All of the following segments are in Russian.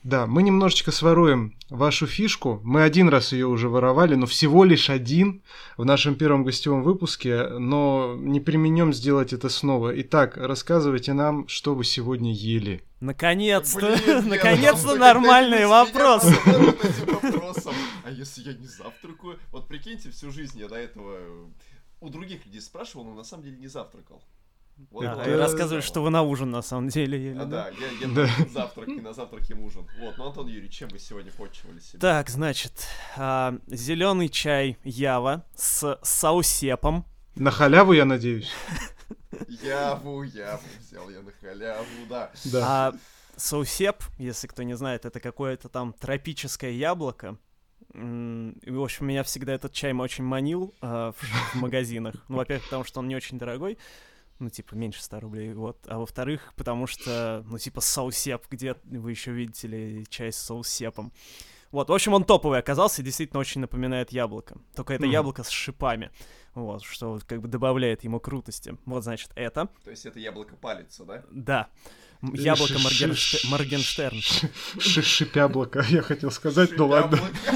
Да, мы немножечко своруем вашу фишку. Мы один раз ее уже воровали, но всего лишь один в нашем первом гостевом выпуске, но не применем сделать это снова. Итак, рассказывайте нам, что вы сегодня ели. Наконец-то! Наконец-то нормальные вопросы! А если я не завтракаю? Вот прикиньте, всю жизнь я до этого у других людей спрашивал, но на самом деле не завтракал. Вот, и рассказывали, что вы на ужин на самом деле ели. Да, я на завтрак и на завтрак ем ужин. Вот, ну, Антон Юрьевич, чем вы сегодня почивали себя? Так, значит, зеленый чай Ява с саусепом. На халяву, я надеюсь? Яву взял я на халяву, да. А саусеп, если кто не знает, это какое-то там тропическое яблоко. И, в общем, меня всегда этот чай очень манил в магазинах. Ну, во-первых, потому что он не очень дорогой. Ну, типа, меньше 100 рублей, вот. А во-вторых, потому что, ну, типа, саусеп, где вы еще видите ли чай с саусепом. Вот, в общем, он топовый оказался и действительно очень напоминает яблоко. Только это яблоко с шипами. Вот, что как бы добавляет ему крутости. Вот, значит, это. То есть это яблоко палится, да? Да. Яблоко Моргенштерн. Шипяблоко, я хотел сказать, ну ладно.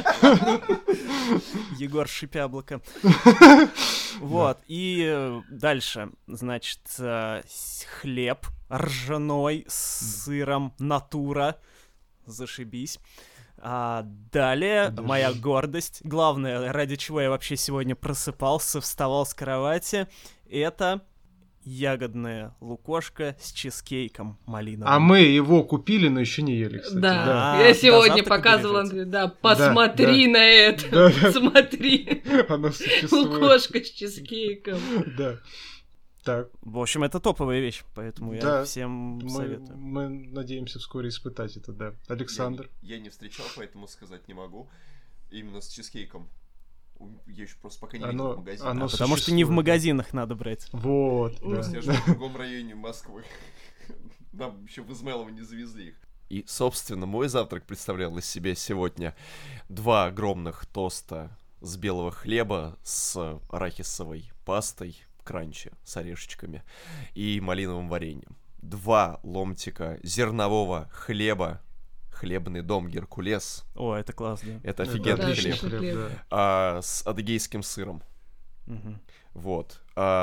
Егор Шипяблоко. Вот, и дальше, значит, хлеб ржаной с сыром натура. Зашибись. А далее моя гордость, главное, ради чего я вообще сегодня просыпался, вставал с кровати, это ягодная лукошка с чизкейком малиновым. А мы его купили, но еще не ели, кстати. Да, я сегодня показывала, да, посмотри на это, смотри, лукошка с чизкейком. Да. Так. В общем, это топовая вещь, поэтому я всем советую. Мы надеемся вскоре испытать это, да. Александр? Я не встречал, поэтому сказать не могу. Именно с чизкейком. Я еще просто пока не видел в магазине. Потому что не в магазинах надо брать. Вот, да. Я живу в другом районе Москвы. Нам еще в Измайлово не завезли их. И, собственно, мой завтрак представлял из себя сегодня 2 огромных тоста с белого хлеба с арахисовой пастой, кранчи с орешечками и малиновым вареньем. 2 ломтика зернового хлеба, хлебный дом Геркулес. О, это классно. Это офигенный хлеб. Да. С адыгейским сыром. Угу. Вот.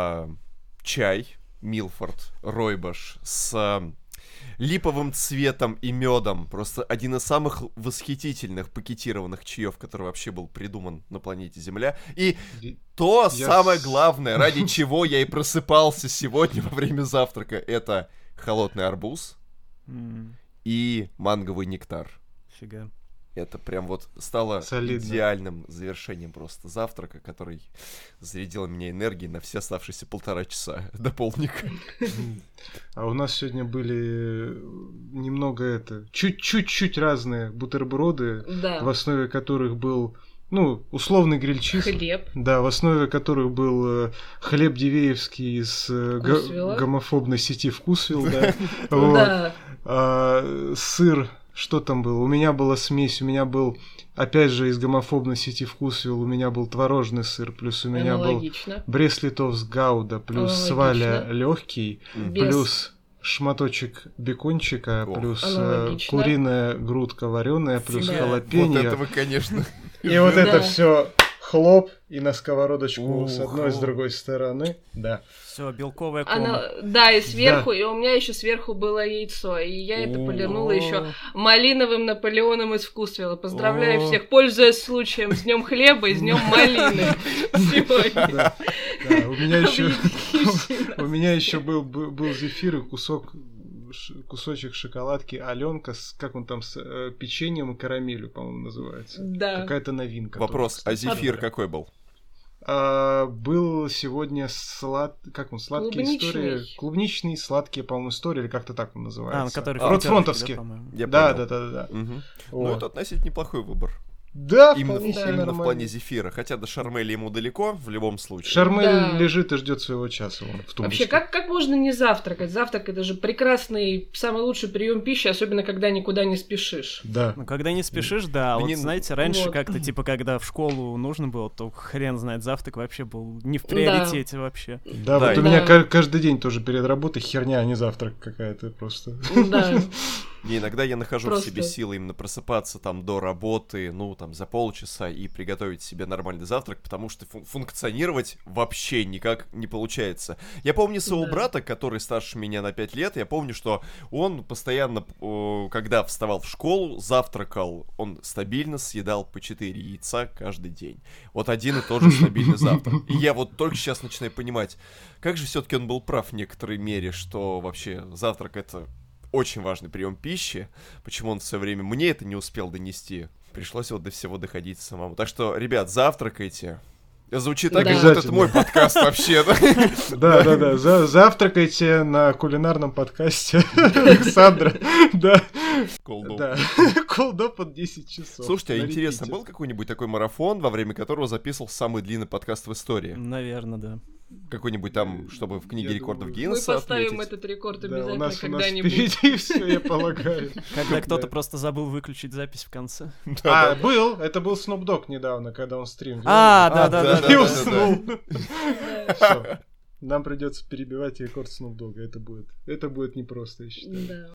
Чай Милфорд Ройбаш с липовым цветом и медом. Просто один из самых восхитительных пакетированных чаев, который вообще был придуман на планете Земля. И самое главное, ради чего я и просыпался сегодня во время завтрака, это холодный арбуз и манговый нектар. Фига. Это прям вот стало солидно. Идеальным завершением просто завтрака, который зарядил меня энергией на все оставшиеся 1,5 часа до полдника. А у нас сегодня были немного чуть-чуть разные бутерброды, в основе которых был, ну, условный гриль-чиз. Хлеб. Да, в основе которых был хлеб дивеевский из гомофобной сети Вкусвилл, да. Сыр. Что там было? У меня была смесь, у меня был, опять же, из гомофобной сети Вкусвилл, у меня был творожный сыр, плюс у меня был Брест-Литовск Гауда, плюс сваля легкий, плюс шматочек бекончика, плюс куриная грудка вареная, плюс халапеньо. Вот этого, конечно. И вот это все хлоп и на сковородочку с одной и с другой стороны. Да. Все, белковая кома. Да, и сверху, и у меня еще сверху было яйцо, и я это полирнула еще малиновым Наполеоном из Вкусвилла. Поздравляю всех, пользуясь случаем, с днем хлеба и с днем малины сегодня. У меня еще был зефир и кусочек шоколадки Аленка с, как он там, с печеньем и карамелью, по-моему, называется. Да. Какая-то новинка. Вопрос, а зефир какой был? Был сегодня сладкие истории. Клубничный, сладкие, по-моему, истории, или как-то так он называется. Который фронтовский. Да. Ну, это относительно неплохой выбор. Да, именно в плане зефира. Хотя до Шармеля ему далеко, в любом случае. Шармель лежит и ждет своего часа в тумбочке. Вообще, как можно не завтракать? Завтрак — это же прекрасный, самый лучший прием пищи, особенно когда никуда не спешишь. Да. Ну, когда не спешишь, да. Вот, знаете, раньше как-то, типа, когда в школу нужно было, то хрен знает, завтрак вообще был не в приоритете вообще. Да, вот у меня каждый день тоже перед работой херня, а не завтрак какая-то просто. Да. И иногда я нахожу в себе силы именно просыпаться там до работы, ну, там, за полчаса и приготовить себе нормальный завтрак, потому что функционировать вообще никак не получается. Я помню своего брата, который старше меня на 5 лет, я помню, что он постоянно, когда вставал в школу, завтракал, он стабильно съедал по 4 яйца каждый день. Вот один и тот же стабильный завтрак. И я вот только сейчас начинаю понимать, как же все-таки он был прав в некоторой мере, что вообще завтрак — это очень важный прием пищи. Почему он все время мне это не успел донести? Пришлось вот до всего доходить самому. Так что, ребят, завтракайте. Звучит так, как будто это мой подкаст вообще. Да. Завтракайте на кулинарном подкасте Александра. Да. Колдо под 10 часов. Слушайте, а интересно, был какой-нибудь такой марафон, во время которого записывал самый длинный подкаст в истории? Наверное, да. Какой-нибудь там, чтобы в книге рекордов Гиннесса мы поставим отметить. этот рекорд обязательно у нас когда-нибудь. Впереди все, я полагаю. Когда кто-то просто забыл выключить запись в конце. Был. Это был Snoop Dogg недавно, когда он стрим вел. Да. И уснул. Всё. Нам придется перебивать рекорд Snoop Dogg. Это будет непросто, я считаю. Да.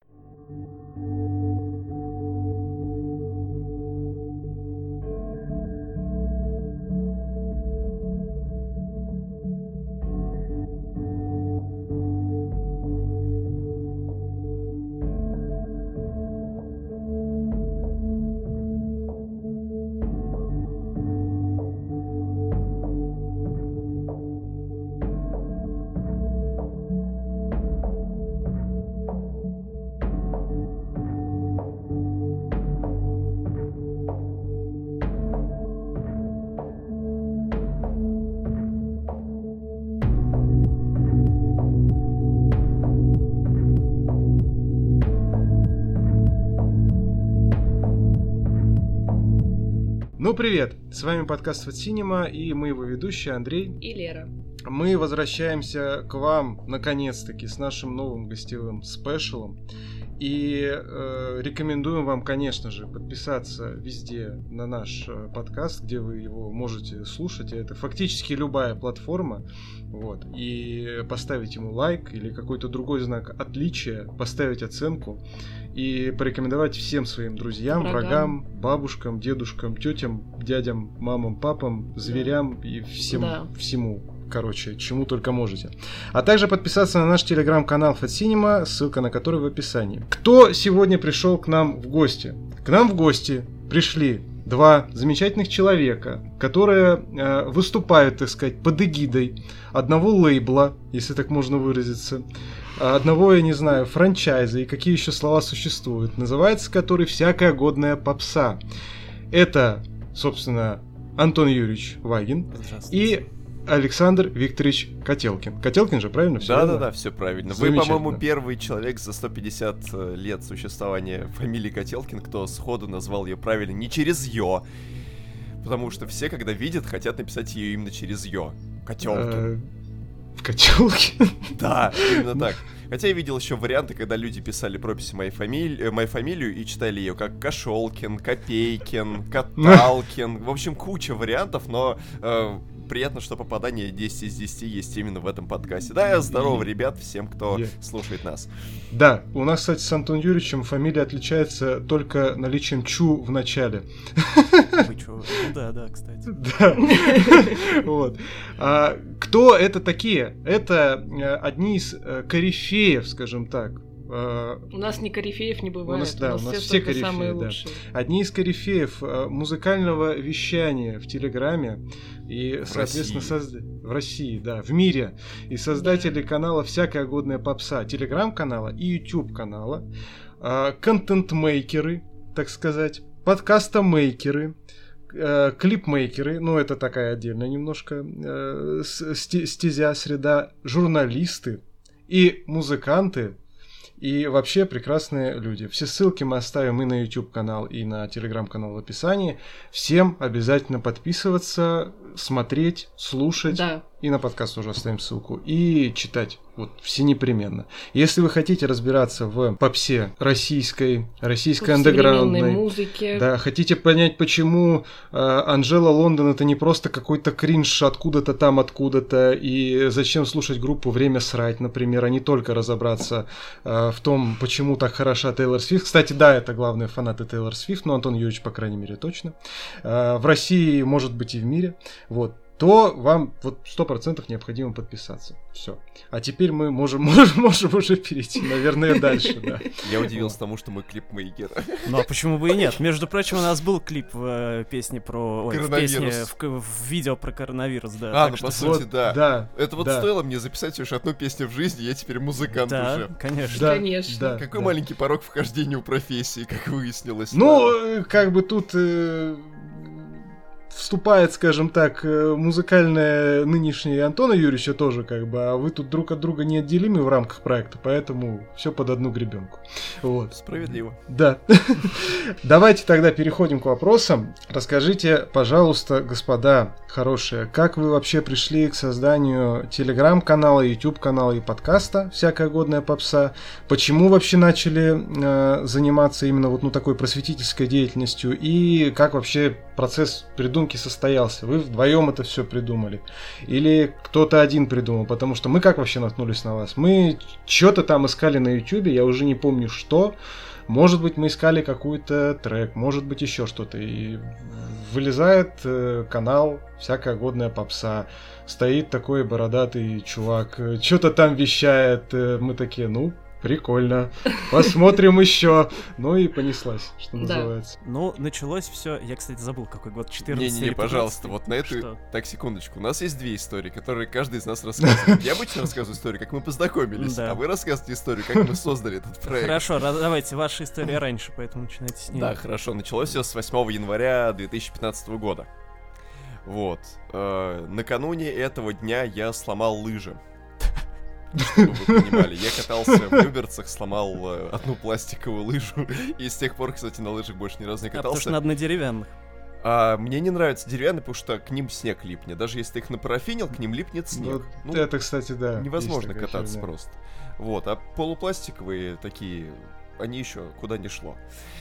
Ну, привет! С вами подкаст Фат Синема, и мы его ведущие Андрей и Лера. Мы возвращаемся к вам, наконец-таки, с нашим новым гостевым спешалом. И рекомендуем вам, конечно же, подписаться везде на наш подкаст, где вы его можете слушать. Это фактически любая платформа. Вот. И поставить ему лайк или какой-то другой знак отличия, поставить оценку и порекомендовать всем своим друзьям, врагам, бабушкам, дедушкам, тетям, дядям, мамам, папам, зверям и всему. Короче, чему только можете. А также подписаться на наш телеграм-канал Фат Синема, ссылка на который в описании. Кто сегодня пришел к нам в гости? К нам в гости пришли два замечательных человека, которые выступают, так сказать, под эгидой одного лейбла, если так можно выразиться, одного, я не знаю, франчайза и какие еще слова существуют, называется который «Всякая годная попса». Это, собственно, Антон Юрьевич Вагин и Александр Викторович Котелкин. Котелкин же, правильно? Да, все правильно. Вы, по-моему, первый человек за 150 лет существования фамилии Котелкин, кто сходу назвал ее правильно не через «ё», потому что все, когда видят, хотят написать ее именно через «ё». Котелкин. Котелкин? Да, именно так. Хотя я видел еще варианты, когда люди писали прописи моей фамилию и читали ее как Кошелкин, Копейкин, Каталкин. В общем, куча вариантов, но приятно, что попадание 10 из 10 есть именно в этом подкасте. Да, здорово, ребят, всем, кто слушает нас. Да, у нас, кстати, с Антоном Юрьевичем фамилия отличается только наличием «чу» в начале. Да, кстати. Да. Вот. Кто это такие? Это одни из корифеев, скажем так. У нас ни корифеев не бывает. У нас все корифеи, самые лучшие. Одни из корифеев музыкального вещания в Телеграме и, соответственно, в России, да, в мире. И создатели канала «Всякая годная попса», Телеграм-канала и YouTube-канала, контент-мейкеры, так сказать, подкастомейкеры, клипмейкеры, ну это такая отдельная немножко стезя, среда, журналисты и музыканты, и вообще прекрасные люди. Все ссылки мы оставим и на YouTube-канал, и на Telegram-канал в описании. Всем обязательно подписываться, смотреть, слушать, и на подкаст уже оставим ссылку, и читать. Вот, все непременно. Если вы хотите разбираться в попсе российской андеграундной музыке, да, хотите понять, почему Анжела Лондон это не просто какой-то кринж откуда-то там, откуда-то, и зачем слушать группу «Время срать», например, а не только разобраться в том, почему так хороша Тейлор Свифт. Кстати, да, это главные фанаты Тейлор Свифт, но Антон Юрьевич, по крайней мере, точно. В России, может быть, и в мире. Вот. То вам вот 100% необходимо подписаться. Все. А теперь мы можем уже перейти, наверное, дальше, да. Я удивился тому, что мы клипмейкер. Ну а почему бы и нет? Между прочим, у нас был клип в песне про... в видео про коронавирус, да. А, ну по сути, да. Это вот стоило мне записать лишь одну песню в жизни, я теперь музыкант уже. Да, конечно. Да, конечно. да, какой маленький порог вхождения у профессии, как выяснилось. Ну, как бы тут... вступает, скажем так, музыкальная нынешняя Антона Юрьевича тоже, как бы, а вы тут друг от друга неотделимы в рамках проекта, поэтому все под одну гребенку. Вот. Справедливо. Да. Давайте тогда переходим к вопросам. Расскажите, пожалуйста, господа хорошие, как вы вообще пришли к созданию телеграм-канала, YouTube-канала и подкаста «Всякая годная попса»? Почему вообще начали заниматься именно вот такой просветительской деятельностью? И как вообще процесс придумки состоялся? Вы вдвоем это все придумали? Или кто-то один придумал? Потому что мы как вообще наткнулись на вас? Мы что-то там искали на YouTube, я уже не помню что. Может быть, мы искали какой-то трек, может быть, еще что-то. И вылезает канал «Всякая годная попса». Стоит такой бородатый чувак, что-то там вещает. Мы такие, прикольно. Посмотрим еще. Ну и понеслась, что называется. Ну, началось все. Я, кстати, забыл, какой год. 14 Не, пожалуйста, вот на эту... Так, секундочку. У нас есть две истории, которые каждый из нас рассказывает. Я обычно рассказываю историю, как мы познакомились, а вы рассказываете историю, как мы создали этот проект. Хорошо, давайте, ваша история раньше, поэтому начинайте с нее. Да, хорошо. Началось все с 8 января 2015 года. Вот. Накануне этого дня я сломал лыжи. Чтобы вы понимали, я катался в Люберцах, сломал одну пластиковую лыжу, и с тех пор, кстати, на лыжах больше ни разу не катался. Потому что надо на деревянных. Мне не нравятся деревянные, потому что к ним снег липнет. Даже если ты их напарафинил, к ним липнет снег. Это, кстати, да. Невозможно кататься просто. Вот, а полупластиковые такие, они еще куда ни шло.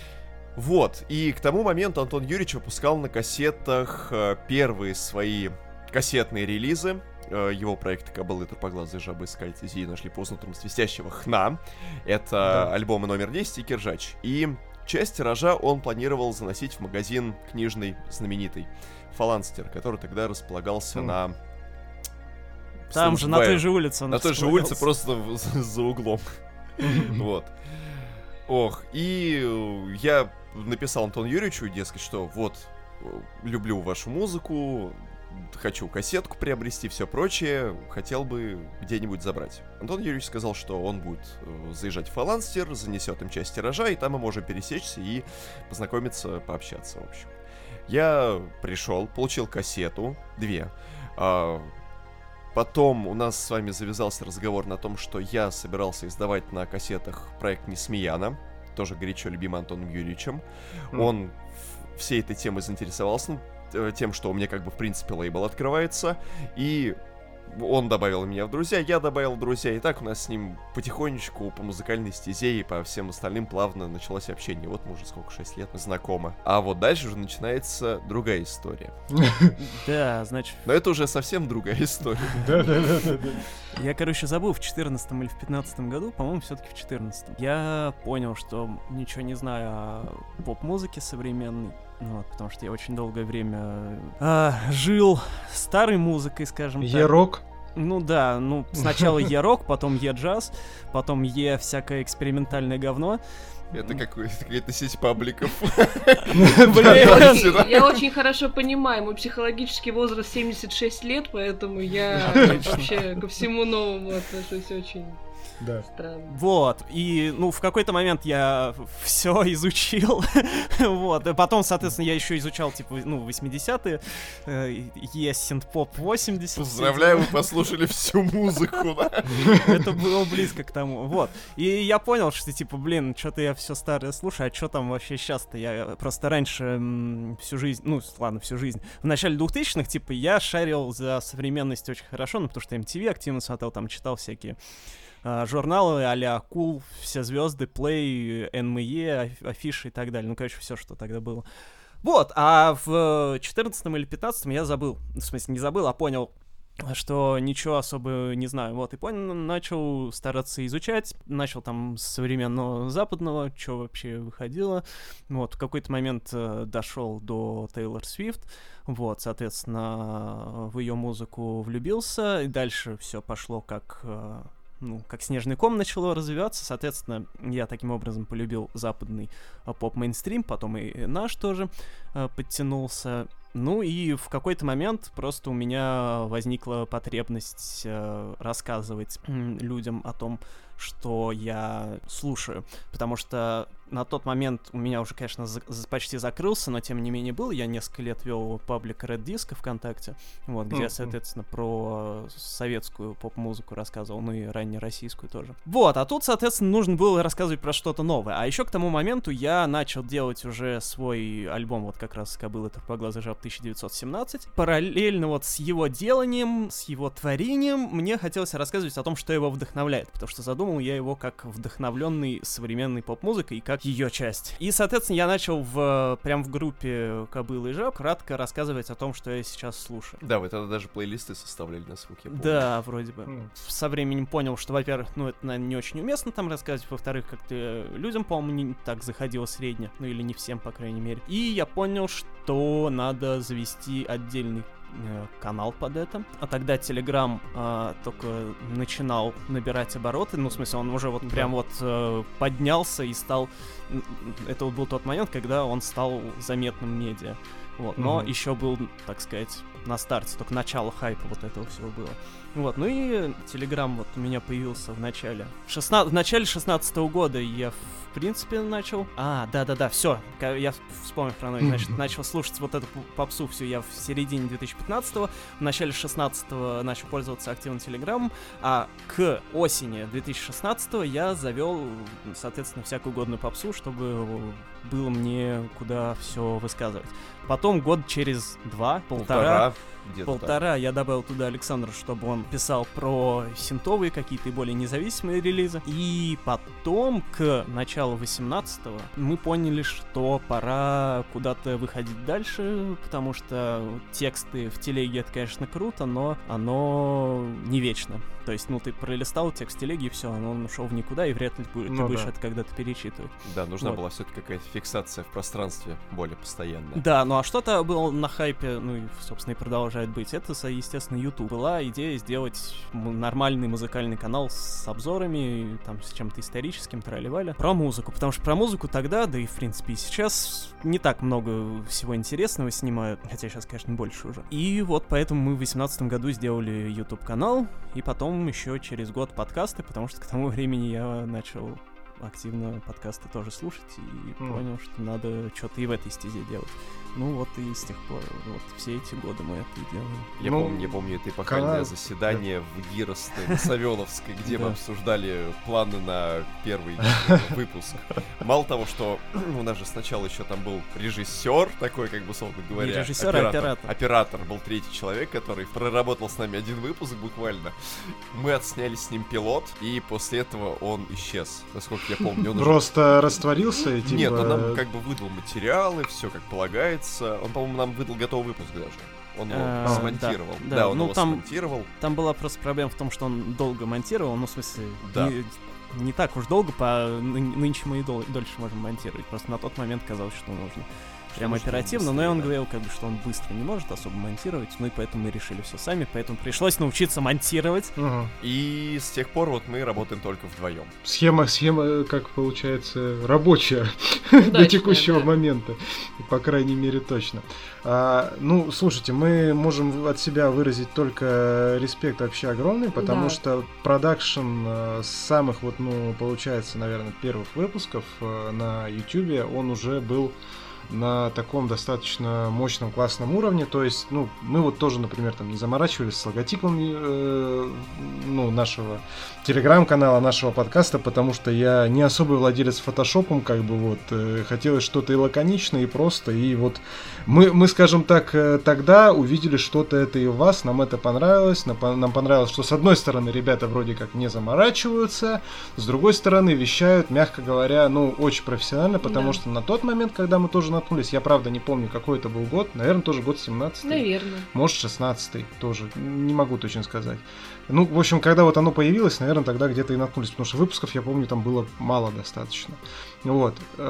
Вот, и к тому моменту Антон Юрьевич выпускал на кассетах первые свои кассетные релизы. Его проекты «Кобылы, Трупоглазые жабы, Скальцы, Зии нашли по утрам свистящего хна». Это альбомы номер 10 и «Киржач». И часть тиража он планировал заносить в магазин книжный знаменитый «Фаланстер», который тогда располагался на... Там же, на той же улице он на той же улице, просто за углом. Вот. Ох, и я написал Антону Юрьевичу, дескать, что вот, люблю вашу музыку, хочу кассетку приобрести, все прочее, хотел бы где-нибудь забрать. Антон Юрьевич сказал, что он будет заезжать в Фаланстер, занесет им часть тиража, и там мы можем пересечься и познакомиться, пообщаться, в общем. Я пришел, получил кассету, 2. Потом у нас с вами завязался разговор на том, что я собирался издавать на кассетах проект Несмеяна, тоже горячо любимый Антоном Юрьевичем. Он всей этой темой заинтересовался, тем, что у меня как бы в принципе лейбл открывается, и он добавил меня в друзья, я добавил в друзья, и так у нас с ним потихонечку по музыкальной стезе и по всем остальным плавно началось общение. Вот мы уже сколько, 6 лет знакомы. А вот дальше уже начинается другая история. Да, значит... Но это уже совсем другая история. Да. Я, короче, забыл, в 14 или в 15 году, по-моему, все-таки в 14. Я понял, что ничего не знаю о поп-музыке современной. Вот, потому что я очень долгое время жил старой музыкой, скажем так. Е-рок? Ну да, сначала е-рок, потом е-джаз, потом всякое экспериментальное говно. Это какая-то сеть пабликов. Я очень хорошо понимаю, мой психологический возраст 76 лет, поэтому я вообще ко всему новому отношусь очень Да. Странно. Вот, и, ну, в какой-то момент я все изучил, вот, и потом, соответственно, я еще изучал, типа, ну, 80-е, синт-поп 80. Поздравляю, вы послушали всю музыку, да? Это было близко к тому, вот. И я понял, что, типа, блин, что-то я все старое слушаю, а что там вообще сейчас-то? Я просто раньше всю жизнь, ну, ладно, всю жизнь, в начале 2000-х, типа, я шарил за современность очень хорошо, ну, потому что MTV активно смотрел, там, читал всякие журналы а-ля Cool, Все звезды, Play, NME, афиши и так далее. Ну, короче, все, что тогда было. Вот, а в 14-м или 15-м я забыл. В смысле, не забыл, а понял, что ничего особо не знаю. Вот, и понял, начал стараться изучать. Начал там с современного западного, что вообще выходило. Вот, в какой-то момент дошел до Тейлор Свифт. Вот, соответственно, в ее музыку влюбился. И дальше все пошло как... ну, как снежный ком начало развиваться, соответственно, я таким образом полюбил западный поп-мейнстрим, потом и наш тоже подтянулся. Ну и в какой-то момент просто у меня возникла потребность рассказывать людям о том, что я слушаю, потому что на тот момент у меня уже, конечно, почти закрылся, но тем не менее был. Я несколько лет вел паблик Red Disco ВКонтакте, вот, где я, соответственно, про советскую поп-музыку рассказывал, ну и раннероссийскую тоже. Вот, а тут, соответственно, нужно было рассказывать про что-то новое. А еще к тому моменту я начал делать уже свой альбом, вот как раз «Кобыла трупоглазый жаб» 1917. Параллельно вот с его деланием, с его творением, мне хотелось рассказывать о том, что его вдохновляет, потому что задумал я его как вдохновленный современной поп-музыкой и как ее часть. И, соответственно, я начал прям в группе «Кобылы и жаб» кратко рассказывать о том, что я сейчас слушаю. Да, вы тогда даже плейлисты составляли, насколько я помню. Да, вроде бы. Со временем понял, что, во-первых, ну, это, наверное, не очень уместно там рассказывать, во-вторых, как-то людям, по-моему, не так заходило средне, ну или не всем, по крайней мере. И я понял, что надо завести отдельный канал под это. А тогда Telegram только начинал набирать обороты, ну, в смысле, он уже вот прям вот поднялся и стал... Это вот был тот момент, когда он стал заметным медиа. Вот, но еще был, так сказать, на старте, только начало хайпа вот этого всего было. Вот, ну и Telegram вот у меня появился в начале. В начале 16-го года я, в принципе, начал... да-да-да, все, я вспомнил хронологию. Значит, начал слушать вот эту попсу всю я в середине 2015-го, в начале 16-го начал пользоваться активно Телеграмом, а к осени 2016-го я завел, соответственно, всякую годную попсу, чтобы было мне куда все высказывать. Потом год через полтора я добавил туда Александра, чтобы он писал про синтовые какие-то и более независимые релизы. И потом, к началу 18-го, мы поняли, что пора куда-то выходить дальше, потому что тексты в телеге — это, конечно, круто, но оно не вечно. То есть, ну, ты пролистал текст телеги, и все, он ушел в никуда, и вряд ли ты будешь это когда-то перечитывать. Да, нужна была все-таки какая-то фиксация в пространстве более постоянная. Да, ну а что-то было на хайпе, ну и, собственно, и продолжает быть. Это, естественно, YouTube. Была идея сделать нормальный музыкальный канал с обзорами, там, с чем-то историческим, трали-валя, про музыку. Потому что про музыку тогда, да и, в принципе, и сейчас не так много всего интересного снимают, хотя сейчас, конечно, больше уже. И вот поэтому мы в 2018 году сделали YouTube-канал, и потом еще через год подкасты, потому что к тому времени я начал активно подкасты тоже слушать и понял, что надо что-то и в этой стезе делать. Ну вот и с тех пор, вот все эти годы мы это и делаем. Я помню это эпохальное заседание в Гиростой, на Савеловской, где мы обсуждали планы на первый выпуск. Мало того, что у нас же сначала еще там был режиссер, такой, как бы, условно говоря, не режиссер, а оператор. Оператор был третий человек, который проработал с нами один выпуск буквально. Мы отсняли с ним пилот, и после этого он исчез, насколько я помню. Просто растворился и типа... Нет, он нам как бы выдал материалы, все как полагается. Он, по-моему, нам выдал готовый выпуск даже. Он его смонтировал. Да, он его смонтировал. Там была просто проблема в том, что он долго монтировал, ну, в смысле, не так уж долго, нынче мы и дольше можем монтировать. Просто на тот момент казалось, что нужно. прям оперативно, но и он говорил, как бы, что он быстро не может особо монтировать, ну и поэтому мы решили все сами, поэтому пришлось научиться монтировать. И с тех пор вот мы работаем только вдвоем. Схема, как получается, рабочая до текущего момента, по крайней мере, точно. Ну, слушайте, мы можем от себя выразить только респект вообще огромный, потому что продакшн с самых вот, ну, получается, наверное, первых выпусков на YouTube, он уже был на таком достаточно мощном, классном уровне. То есть, ну, мы вот тоже, например, там не заморачивались с логотипом ну, нашего телеграм-канала, нашего подкаста, потому что я не особый владелец фотошопом, как бы вот, хотелось что-то и лаконичное, и просто, и вот мы, скажем так, тогда увидели что-то это и у вас, нам это понравилось, нам понравилось, что с одной стороны ребята вроде как не заморачиваются, с другой стороны вещают, мягко говоря, ну, очень профессионально, потому что на тот момент, когда мы тоже наткнулись, я правда не помню, какой это был год, наверное, тоже год 17-й. Наверное. Может, 16-й тоже, не могу точно сказать. Ну, в общем, когда вот оно появилось, наверное, тогда где-то и наткнулись, потому что выпусков, я помню, там было мало достаточно. Вот.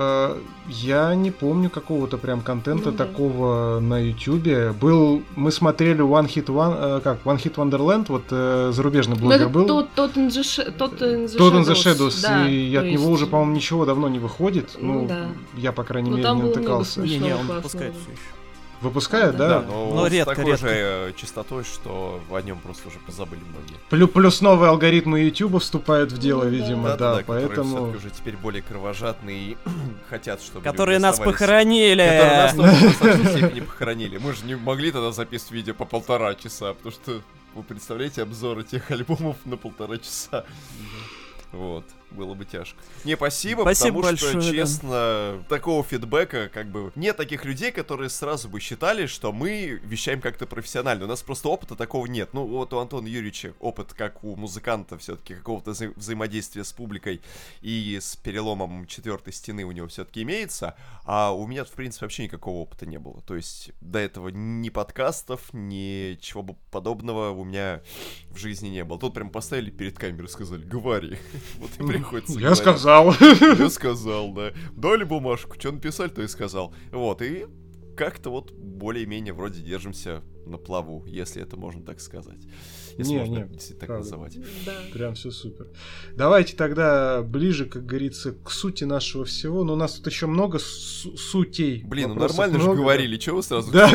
Я не помню какого-то прям контента такого на YouTube. Мы смотрели One Hit Wonderland, вот зарубежный блогер был. Тот in the Shadows, да, и от него уже, по-моему, ничего давно не выходит. Ну, я, по крайней мере, не натыкался. Не, он выпускает все еще. Выпускает, да? Но редко, с такой же частотой, что о нем просто уже позабыли многие. Плюс новые алгоритмы YouTube вступают в дело, видимо, да, поэтому... Которые уже теперь более кровожадные и хотят, чтобы... Которые нас похоронили! Которые нас тоже в достаточной степени похоронили. Мы же не могли тогда записывать видео по 1,5 часа, потому что, вы представляете, обзоры тех альбомов на 1,5 часа. Вот, было бы тяжко. Спасибо потому большое, что, честно, такого фидбэка, как бы, нет таких людей, которые сразу бы считали, что мы вещаем как-то профессионально. У нас просто опыта такого нет. Ну, вот у Антона Юрьевича опыт, как у музыканта, все-таки какого-то взаимодействия с публикой и с переломом 4-й стены у него все-таки имеется, а у меня, в принципе, вообще никакого опыта не было. То есть, до этого ни подкастов, ни чего бы подобного у меня в жизни не было. Тут прям поставили перед камерой и сказали: говори. Вот и приходится. Я сказал. Я сказал, да. Дали бумажку, что написали, то и сказал. Вот, и как-то вот более-менее вроде держимся на плаву, если это можно так сказать. Если можно действительно так называть. Да. Прям все супер. Давайте тогда ближе, как говорится, к сути нашего всего. Но у нас тут еще много сутей. Блин, ну нормально же говорили, чего вы сразу... Да.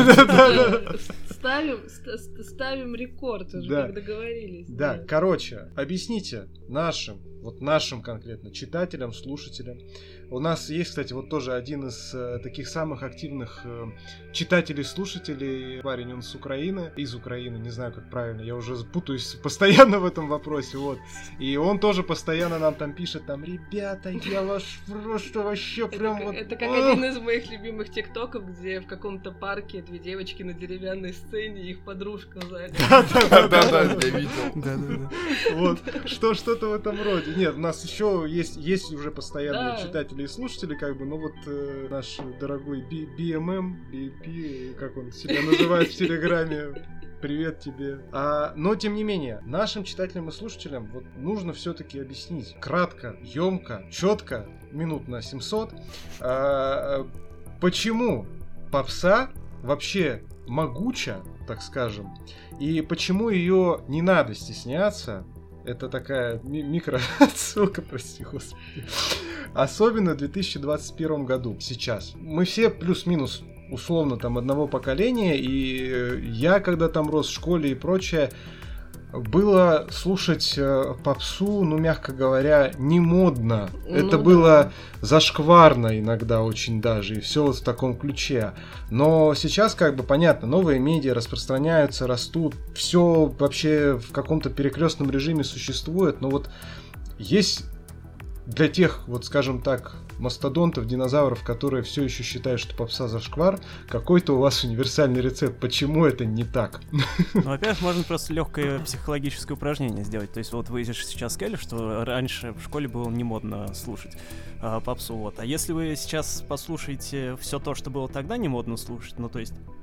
Ставим рекорд уже, как договорились. Да, короче, объясните нашим конкретно читателям, слушателям. У нас есть, кстати, вот тоже один из таких самых активных читателей-слушателей. Парень, он с Украины, из Украины, не знаю, как правильно, я уже путаюсь постоянно в этом вопросе, вот. И он тоже постоянно нам там пишет, там: ребята, я вас просто вообще прям вот... Это как один из моих любимых тиктоков, где в каком-то парке две девочки на деревянной сцене, их подружка сзади. Да, я видел. Вот, что-то в этом роде. Нет, у нас еще есть уже постоянные читатели и слушатели, как бы, ну вот наш дорогой BMM, как он себя называет в Телеграме, привет тебе. Но, тем не менее, нашим читателям и слушателям вот нужно все-таки объяснить кратко, емко, четко, минут на 700, почему попса вообще могуча, так скажем, и почему ее не надо стесняться. Это такая микроотсылка, прости господи. Особенно в 2021 году, сейчас. Мы все плюс-минус условно там одного поколения, и я, когда там рос в школе и прочее, было слушать попсу, ну, мягко говоря, не модно. Это было зашкварно иногда очень даже, и все вот в таком ключе. Но сейчас, как бы, понятно, новые медиа распространяются, растут, все вообще в каком-то перекрестном режиме существует, но вот есть для тех, вот скажем так, мастодонтов, динозавров, которые все еще считают, что попса зашквар, какой-то у вас универсальный рецепт, почему это не так? Ну, во-первых, можно просто легкое психологическое упражнение сделать. То есть вот вы сейчас сказали, что раньше в школе было не модно слушать попсу, вот. А если вы сейчас послушаете все то, что было тогда не модно слушать, ну, то есть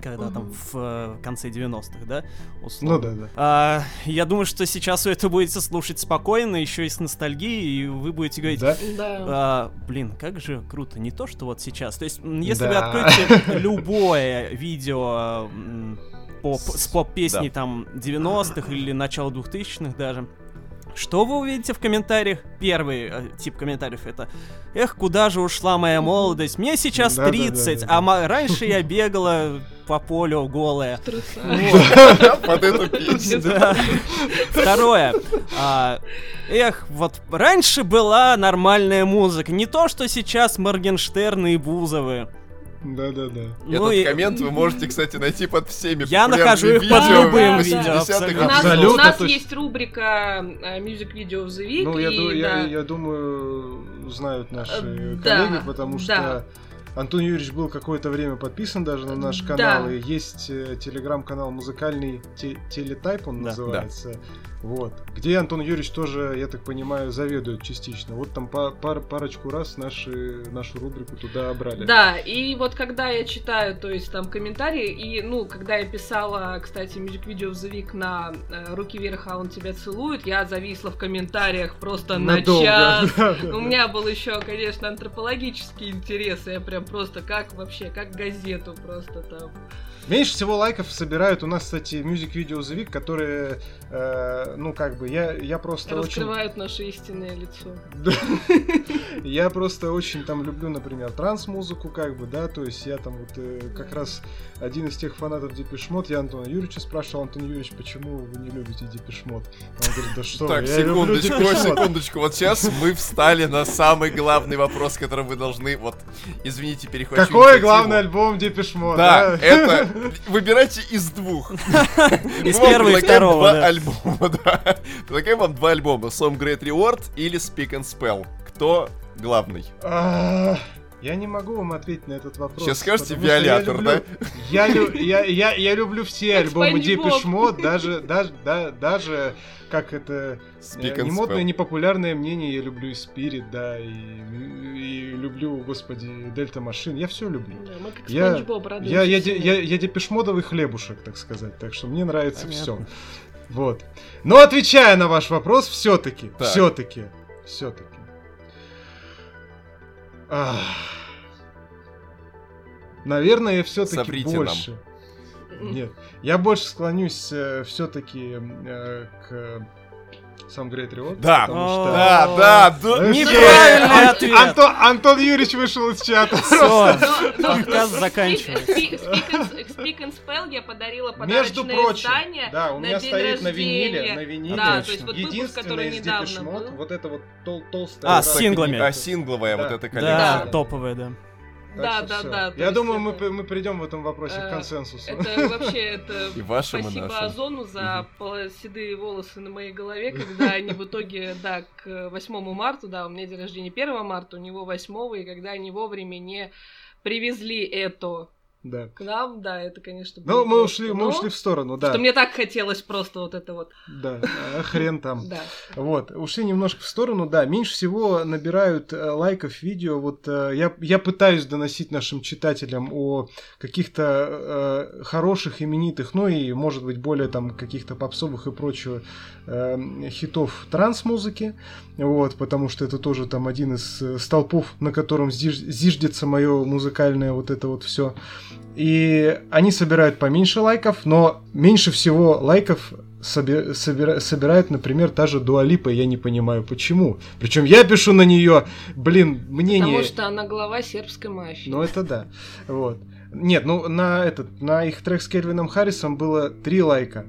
когда там в конце 90-х, да, условно. Ну да. Я думаю, что сейчас вы это будете слушать спокойно, еще и с ностальгией, и вы будете говорить, блин, как же круто, не то, что вот сейчас. То есть, если вы откроете любое видео с поп-песней там 90-х или начала 2000-х даже, что вы увидите в комментариях? Первый тип комментариев — это: эх, куда же ушла моя молодость? Мне сейчас 30, а раньше я бегала по полю голая. Под эту песню. Второе. Эх, вот раньше была нормальная музыка. Не то, что сейчас Моргенштерн и Бузовы. Да-да-да. Этот коммент вы можете, кстати, найти под всеми. Я нахожу их под любым видео. У нас есть рубрика Music Video of the Week. Ну, я думаю, знают наши коллеги, потому что Антон Юрьевич был какое-то время подписан даже на наш канал, и есть телеграм-канал музыкальный Телетайп, он называется. Вот. Где Антон Юрьевич тоже, я так понимаю, заведует частично. Вот там парочку раз нашу рубрику туда брали. Да, и вот когда я читаю, то есть там комментарии, и, когда я писала, кстати, Music Video of the Week на «Руки вверх, а он тебя целует», я зависла в комментариях просто на час. У меня был еще, конечно, антропологический интерес, я прям просто как газету просто там. Меньше всего лайков собирают у нас, кстати, Music Video of the Week, которые, я просто раскрывают наше истинное лицо. Я просто очень там люблю, например, транс-музыку, то есть я там как раз один из тех фанатов Depeche Mode, я Антона Юрьевича спрашивал: Антон Юрьевич, почему вы не любите Depeche Mode? Он говорит: да что так, секундочку, вот сейчас мы встали на самый главный вопрос, который вы должны, извините, перехвачу. Какой главный альбом Depeche Mode? Да, это... Выбирайте из двух. Из первого и второго, два альбома, да. Предлагаем вам два альбома: Some Great Reward или Speak and Spell. Кто главный? Я не могу вам ответить на этот вопрос. Сейчас скажете «Виолятор», да? Я люблю все альбомы Depeche Mode, даже как это не модное, не популярное мнение, я люблю и Spirit, да, и люблю, господи, Delta Machine, я все люблю. Мы как Спанч Боб радуемся. Я депешмодовый хлебушек, так сказать, так что мне нравится все. Вот. Но отвечая на ваш вопрос, все-таки. Наверное, я все-таки больше. Нет, я больше склонюсь все-таки к Some Great Reward. Да, да. Неправильный ответ. Антон Юрьевич вышел из чата. Все, подкаст заканчивается. Speak and Spell я подарила подарочное Между прочим, издание да, у меня стоит на виниле. Да, то есть вот выпуск, единственное который из недавно Depeche был. Mode, вот это вот толстая. С синглами. Сингловая вот эта Да, коллекция. топовая, да. Да. Я думаю, мы придем в этом вопросе к консенсусу. Это вообще, и вашим, спасибо и нашим. Озону за седые волосы на моей голове, когда они в итоге, к 8 марта, у меня день рождения 1 марта, у него 8, и когда они вовремя не привезли это к нам, это, конечно, было. Ну, мы ушли в сторону, да. Что мне так хотелось просто вот это вот. Да, хрен там. Да. Вот, ушли немножко в сторону, да. Меньше всего набирают лайков видео. Вот я пытаюсь доносить нашим читателям о каких-то хороших, именитых, ну и, может быть, более там каких-то попсовых и прочего хитов транс-музыки. Вот, потому что это тоже там один из столпов, на котором зиждется мое музыкальное вот это вот все. И они собирают поменьше лайков, но меньше всего лайков собирает, например, та же Дуа Липа, я не понимаю, почему. Причем я пишу на нее, мнение... Потому что она глава сербской мафии. Ну, это да. Вот. Нет, на их трек с Кельвином Харрисом было 3 лайка.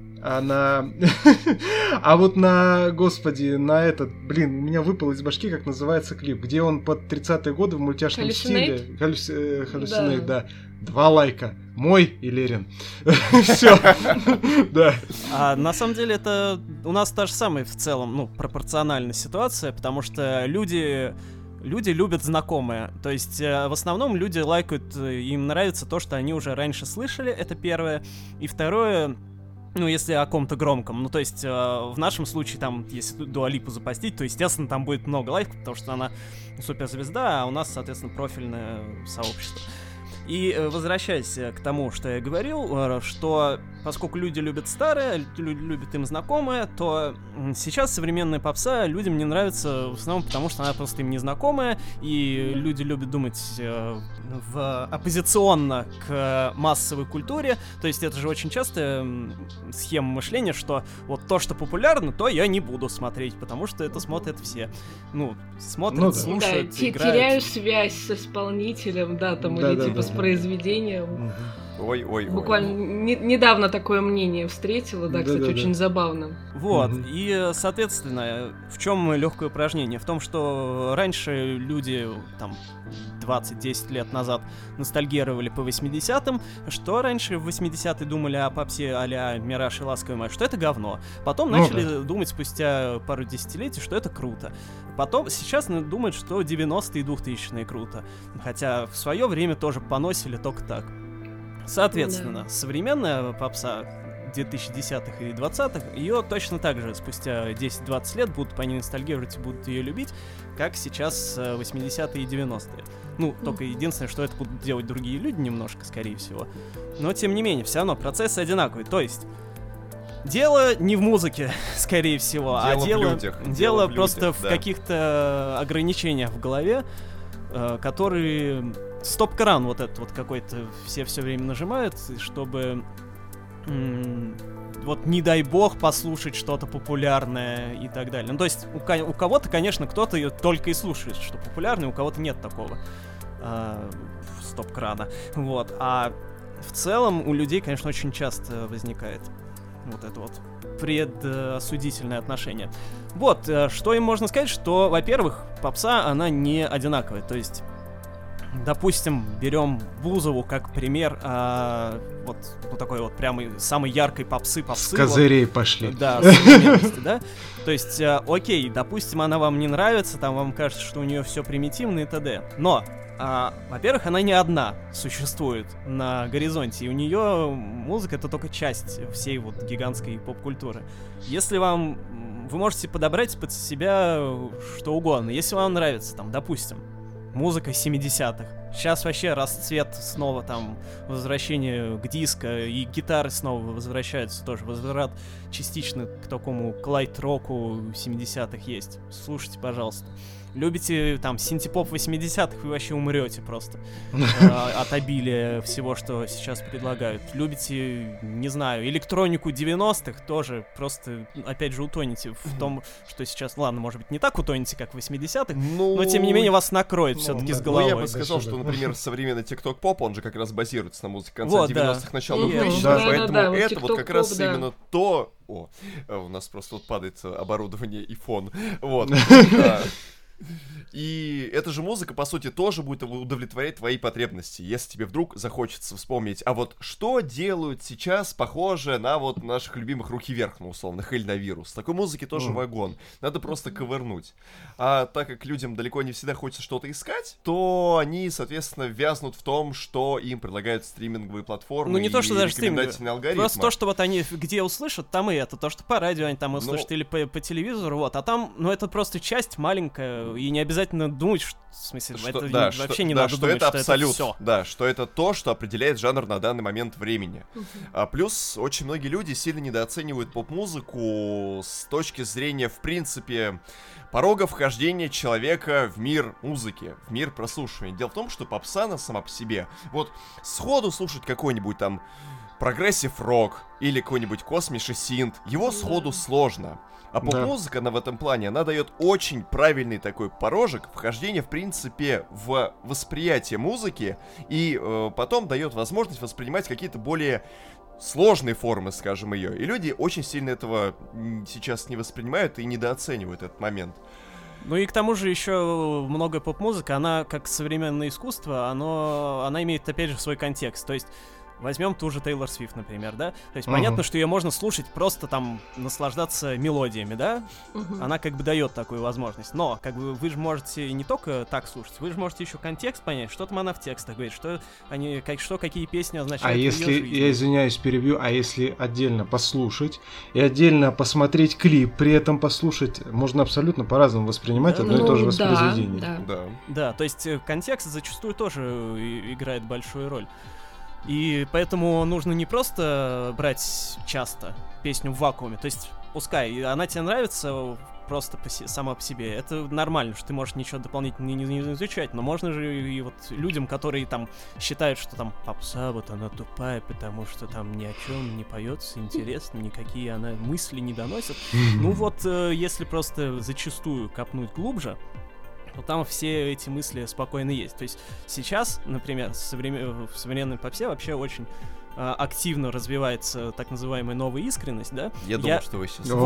А вот на меня выпал из башки, как называется клип, где он под 30-е годы в мультяшном стиле. Hallucinate, да. 2 лайка. Мой и Лерин. Все. Да. На самом деле это у нас та же самая в целом, пропорциональная ситуация, потому что люди любят знакомые. То есть, в основном люди лайкают, им нравится то, что они уже раньше слышали, это первое. И второе, если о ком-то громком. То есть, в нашем случае, там, если Дуа Липу запостить, то, естественно, там будет много лайков, потому что она суперзвезда, а у нас, соответственно, профильное сообщество. И возвращаясь к тому, что я говорил, что поскольку люди любят старое, любят им знакомое, то сейчас современная попса людям не нравится в основном потому, что она просто им незнакомая, и люди любят думать оппозиционно к массовой культуре. То есть это же очень частая схема мышления, что вот то, что популярно, то я не буду смотреть, потому что это смотрят все. Ну, смотрят, слушают, играют. Теряю связь с исполнителем, да, там, или типа с произведением. Ой. Буквально недавно такое мнение встретила, да, кстати, очень забавно. Вот, и, соответственно, в чем легкое упражнение? В том, что раньше люди, там, 20-10 лет назад ностальгировали по 80-м, что раньше в 80-е думали о попсе а-ля «Мираж» и «Ласковый май», что это говно. Потом начали думать спустя пару десятилетий, что это круто. Потом, сейчас думают, что 90-е и 2000-е круто. Хотя в свое время тоже поносили только так. Соответственно, современная попса 2010-х и 20-х, ее точно так же спустя 10-20 лет будут по ней ностальгировать и будут ее любить, как сейчас 80-е и 90-е. Ну, только единственное, что это будут делать другие люди немножко, скорее всего. Но, тем не менее, все равно процесс одинаковый. То есть, дело не в музыке, скорее всего, дело просто в каких-то ограничениях в голове, которые... Стоп-кран вот этот вот какой-то все время нажимают, чтобы вот не дай бог послушать что-то популярное и так далее. Ну, то есть у кого-то, конечно, кто-то ее только и слушает, что популярное, у кого-то нет такого стоп-крана. Вот. А в целом у людей, конечно, очень часто возникает вот это вот предосудительное отношение. Вот, что им можно сказать, что, во-первых, попса, она не одинаковая, то есть... Допустим, берем Бузову как пример вот такой вот прямо самой яркой попсы. С козырей вот, пошли. Да, современности, да. То есть, окей, допустим, она вам не нравится, там вам кажется, что у нее все примитивно и т.д. Но, во-первых, она не одна существует на горизонте, и у нее музыка — это только часть всей вот гигантской поп-культуры. Если вы можете подобрать под себя что угодно. Если вам нравится, там, допустим, музыка 70-х. Сейчас вообще расцвет снова, там, возвращение к диско, и гитары снова возвращаются тоже. Возврат частично к такому клайд-року 70-х есть. Слушайте, пожалуйста. Любите, там, синтепоп 80-х, вы вообще умрете просто от обилия всего, что сейчас предлагают. Любите, не знаю, электронику 90-х, тоже просто, опять же, утонете в том, что сейчас, ладно, может быть, не так утонете, как в 80-х, но, тем не менее, вас накроет все-таки с головой. Ну, я бы сказал, что, например, современный TikTok-поп, он же как раз базируется на музыке конца 90-х, начала 2000-х, поэтому это вот как раз именно то... О, у нас просто вот падает оборудование и фон. Вот. И эта же музыка, по сути, тоже будет удовлетворять твои потребности, если тебе вдруг захочется вспомнить. А вот что делают сейчас похоже на вот наших любимых «Руки вверх», ну, условных, или на «Вирус». Такой музыки тоже вагон. Надо просто ковырнуть. А так как людям далеко не всегда хочется что-то искать, то они, соответственно, вязнут в том, что им предлагают стриминговые платформы. Ну, не то, что даже стриминговые алгоритмы. Просто то, что вот они где услышат, там и это. То, что по радио они там услышат, или по телевизору, вот. А там, ну, это просто часть маленькая, и не обязательно думать, что, в смысле, что, это да, вообще не надо думать, что это все. Да, что это то, что определяет жанр на данный момент времени. Плюс очень многие люди сильно недооценивают поп-музыку с точки зрения, в принципе, порога вхождения человека в мир музыки, в мир прослушивания. Дело в том, что попса, она сама по себе, вот сходу слушать какой-нибудь там прогрессив-рок или какой-нибудь космиш и синт, его сходу сложно. А поп-музыка, она в этом плане, она дает очень правильный такой порожек вхождения, в принципе, в восприятие музыки, и потом дает возможность воспринимать какие-то более сложные формы, скажем, ее. И люди очень сильно этого сейчас не воспринимают и недооценивают этот момент. Ну и к тому же еще многое поп-музыка, она, как современное искусство, она имеет, опять же, свой контекст. То есть возьмем ту же Тейлор Свифт, например, да? То есть понятно, что ее можно слушать, просто там наслаждаться мелодиями, да? Она как бы дает такую возможность. Но как бы вы же можете не только так слушать, вы же можете еще контекст понять, что там она в текстах говорит, что какие песни означают. А если, я извиняюсь, перебью, а если отдельно послушать и отдельно посмотреть клип, при этом послушать, можно абсолютно по-разному воспринимать одно и то же воспроизведение. Да, то есть контекст зачастую тоже играет большую роль. И поэтому нужно не просто брать часто песню в вакууме, то есть пускай она тебе нравится просто сама по себе, это нормально, что ты можешь ничего дополнительно не изучать, но можно же и вот людям, которые там считают, что там попса, вот она тупая, потому что там ни о чем не поется, интересно, никакие она мысли не доносит. Ну вот, если просто зачастую копнуть глубже, то там все эти мысли спокойно есть. То есть сейчас, например, в современной попсе вообще очень активно развивается так называемая новая искренность, да? Я думал, что вы сейчас...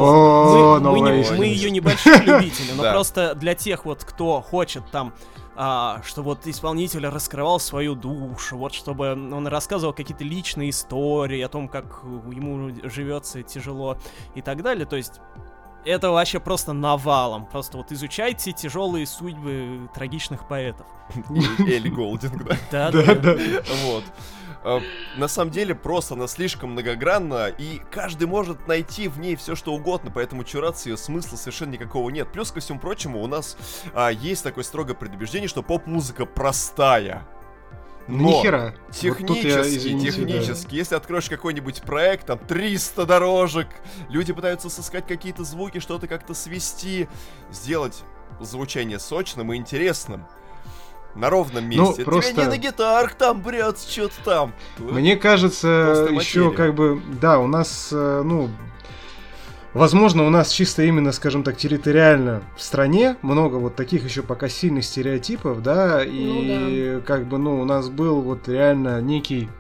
Мы ее небольшие любители, но просто для тех вот, кто хочет там, что вот исполнитель раскрывал свою душу, вот чтобы он рассказывал какие-то личные истории о том, как ему живется тяжело и так далее, то есть это вообще просто навалом. Просто вот изучайте тяжелые судьбы трагичных поэтов. Элли Голдинг, да? Да. Вот. На самом деле, просто она слишком многогранна, и каждый может найти в ней все, что угодно, поэтому чураться ее смысла совершенно никакого нет. Плюс, ко всему прочему, у нас есть такое строгое предубеждение, что поп-музыка простая. Но нихера. Технически, если откроешь какой-нибудь проект, там 300 дорожек, люди пытаются сыскать какие-то звуки, что-то как-то свести, сделать звучание сочным и интересным. На ровном месте. Просто... Тебе не на гитарах там брется, что-то там. Мне кажется, еще как бы, да, у нас, возможно, у нас чисто именно, скажем так, территориально в стране много вот таких еще пока сильных стереотипов, да, и как бы, у нас был вот реально некий,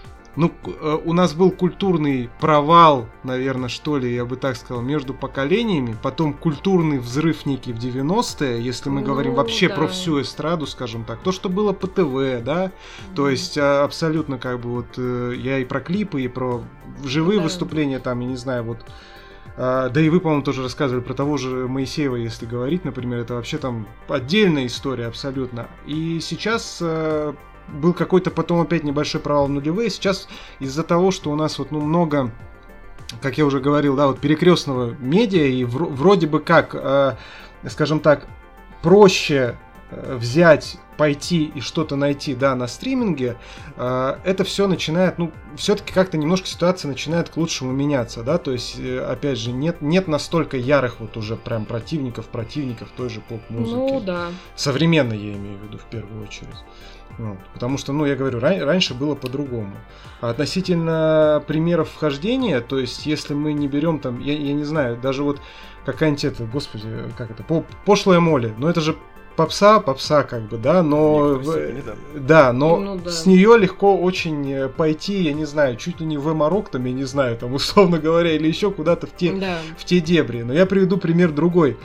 у нас был культурный провал, наверное, что ли, я бы так сказал, между поколениями, потом культурный взрыв некий в 90-е, если мы говорим вообще про всю эстраду, скажем так, то, что было по ТВ, да, то есть абсолютно как бы вот я и про клипы, и про живые выступления там, я не знаю, вот. Да и вы, по-моему, тоже рассказывали про того же Моисеева, если говорить, например, это вообще там отдельная история абсолютно. И сейчас был какой-то потом опять небольшой провал в нулевые. Сейчас из-за того, что у нас вот много, как я уже говорил, да, вот перекрестного медиа, и вроде бы как, скажем так, проще взять, пойти и что-то найти, да, на стриминге, это все начинает, все-таки как-то немножко ситуация начинает к лучшему меняться, да, то есть, опять же, нет настолько ярых вот уже прям противников той же поп-музыки. Современной, я имею в виду, в первую очередь. Вот. Потому что, я говорю, раньше было по-другому. А относительно примеров вхождения, то есть, если мы не берем там, я не знаю, даже вот какая-нибудь пошлая Молли, но это же попса как бы, да, но с нее легко очень пойти, я не знаю, чуть ли не в Эморок, там, я не знаю, там, условно говоря, или еще куда-то в те дебри. Но я приведу пример другой.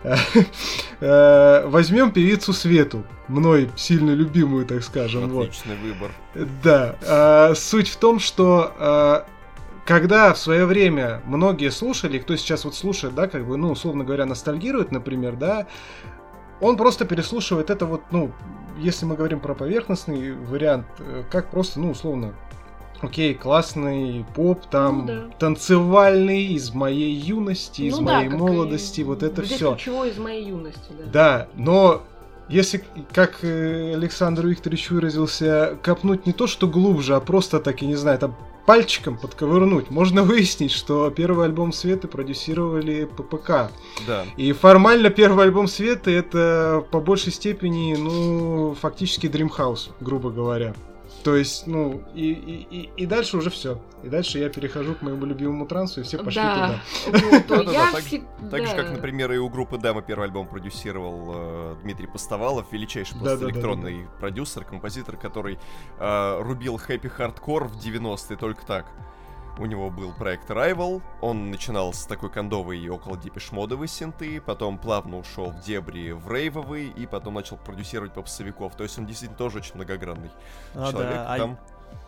Возьмем певицу Свету, мной сильно любимую, так скажем. Отличный выбор. Да. Суть в том, что когда в свое время многие слушали, кто сейчас вот слушает, да, как бы, условно говоря, ностальгирует, например, да, он просто переслушивает это вот, если мы говорим про поверхностный вариант, как просто, условно, окей, классный поп, там, танцевальный, из моей юности, из моей молодости, вот это все. Чего из моей юности, да. Да, но если, как Александр Викторович выразился, копнуть не то, что глубже, а просто так, я не знаю, там, пальчиком подковырнуть, можно выяснить, что первый альбом Светы продюсировали ППК. Да. И формально первый альбом Светы это по большей степени, фактически Dream House, грубо говоря. То есть, и дальше уже все. И дальше я перехожу к моему любимому трансу, и все пошли туда. Так же, как, например, и у группы Дама первый альбом продюсировал Дмитрий Постовалов, величайший просто электронный продюсер, композитор, который рубил хэппи-хардкор в 90-е только так. У него был проект Rival, он начинал с такой кондовой и около дипиш-модовой синты, потом плавно ушел в дебри в рейвовый, и потом начал продюсировать попсовиков. То есть он действительно тоже очень многогранный человек.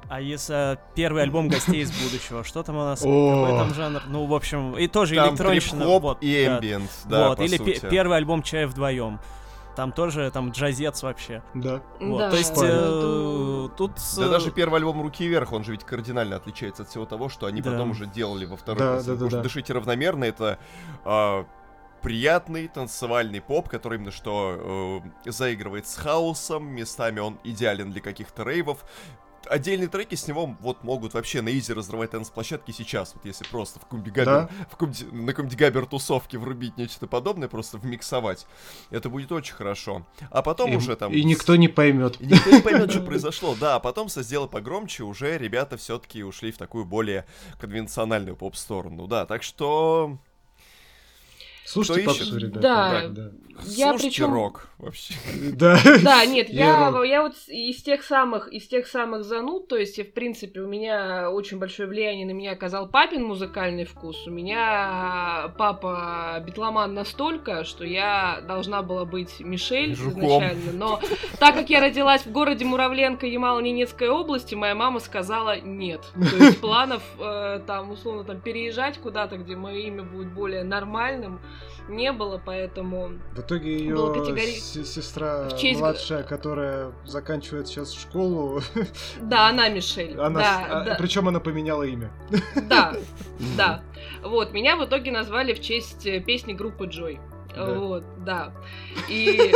А если первый альбом «Гостей из будущего», что там у нас? Какой там жанр? Ну, в общем, и тоже электронщина. Там трип-хоп и эмбиент, да, вот, или первый альбом «Чай вдвоем». Там тоже, там джазец вообще. Да. Вот, да. То есть тут... Да даже первый альбом «Руки вверх», он же ведь кардинально отличается от всего того, что они потом уже делали во второй. Потому что «Дышите равномерно» — это приятный танцевальный поп, который именно что заигрывает с хаосом, местами он идеален для каких-то рейвов. Отдельные треки с него вот могут вообще на изи разрывать танцплощадки сейчас, вот если просто на комдигабер тусовке врубить нечто подобное, просто вмиксовать, это будет очень хорошо. А потом уже там... И никто не поймет. И никто не поймет, что произошло, да, а потом со «Сделай погромче» уже ребята все-таки ушли в такую более конвенциональную поп-сторону, да, так что... Слушайте попсу, ребята. Да. Слушайте рок вообще. Да. Да, нет, я вот из тех самых зануд, то есть, в принципе, у меня очень большое влияние на меня оказал папин музыкальный вкус. У меня папа битломан настолько, что я должна была быть Мишель изначально, но так как я родилась в городе Муравленко Ямало-Ненецкой области, моя мама сказала нет. То есть планов там, условно, там переезжать куда-то, где мое имя будет более нормальным, не было, поэтому... В итоге ее сестра младшая, которая заканчивает сейчас школу... Да, она Мишель. Причем она поменяла имя. Да. Вот, меня в итоге назвали в честь песни группы Джой. Вот, да. И...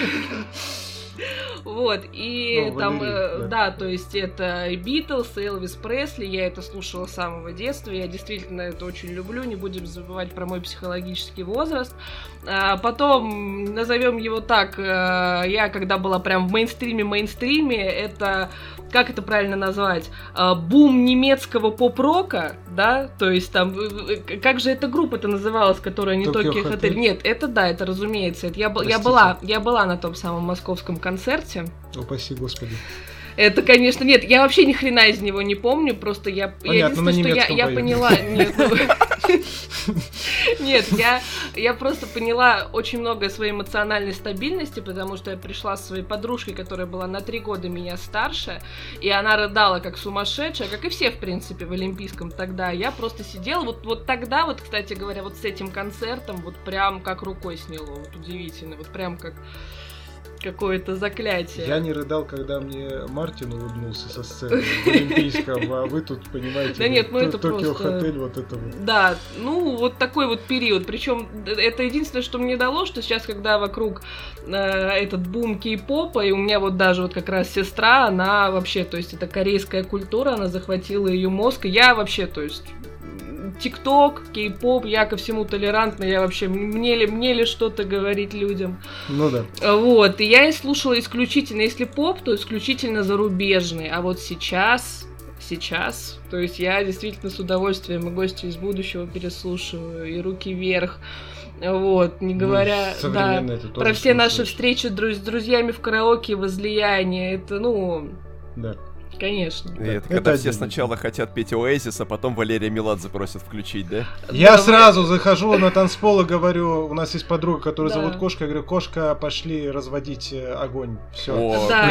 Вот, и там, да, то есть это и Битлз, и Элвис Пресли, я это слушала с самого детства, я действительно это очень люблю, не будем забывать про мой психологический возраст. Потом, назовем его так, я когда была прям в мейнстриме, это, как это правильно назвать, бум немецкого поп-рока, да, то есть там, как же эта группа-то называлась, которая не Tokyo Hotel? Нет, это да, это разумеется, это я была на том самом московском концерте. Упаси Господи. Это, конечно, нет, я вообще ни хрена из него не помню, просто я единственное, что я поняла... Нет, я просто поняла очень много своей эмоциональной стабильности, потому что я пришла со своей подружкой, которая была на 3 года меня старше, и она рыдала как сумасшедшая, как и все, в принципе, в Олимпийском тогда. Я просто сидела, вот тогда, вот, кстати говоря, вот с этим концертом, вот прям как рукой сняло, вот удивительно, вот прям как... какое-то заклятие. Я не рыдал, когда мне Мартин улыбнулся со сцены в Олимпийском, а вы тут, понимаете, да нет, ну это Tokyo просто... Hotel, вот это вот. Да, ну вот такой вот период, причем это единственное, что мне дало, что сейчас, когда вокруг этот бум кей-попа, и у меня вот даже вот как раз сестра, она вообще, то есть это корейская культура, она захватила ее мозг, и я вообще, то есть... ТикТок, кей-поп, я ко всему толерантна, я вообще, мне ли что-то говорить людям. Ну да. Вот, и я и слушала исключительно, если поп, то исключительно зарубежный, а вот сейчас, то есть я действительно с удовольствием и «Гости из будущего» переслушиваю, и «Руки вверх», вот, не говоря, да, про все наши встречи с друзьями в караоке, возлияние, это, ну... Да. Конечно. И это когда все сначала хотят петь Оазис, а потом Валерия Меладзе просят включить, да? Я сразу захожу на танцпол и говорю, у нас есть подруга, которую зовут Кошка, я говорю, Кошка, пошли разводить огонь. Все. Да,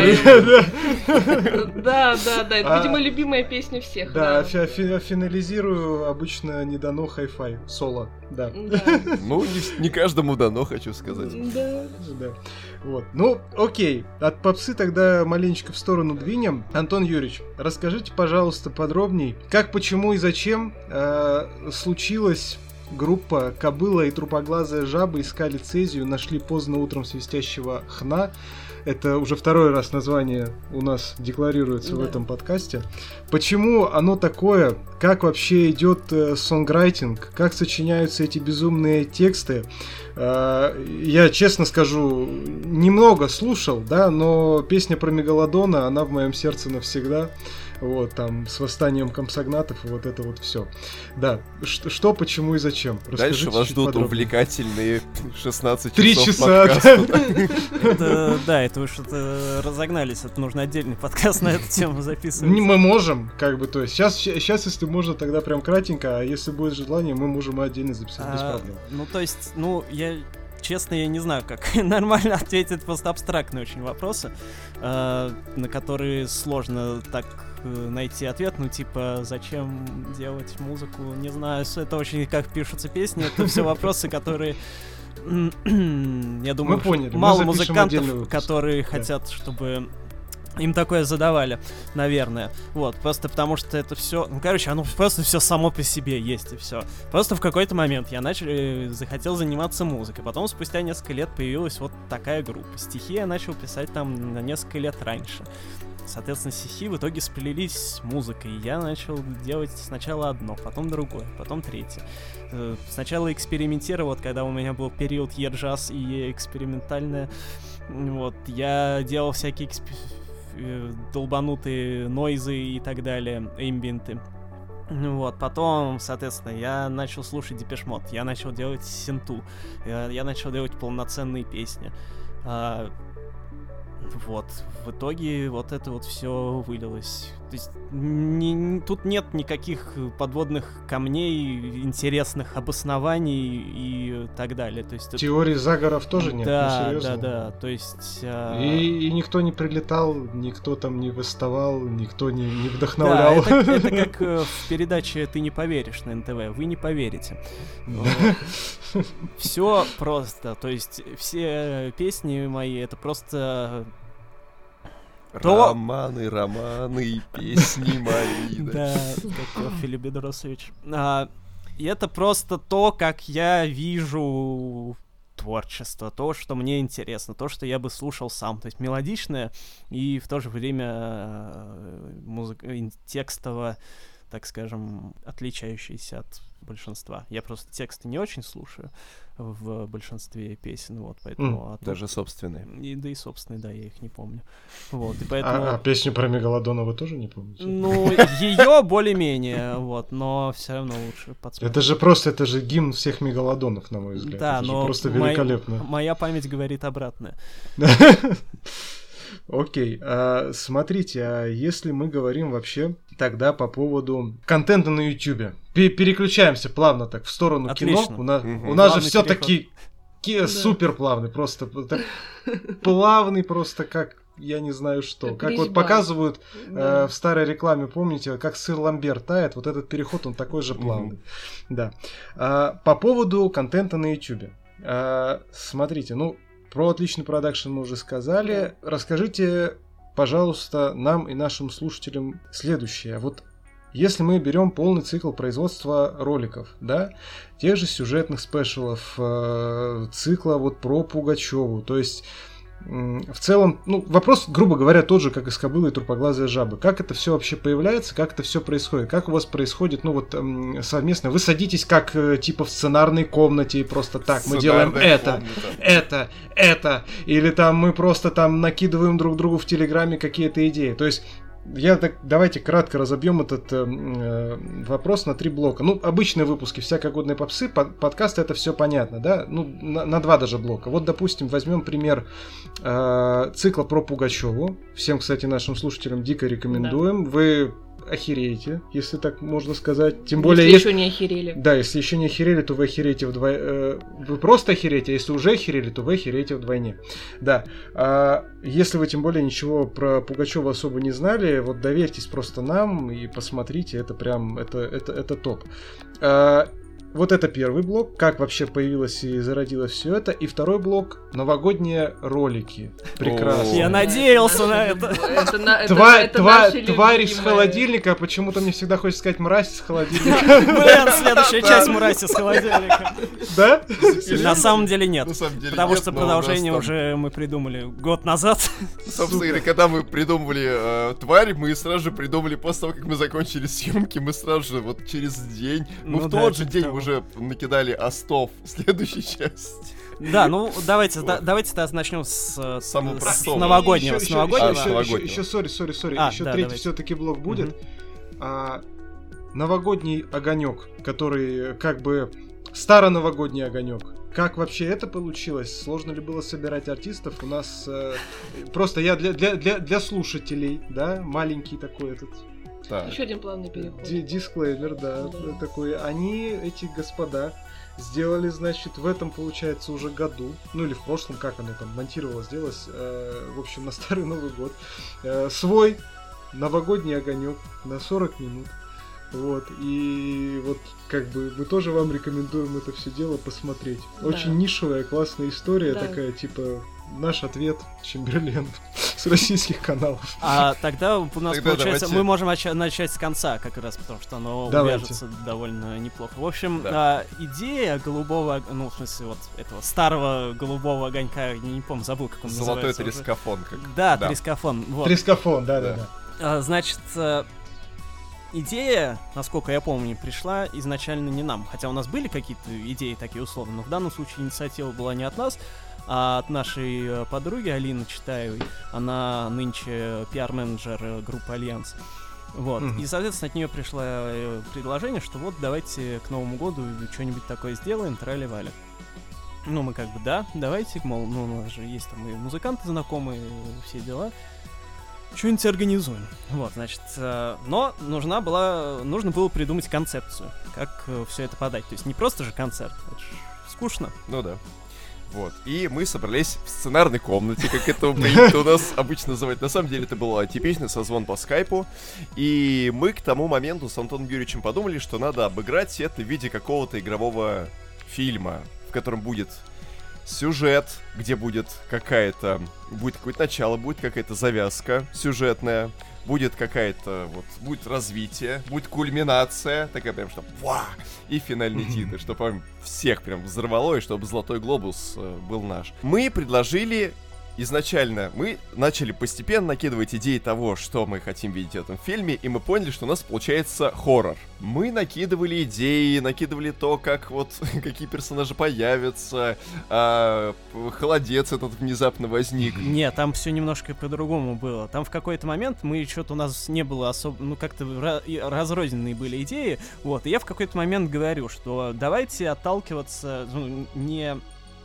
это, видимо, любимая песня всех. Да, финализирую обычно не дано хай-фай, соло, да. Ну, не каждому дано, хочу сказать. Да. Вот. Ну, окей, от попсы тогда маленечко в сторону двинем. Антон Юрьевич, расскажите, пожалуйста, подробней, как, почему и зачем случилась группа «Кобыла и трупоглазая жаба» искали цезию, нашли поздно утром свистящего хна. Это уже второй раз название у нас декларируется в этом подкасте. Почему оно такое? Как вообще идет сонграйтинг? Как сочиняются эти безумные тексты? Я, честно скажу, немного слушал, да, но песня про Мегалодона, она в моем сердце навсегда. Вот, там, с восстанием комсогнатов и вот это вот все. Да, что, почему и зачем? Дальше вас ждут увлекательные 16 часов 3 часа, да, это вы что-то разогнались, это нужно отдельный подкаст на эту тему записывать. Мы можем, как бы, то есть, сейчас, если можно, тогда прям кратенько, а если будет желание, мы можем и отдельно записать, без проблем. Ну, то есть, честно, я не знаю, как нормально ответить, просто абстрактные очень вопросы, на которые сложно так найти ответ, ну, типа, зачем делать музыку, не знаю, это очень, как пишутся песни, это все вопросы, которые, я думаю, мало музыкантов, которые хотят, чтобы им такое задавали, наверное. Вот, просто потому что это все, ну, короче, оно просто все само по себе есть, и все. Просто в какой-то момент я захотел заниматься музыкой. Потом, спустя несколько лет, появилась вот такая группа. Стихи я начал писать там на несколько лет раньше. Соответственно, стихи в итоге сплелись с музыкой. Я начал делать сначала одно, потом другое, потом третье. Сначала экспериментировал, вот, когда у меня был период E-джаз и экспериментальное. Вот, я делал всякие долбанутые нойзы и так далее, эмбиенты. Вот, потом, соответственно, я начал слушать Depeche Mode, я начал делать синту, я начал делать полноценные песни. Вот, в итоге вот это вот все вылилось. То есть тут нет никаких подводных камней, интересных обоснований и так далее. То есть теории заговоров тоже нет? Да, да. То есть... И никто не прилетал, никто там не восставал, никто не вдохновлял. Да, это как в передаче «Ты не поверишь» на НТВ. Вы не поверите. Все просто. То есть все песни мои, это просто... Романы, песни мои. Да, Филипп Бедросович. И это просто то, как я вижу творчество, то, что мне интересно, то, что я бы слушал сам. То есть мелодичное и в то же время текстово, так скажем, отличающееся от большинства. Я просто тексты не очень слушаю в большинстве песен, вот, поэтому... Даже собственные. Да и собственные, да, я их не помню. Вот, и поэтому... А песню про Мегалодона вы тоже не помните? Ну, ее более-менее, вот, но все равно лучше подсмотреть. Это же гимн всех Мегалодонов, на мой взгляд. Да, это но просто великолепно. Моя память говорит обратное. Окей, смотрите, а если мы говорим вообще тогда по поводу контента на YouTube, переключаемся плавно так в сторону кино. У нас же все-таки супер плавный, просто плавный, просто как я не знаю что. Как вот показывают в старой рекламе, помните, как сыр ламбер тает, вот этот переход, он такой же плавный. Да. По поводу контента на YouTube. Смотрите, про отличный продакшн мы уже сказали. Расскажите, пожалуйста, нам и нашим слушателям следующее. Вот если мы берем полный цикл производства роликов, да, тех же сюжетных спешалов, цикла вот про Пугачеву, то есть в целом, вопрос, грубо говоря, тот же, как из «Кобылы и трупоглазые жабы». Как это все вообще появляется, как это все происходит? Как у вас происходит, совместно? Вы садитесь как, типа, в сценарной комнате и просто так, мы делаем это, или там мы просто там накидываем друг другу в Телеграме какие-то идеи. То есть, давайте кратко разобьем этот вопрос на 3 блока. Обычные выпуски всякогодной попсы, подкасты, это все понятно, да? На 2 даже блока. Вот, допустим, возьмем пример цикла про Пугачеву. Всем, кстати, нашим слушателям дико рекомендуем. Да. Вы охереете, если так можно сказать. Тем более, если еще не охерели. Да, если еще не охерели, то вы охереете вдвойне. Вы просто охереете, а если уже охерели, то вы охереете вдвойне. Да. Если вы тем более ничего про Пугачева особо не знали, вот доверьтесь просто нам и посмотрите, это прям, это топ. Вот это первый блок, как вообще появилось и зародилось все это. И второй блок — новогодние ролики. Прекрасно. Я надеялся на это. Тварь из холодильника, а почему-то мне всегда хочется сказать мразь из холодильника. Блин, следующая часть мразь из холодильника. Да? На самом деле нет. Потому что продолжение уже мы придумали год назад. Собственно говоря, когда мы придумывали тварь, мы сразу же придумали, после того, как мы закончили съемки, мы сразу же вот через день, мы в тот же день уже накидали остов следующей части. Да, давайте тогда начнем с новогоднего. Еще, сори, еще третий все-таки блок будет. Новогодний огонек, который как бы староновогодний огонек. Как вообще это получилось? Сложно ли было собирать артистов? У нас просто я для слушателей, да, маленький такой этот. Так. Еще один плавный переход. Дисклеймер, да, такой. Они, эти господа, сделали, значит, в этом, получается, уже году, или в прошлом, как оно там монтировалось, делалось, в общем, на Старый Новый год, свой новогодний огонек на 40 минут. Вот, и вот как бы мы тоже вам рекомендуем это все дело посмотреть. Да. Очень нишевая, классная история, такая, типа, наш ответ Чемберлен с российских каналов. А тогда у нас получается, мы можем начать с конца как раз, потому что оно увяжется довольно неплохо. В общем, идея голубого, ну, в смысле, вот этого старого голубого огонька, я не помню, забыл, как он называется. Золотой трескафон. Да, трескафон. Трескафон, да. Значит, идея, насколько я помню, пришла изначально не нам. Хотя у нас были какие-то идеи такие условно, но в данном случае инициатива была не от нас, а от нашей подруги Алины Читаевой. Она нынче пиар-менеджер группы «Альянс». Вот. И, соответственно, от нее пришло предложение, что вот давайте к Новому году что-нибудь такое сделаем, трали-вали. Ну, мы как бы, да, давайте, мол, ну, у нас же есть там и музыканты знакомые, все дела. Что-нибудь организуем. Вот, значит, но нужно было придумать концепцию, как все это подать. То есть не просто же концерт, это же скучно. Ну да. Вот. И мы собрались в сценарной комнате, как это принято у нас обычно называть. На самом деле это был типичный созвон по скайпу. И мы к тому моменту с Антоном Юрьевичем подумали, что надо обыграть это в виде какого-то игрового фильма, в котором будет сюжет, где будет какое-то начало, будет какая-то завязка сюжетная, будет какая-то, вот, будет развитие, будет кульминация, такая прям, что ва! И финальный титр, чтобы прям всех прям взорвало, и чтобы «Золотой глобус» был наш. Мы предложили изначально, мы начали постепенно накидывать идеи того, что мы хотим видеть в этом фильме, и мы поняли, что у нас получается хоррор. Мы накидывали идеи, накидывали то, как вот, какие персонажи появятся, холодец этот внезапно возник. Нет, там все немножко по-другому было. Там в какой-то момент что-то у нас не было особо, ну как-то разрозненные были идеи, вот, и я в какой-то момент говорю, что давайте отталкиваться, ну, не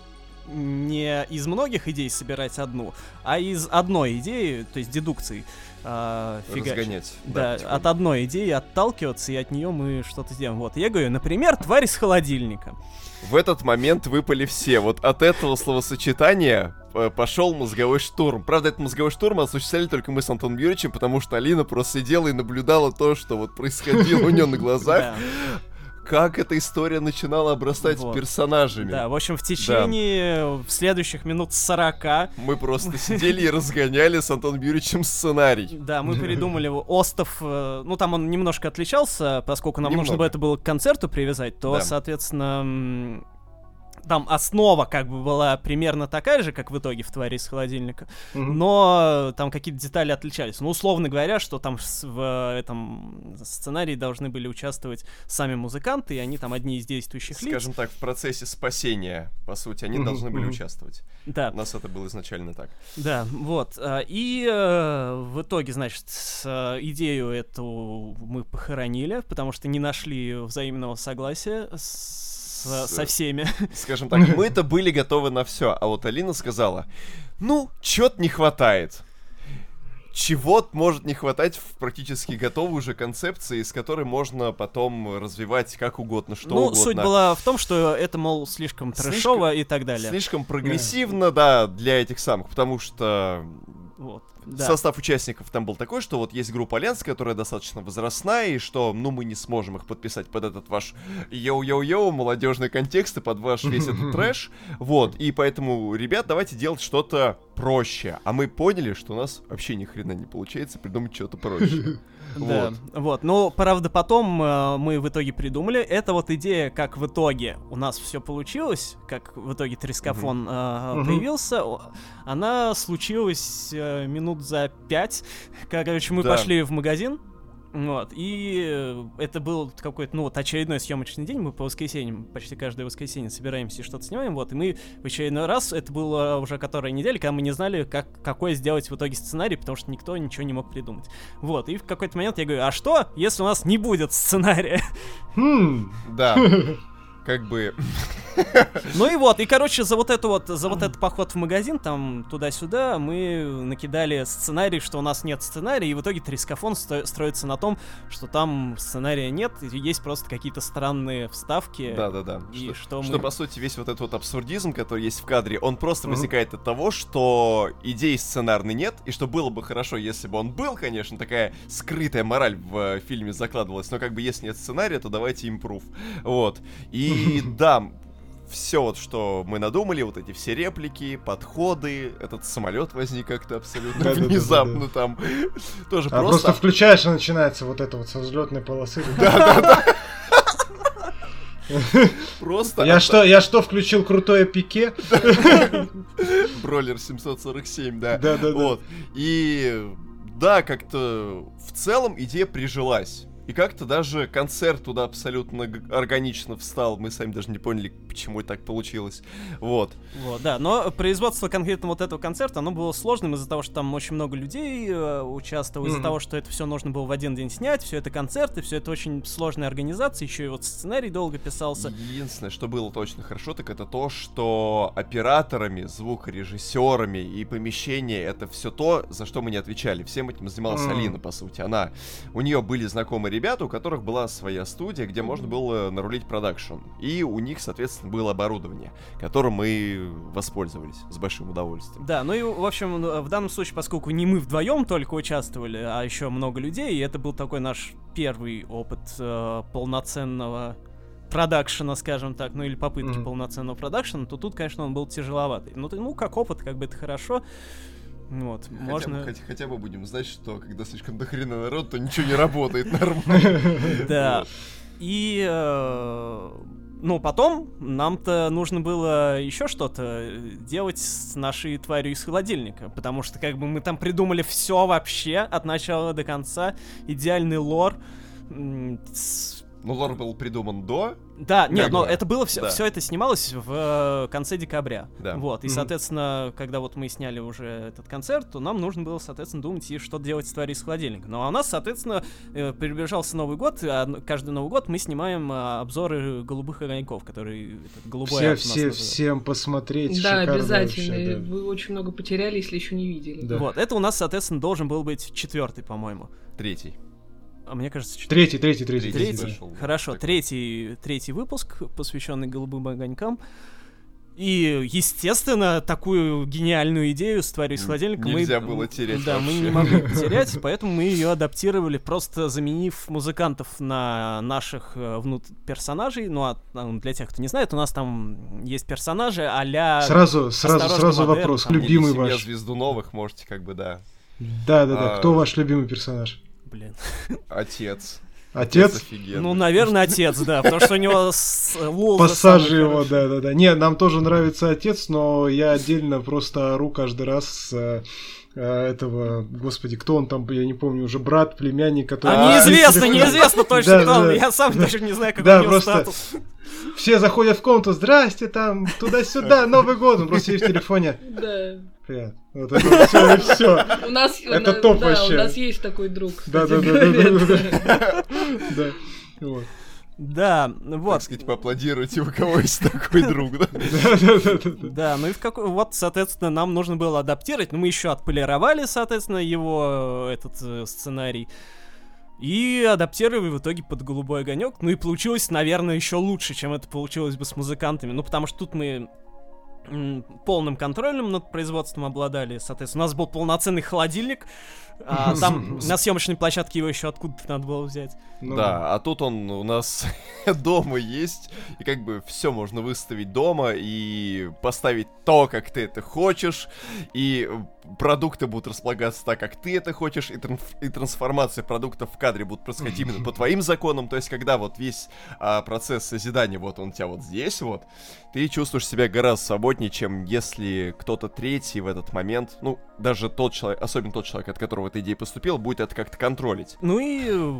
из многих идей собирать одну, а из одной идеи, то есть дедукции, разгонять. Да, от одной идеи отталкиваться, и от нее мы что-то сделаем. Вот, я говорю, например, тварь из холодильника. В этот момент выпали все. Вот от этого словосочетания пошел мозговой штурм. Правда, этот мозговой штурм осуществляли только мы с Антоном Юрьевичем, потому что Алина просто сидела и наблюдала то, что вот происходило у нее на глазах. Как эта история начинала обрастать персонажами. Да, в общем, в течение следующих минут 40... Мы просто сидели и разгоняли с Антоном Юрьевичем сценарий. Да, мы придумали остов... Ну, там он немножко отличался, поскольку нам нужно было это было к концерту привязать, то, соответственно... Там основа как бы была примерно такая же, как в итоге в «Твари из холодильника», но там какие-то детали отличались. Ну, условно говоря, что там в этом сценарии должны были участвовать сами музыканты, и они там одни из действующих лиц. Скажем так, в процессе спасения, по сути, они должны были участвовать. Да. У нас это было изначально так. Да, вот. И в итоге, значит, идею эту мы похоронили, потому что не нашли взаимного согласия со всеми. Скажем так, мы-то были готовы на все, а вот Алина сказала, ну, чё-то не хватает. Чего может не хватать в практически готовой уже концепции, с которой можно потом развивать как угодно, что угодно. Ну, суть была в том, что это, мол, слишком трэшово и так далее. Слишком прогрессивно, да, для этих самых, потому что... Вот. Да. Состав участников там был такой, что вот есть группа «Альянс», которая достаточно возрастная, и что, ну, мы не сможем их подписать под этот ваш йоу-йоу-йоу, молодежный контекст и под ваш весь этот трэш. Вот, и поэтому, ребят, давайте делать что-то проще. А мы поняли, что у нас вообще ни хрена не получается придумать что-то проще. Да, вот. Но, правда, потом мы в итоге придумали. Это вот идея, как в итоге у нас все получилось, как в итоге трескафон появился. Она случилась минут за 5. Короче, мы пошли в магазин. Вот, и это был какой-то, ну, вот очередной съемочный день, мы по воскресеньям, почти каждое воскресенье собираемся и что-то снимаем, вот, и мы в очередной раз, это было уже которая неделя, когда мы не знали, какой сделать в итоге сценарий, потому что никто ничего не мог придумать. Вот, и в какой-то момент я говорю, а что, если у нас не будет сценария? Да, как бы... Ну и вот, и, короче, за вот этот поход в магазин, там, туда-сюда, мы накидали сценарий, что у нас нет сценария, и в итоге Трискафон строится на том, что там сценария нет, есть просто какие-то странные вставки. Да-да-да. И что по сути, весь вот этот вот абсурдизм, который есть в кадре, он просто возникает от того, что идеи сценарной нет, и что было бы хорошо, если бы он был, конечно, такая скрытая мораль в фильме закладывалась, но как бы если нет сценария, то давайте импрув. Вот. И да, все вот, что мы надумали, вот эти все реплики, подходы, этот самолет возник как-то абсолютно внезапно там. Тоже просто... Просто включаешь, и начинается вот это вот со взлетной полосы. Да-да-да. Просто... Я что, включил крутое пике? Бролер 747, да. Да-да-да. Вот. И да, как-то в целом идея прижилась. И как-то даже концерт туда абсолютно органично встал. Мы сами даже не поняли, почему так получилось. Вот. Вот, да. Но производство конкретно вот этого концерта, оно было сложным из-за того, что там очень много людей участвовало, из-за того, что это все нужно было в один день снять, все это концерты, все это очень сложная организация, еще и вот сценарий долго писался. Единственное, что было точно хорошо, так это то, что операторами, звукорежиссерами и помещение — это все то, за что мы не отвечали. Всем этим занималась Алина, по сути. У нее были знакомые ребята, у которых была своя студия, где можно было нарулить продакшн. И у них, соответственно, было оборудование, которым мы воспользовались с большим удовольствием. Да, ну и, в общем, в данном случае, поскольку не мы вдвоем только участвовали, а еще много людей, и это был такой наш первый опыт полноценного продакшена, скажем так, ну или попытки полноценного продакшена, то тут, конечно, он был тяжеловатый. Ну, как опыт, как бы это хорошо. Вот, хотя бы будем знать, что когда слишком дохрена народ, то ничего не работает нормально. Да. И потом нам-то нужно было еще что-то делать с нашей тварью из холодильника, потому что как бы мы там придумали все вообще от начала до конца, идеальный лор. Ну, лор был придуман до. Да, нет, но это было все это снималось в конце декабря. Да. Вот, и, соответственно, когда вот мы сняли уже этот концерт, то нам нужно было, соответственно, думать, и что делать с тварью из холодильника. Ну, а у нас, соответственно, приближался Новый год, а каждый Новый год мы снимаем обзоры голубых огоньков, которые голубой всем посмотреть. Да, обязательно. Вообще, да. Вы очень много потеряли, если еще не видели. Да. Вот, это у нас, соответственно, должен был быть 4-й, по-моему. 3-й. А мне кажется, Третий. Хорошо, третий выпуск, посвященный голубым огонькам. И, естественно, такую гениальную идею с тварью из холодильника нельзя было терять. Да, мы не могли потерять, поэтому мы ее адаптировали, просто заменив музыкантов на наших персонажей. Ну, а для тех, кто не знает, у нас там есть персонажи а-ля... Сразу вопрос. Там, любимый ваш. Семья Звездуновых, можете как бы, да. Да. Кто ваш любимый персонаж? Блин. Отец? Ну, наверное, отец, да, потому что у него пассажи его, да. Не, нам тоже нравится отец, но я отдельно просто ору каждый раз с этого, господи, кто он там, я не помню, уже брат, племянник, который... Неизвестно точно, кто он, я сам даже не знаю, какой у него статус. Все заходят в комнату, здрасте, там, туда-сюда, Новый год, он просто сидит в телефоне. Да. Привет. Вот это все. Это топ вообще. У нас есть такой друг. Да. Вот. Да, вот. Так сказать, поаплодируйте, у кого есть такой друг, да? Да, ну и вот, соответственно, нам нужно было адаптировать, но мы еще отполировали, соответственно, его этот сценарий. И адаптировали в итоге под голубой огонек. Ну и получилось, наверное, еще лучше, чем это получилось бы с музыкантами. Ну, потому что тут мы полным контролем над производством обладали. Соответственно, у нас был полноценный холодильник. А там на съемочной площадке его еще откуда-то надо было взять. Да, а тут он у нас дома есть, и как бы все можно выставить дома и поставить то, как ты это хочешь, и продукты будут располагаться так, как ты это хочешь, и трансформация продуктов в кадре будет происходить именно по твоим законам. То есть, когда вот весь процесс созидания, вот он у тебя вот здесь вот, ты чувствуешь себя гораздо свободнее, чем если кто-то третий в этот момент, ну, даже тот человек, особенно тот человек, от которого эта идея поступила, будет это как-то контролить. Ну и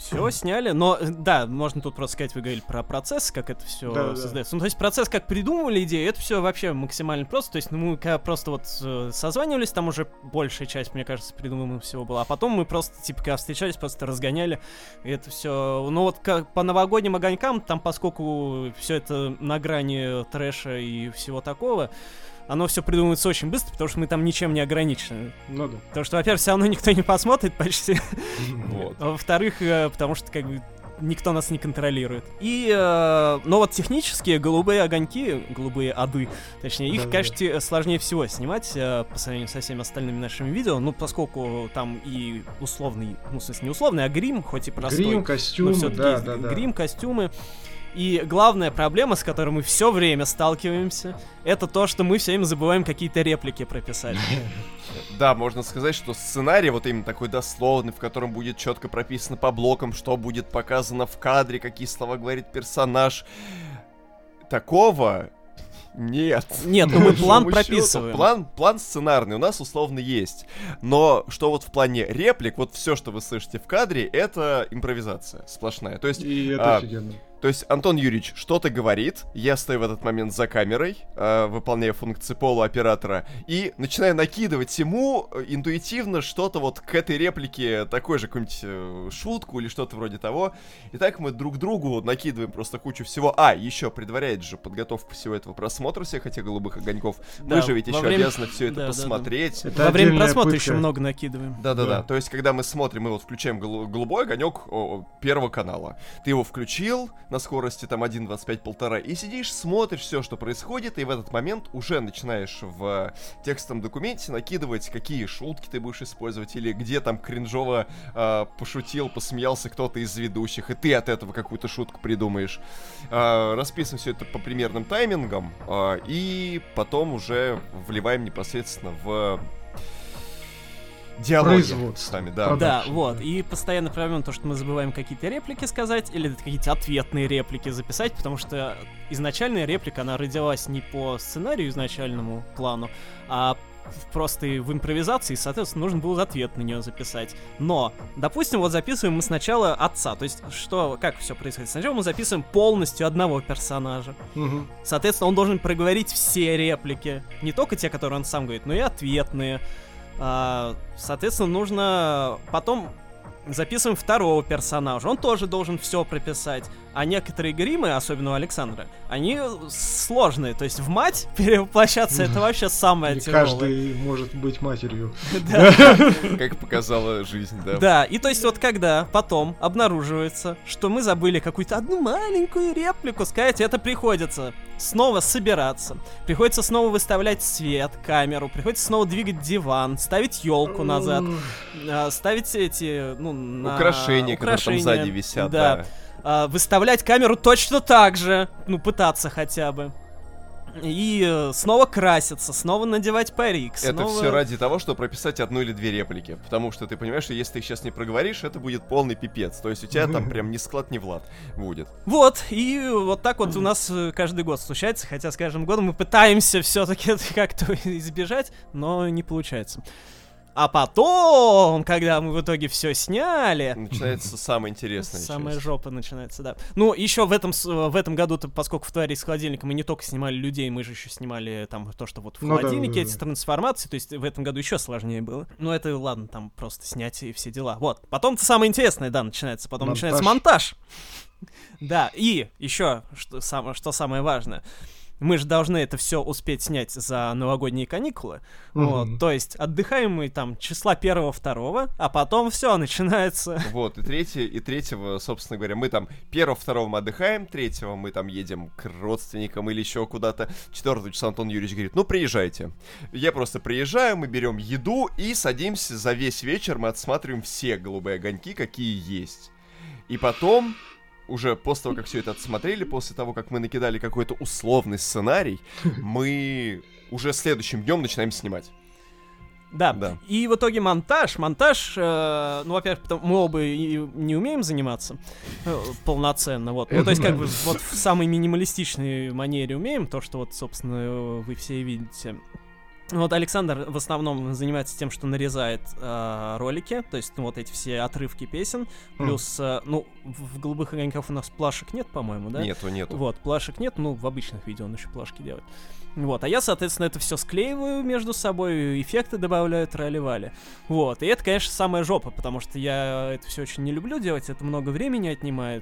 все сняли, но, да, можно тут просто сказать, вы говорили про процесс, как это все создается. Ну, то есть процесс, как придумывали идею, это все вообще максимально просто. То есть мы когда просто вот созванивались, там уже большая часть, мне кажется, придуманного всего была. А потом мы просто, типа, когда встречались, просто разгоняли. И это все. Ну, вот как по новогодним огонькам, там, поскольку все это на грани трэша и всего такого, оно все придумывается очень быстро, потому что мы там ничем не ограничены. Ну да. Потому что, во-первых, все равно никто не посмотрит почти. Вот. А во-вторых, потому что, как бы, никто нас не контролирует. И, но вот технические голубые огоньки, голубые ады, точнее, их, конечно, сложнее всего снимать по сравнению со всеми остальными нашими видео, ну, поскольку там и условный, ну, в смысле, не условный, а грим, хоть и простой. Грим, костюмы, да. Грим, костюмы. И главная проблема, с которой мы все время сталкиваемся, это то, что мы все время забываем какие-то реплики прописать. Да, можно сказать, что сценарий вот именно такой дословный, в котором будет четко прописано по блокам, что будет показано в кадре, какие слова говорит персонаж. Такого нет. Нет, ну мы план прописываем. План сценарный у нас условно есть. Но что вот в плане реплик, вот все, что вы слышите в кадре, это импровизация сплошная. То есть, и это офигенно. То есть Антон Юрьевич что-то говорит, я стою в этот момент за камерой, выполняя функции полуоператора, и начинаю накидывать ему интуитивно что-то вот к этой реплике, такой же какую-нибудь шутку или что-то вроде того. И так мы друг другу накидываем просто кучу всего. Еще предваряет же подготовку всего этого просмотра всех этих голубых огоньков. Да, мы же ведь еще обязаны все это посмотреть. Да. Во время просмотра еще много накидываем. Да. То есть, когда мы смотрим, мы вот включаем голубой огонек Первого канала. Ты его включил на скорости там 1.25-1.5 и сидишь, смотришь все, что происходит, и в этот момент уже начинаешь в текстовом документе накидывать, какие шутки ты будешь использовать, или где там кринжово пошутил, посмеялся кто-то из ведущих, и ты от этого какую-то шутку придумаешь. Расписываем все это по примерным таймингам, и потом уже вливаем непосредственно в диалоги с нами, да. Да, вот. И постоянно проблема то, что мы забываем какие-то реплики сказать или какие-то ответные реплики записать, потому что изначальная реплика, она родилась не по сценарию изначальному плану, а просто в импровизации, соответственно, нужно было ответ на нее записать. Но, допустим, вот записываем мы сначала отца, то есть, как все происходит? Сначала мы записываем полностью одного персонажа. Угу. Соответственно, он должен проговорить все реплики, не только те, которые он сам говорит, но и ответные. Соответственно, нужно потом записываем второго персонажа. Он тоже должен все прописать. А некоторые гримы, особенно у Александра, они сложные. То есть в мать перевоплощаться — это вообще самое тяжелое. Каждый может быть матерью. Как показала жизнь, да. Да, и то есть вот когда потом обнаруживается, что мы забыли какую-то одну маленькую реплику сказать, это приходится снова собираться. Приходится снова выставлять свет, камеру. Приходится снова двигать диван, ставить елку назад, ставить эти, украшения, которые там сзади висят, да. Выставлять камеру точно так же, пытаться хотя бы. И снова краситься, снова надевать парик. Это все ради того, чтобы прописать одну или две реплики. Потому что ты понимаешь, что если ты их сейчас не проговоришь, это будет полный пипец. То есть у тебя там прям ни склад, ни влад будет. Вот, и вот так вот у нас каждый год случается. Хотя с каждым годом мы пытаемся все-таки как-то избежать, но не получается. А потом, когда мы в итоге все сняли... Начинается самое интересное. Самая жопа начинается, да. Ну, еще в этом году-то, поскольку в «Твари из холодильника» мы не только снимали людей, мы же еще снимали там то, что вот в холодильнике, эти трансформации, то есть в этом году еще сложнее было. Ну, это ладно, там просто снять и все дела. Вот. Потом-то самое интересное, да, начинается. Потом начинается монтаж. Да, и еще, что самое важное... Мы же должны это все успеть снять за новогодние каникулы. Вот, то есть отдыхаем мы там числа 1-2, а потом все начинается. Вот, и 3-го, собственно говоря, мы там 1-2 мы отдыхаем, 3-го мы там едем к родственникам или еще куда-то. 4-го числа Антон Юрьевич говорит: приезжайте. Я просто приезжаю, мы берем еду и садимся за весь вечер, мы отсматриваем все голубые огоньки, какие есть. И потом... Уже после того, как все это отсмотрели, после того, как мы накидали какой-то условный сценарий, мы уже следующим днем начинаем снимать. Да. И в итоге монтаж, во-первых, мы оба не умеем заниматься полноценно, вот. Ну, то есть, как бы, вот в самой минималистичной манере умеем, то, что вот, собственно, вы все видите. Вот Александр в основном занимается тем, что нарезает ролики, то есть вот эти все отрывки песен, плюс, в «Голубых огоньках» у нас плашек нет, по-моему, да? Нету. Вот, плашек нет, в обычных видео он еще плашки делает. Вот, а я, соответственно, это все склеиваю между собой, эффекты добавляю, трали-вали. Вот, и это, конечно, самая жопа, потому что я это все очень не люблю делать, это много времени отнимает,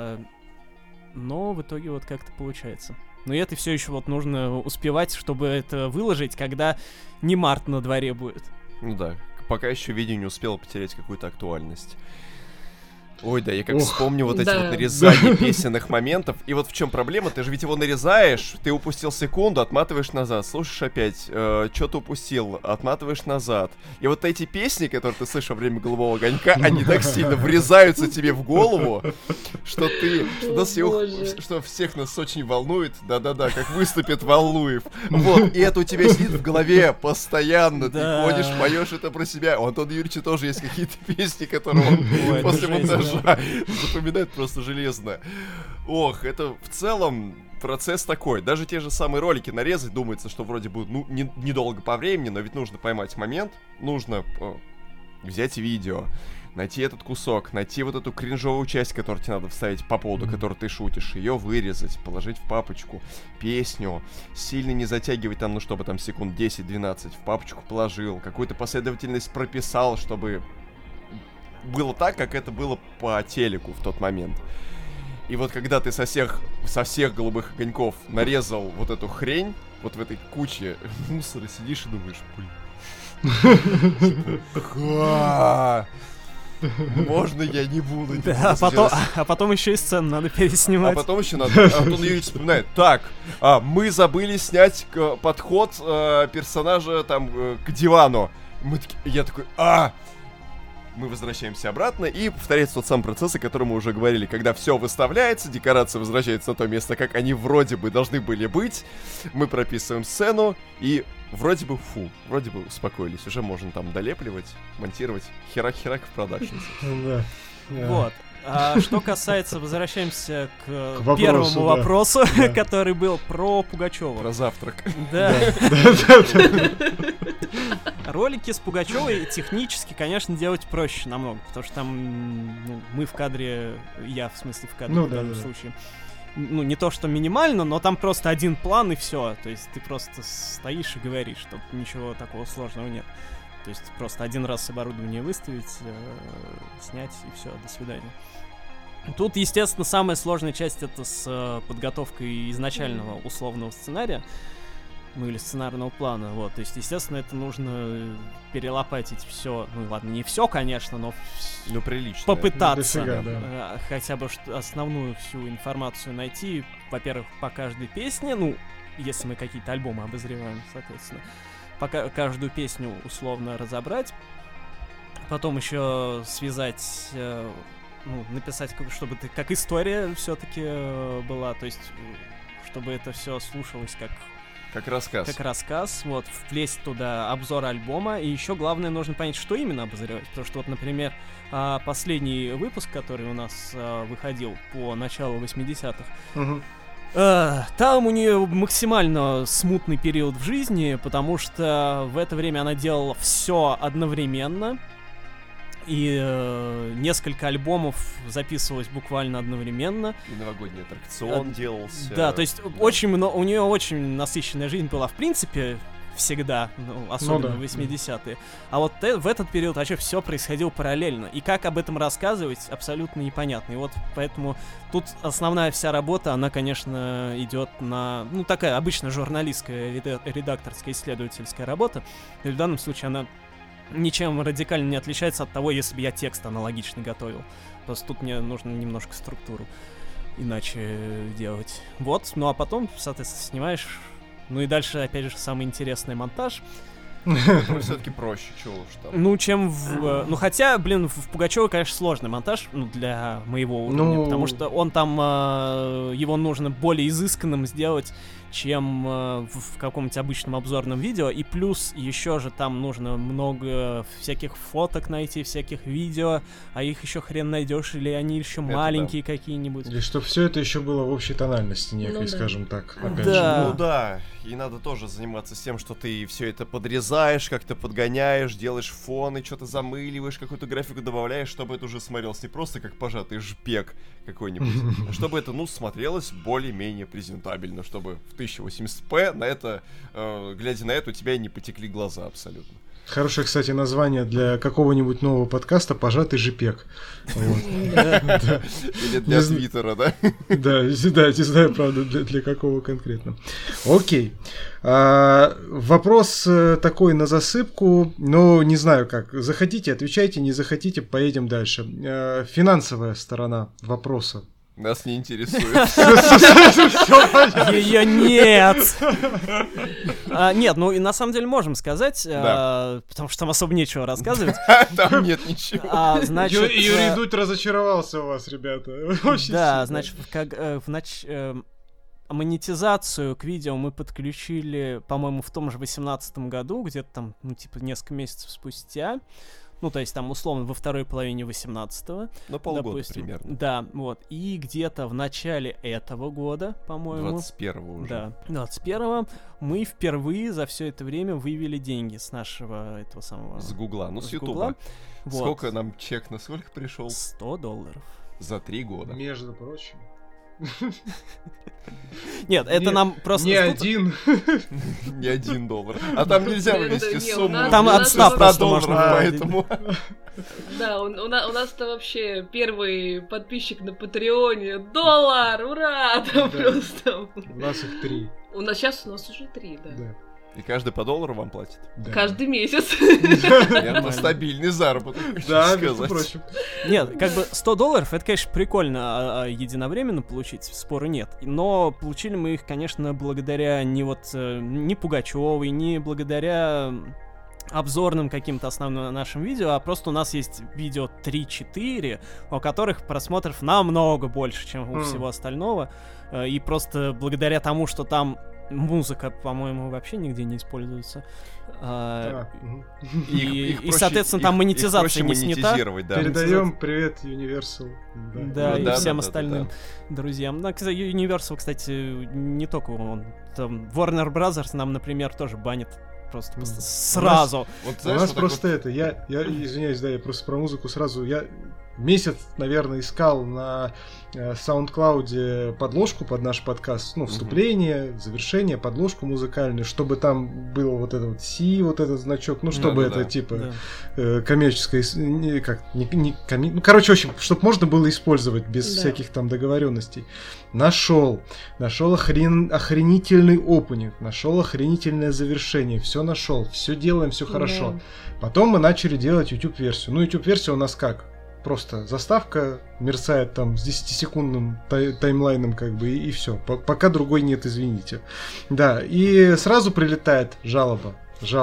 но в итоге вот как-то получается. Но это все еще вот нужно успевать, чтобы это выложить, когда не март на дворе будет. Ну да, пока еще видео не успело потерять какую-то актуальность. Ой, да, я как вспомню вот эти вот нарезания песенных моментов. И вот в чем проблема, ты же ведь его нарезаешь, ты упустил секунду, отматываешь назад, слушаешь опять, что-то упустил, отматываешь назад. И вот эти песни, которые ты слышишь во время «Голубого огонька», они так сильно врезаются тебе в голову, что всех нас очень волнует, да-да-да, как выступит Валуев. Вот, и это у тебя сидит в голове постоянно, ты ходишь, поешь это про себя. У Антона Юрьевича тоже есть какие-то песни, которые он после монтажа запоминает просто железно. Ох, это в целом процесс такой. Даже те же самые ролики нарезать, думается, что вроде бы, недолго по времени, но ведь нужно поймать момент, нужно взять видео, найти этот кусок, найти вот эту кринжовую часть, которую тебе надо вставить по поводу, которой ты шутишь, ее вырезать, положить в папочку, песню, сильно не затягивать там, чтобы там секунд 10-12 в папочку положил, какую-то последовательность прописал, чтобы было так, как это было по телеку в тот момент. И вот когда ты со всех «Голубых огоньков» нарезал вот эту хрень, вот в этой куче мусора сидишь и думаешь, можно я не буду? А потом еще и сцену надо переснимать. А потом еще надо. Антон Юрьевич вспоминает. Так, мы забыли снять подход персонажа там к дивану. Я такой, мы возвращаемся обратно, и повторяется тот самый процесс, о котором мы уже говорили. Когда все выставляется, декорация возвращается на то место, как они вроде бы должны были быть. Мы прописываем сцену, и вроде бы успокоились. Уже можно там долепливать, монтировать. Херак-херак в продакшн. Вот. Что касается, возвращаемся к первому вопросу, который был про Пугачёва. Про завтрак. Да. Ролики с Пугачёвой технически, конечно, делать проще намного, потому что там мы в кадре, я в смысле в кадре в данном случае. Не то, что минимально, но там просто один план и все. То есть ты просто стоишь и говоришь, что ничего такого сложного нет. То есть просто один раз оборудование выставить, снять и все, до свидания. Тут, естественно, самая сложная часть — это с подготовкой изначального условного сценария, или сценарного плана, вот. То есть, естественно, это нужно перелопатить все, ладно, не все, конечно, но прилично. Попытаться дофига, хотя бы основную всю информацию найти, во-первых, по каждой песне, если мы какие-то альбомы обозреваем, соответственно, каждую песню условно разобрать, потом еще связать, написать, чтобы это как история все-таки была, то есть чтобы это все слушалось как рассказ. Как рассказ, вот, вплесть туда обзор альбома, и еще главное, нужно понять, что именно обозревать, потому что вот, например, последний выпуск, который у нас выходил по началу 80-х, там у нее максимально смутный период в жизни, потому что в это время она делала все одновременно, и несколько альбомов записывалось буквально одновременно. И новогодний аттракцион делался. Да, то есть очень много, у нее очень насыщенная жизнь была, в принципе, всегда, особенно в 80-е. А вот в этот период вообще все происходило параллельно. И как об этом рассказывать, абсолютно непонятно. И вот поэтому тут основная вся работа, она, конечно, идет на, такая обычно журналистская, редакторская, исследовательская работа. И в данном случае она ничем радикально не отличается от того, если бы я текст аналогичный готовил. Просто тут мне нужно немножко структуру иначе делать. Вот, а потом, соответственно, снимаешь. И дальше, опять же, самый интересный монтаж. Это все-таки проще, чего уж там. Ну, чем в... Ну, хотя, блин, в Пугачёве, конечно, сложный монтаж, ну, для моего уровня, потому что он там... Его нужно более изысканным сделать, чем в каком-нибудь обычном обзорном видео. И плюс еще же там нужно много всяких фоток найти, всяких видео, а их еще хрен найдешь, или они еще маленькие какие-нибудь. Или чтобы все это еще было в общей тональности некой, скажем так. Опять же. Ну да, и надо тоже заниматься тем, что ты все это подрезаешь, как-то подгоняешь, делаешь фоны, что-то замыливаешь, какую-то графику добавляешь, чтобы это уже смотрелось не просто как пожатый жпек какой-нибудь, а чтобы это, ну, смотрелось более-менее презентабельно, чтобы в 1080p на это, глядя на это, у тебя не потекли глаза абсолютно. Хорошее, кстати, название для какого-нибудь нового подкаста «Пожатый жпек». Или для Твиттера, да? Да, не знаю, правда, для какого конкретно. Окей. Вопрос такой на засыпку, но не знаю как. Захотите, отвечайте, не захотите, поедем дальше. Финансовая сторона вопроса. Нас не интересует. Ее нет! Нет, ну и на самом деле можем сказать, потому что там особо нечего рассказывать. Там нет ничего. Юрий Дудь разочаровался у вас, ребята. Да, значит, монетизацию к видео мы подключили, по-моему, в том же 2018 году, где-то там, ну, типа, несколько месяцев спустя. Ну, то есть там, условно, во второй половине 18-го. Ну, полгода примерно. Да, вот. И где-то в начале этого года, по-моему... 21-го уже. Да, 21-го мы впервые за все это время вывели деньги с нашего этого самого... С Гугла, ну, с Ютуба. Вот. Сколько нам чек на сколько пришел? $100. За 3 года. Между прочим. Нет, это нам просто... Не один. Не $1. А там нельзя вывести сумму. Там от 100 просто можно, поэтому... Да, у нас-то вообще первый подписчик на Патреоне. $1! Ура! Там просто... У нас их 3. У нас уже 3, да. И каждый по $1 вам платит? Да. Каждый месяц. Это стабильный заработок, да, между прочим. Нет, как бы $100, это, конечно, прикольно единовременно получить, спору нет. Но получили мы их, конечно, благодаря не Пугачёвой, не благодаря обзорным каким-то основным нашим видео, а просто у нас есть видео 3-4, у которых просмотров намного больше, чем у всего остального. И просто благодаря тому, что там музыка, по-моему, вообще нигде не используется. И, соответственно, там монетизация не снята. Передаем привет Universal. Да, и всем остальным друзьям. Ну, кстати, Universal, кстати, не только он. Там Warner Brothers нам, например, тоже банит. Просто сразу. У нас просто это, я извиняюсь, да, я просто про музыку сразу, я месяц, наверное, искал на SoundCloud подложку под наш подкаст, ну, вступление, завершение, подложку музыкальную, чтобы там был вот этот вот C, вот этот значок, ну, чтобы это, типа, коммерческое, ну, короче, в общем, чтобы можно было использовать без всяких там договоренностей. Нашел охренительный опенинг, нашел охренительное завершение, все нашел, все делаем, все хорошо. Потом мы начали делать YouTube-версию. Ну, YouTube-версия у нас как? Просто заставка мерцает там с 10-секундным таймлайном, как бы, и все. Пока другой нет, извините. Да, и сразу прилетает жалоба.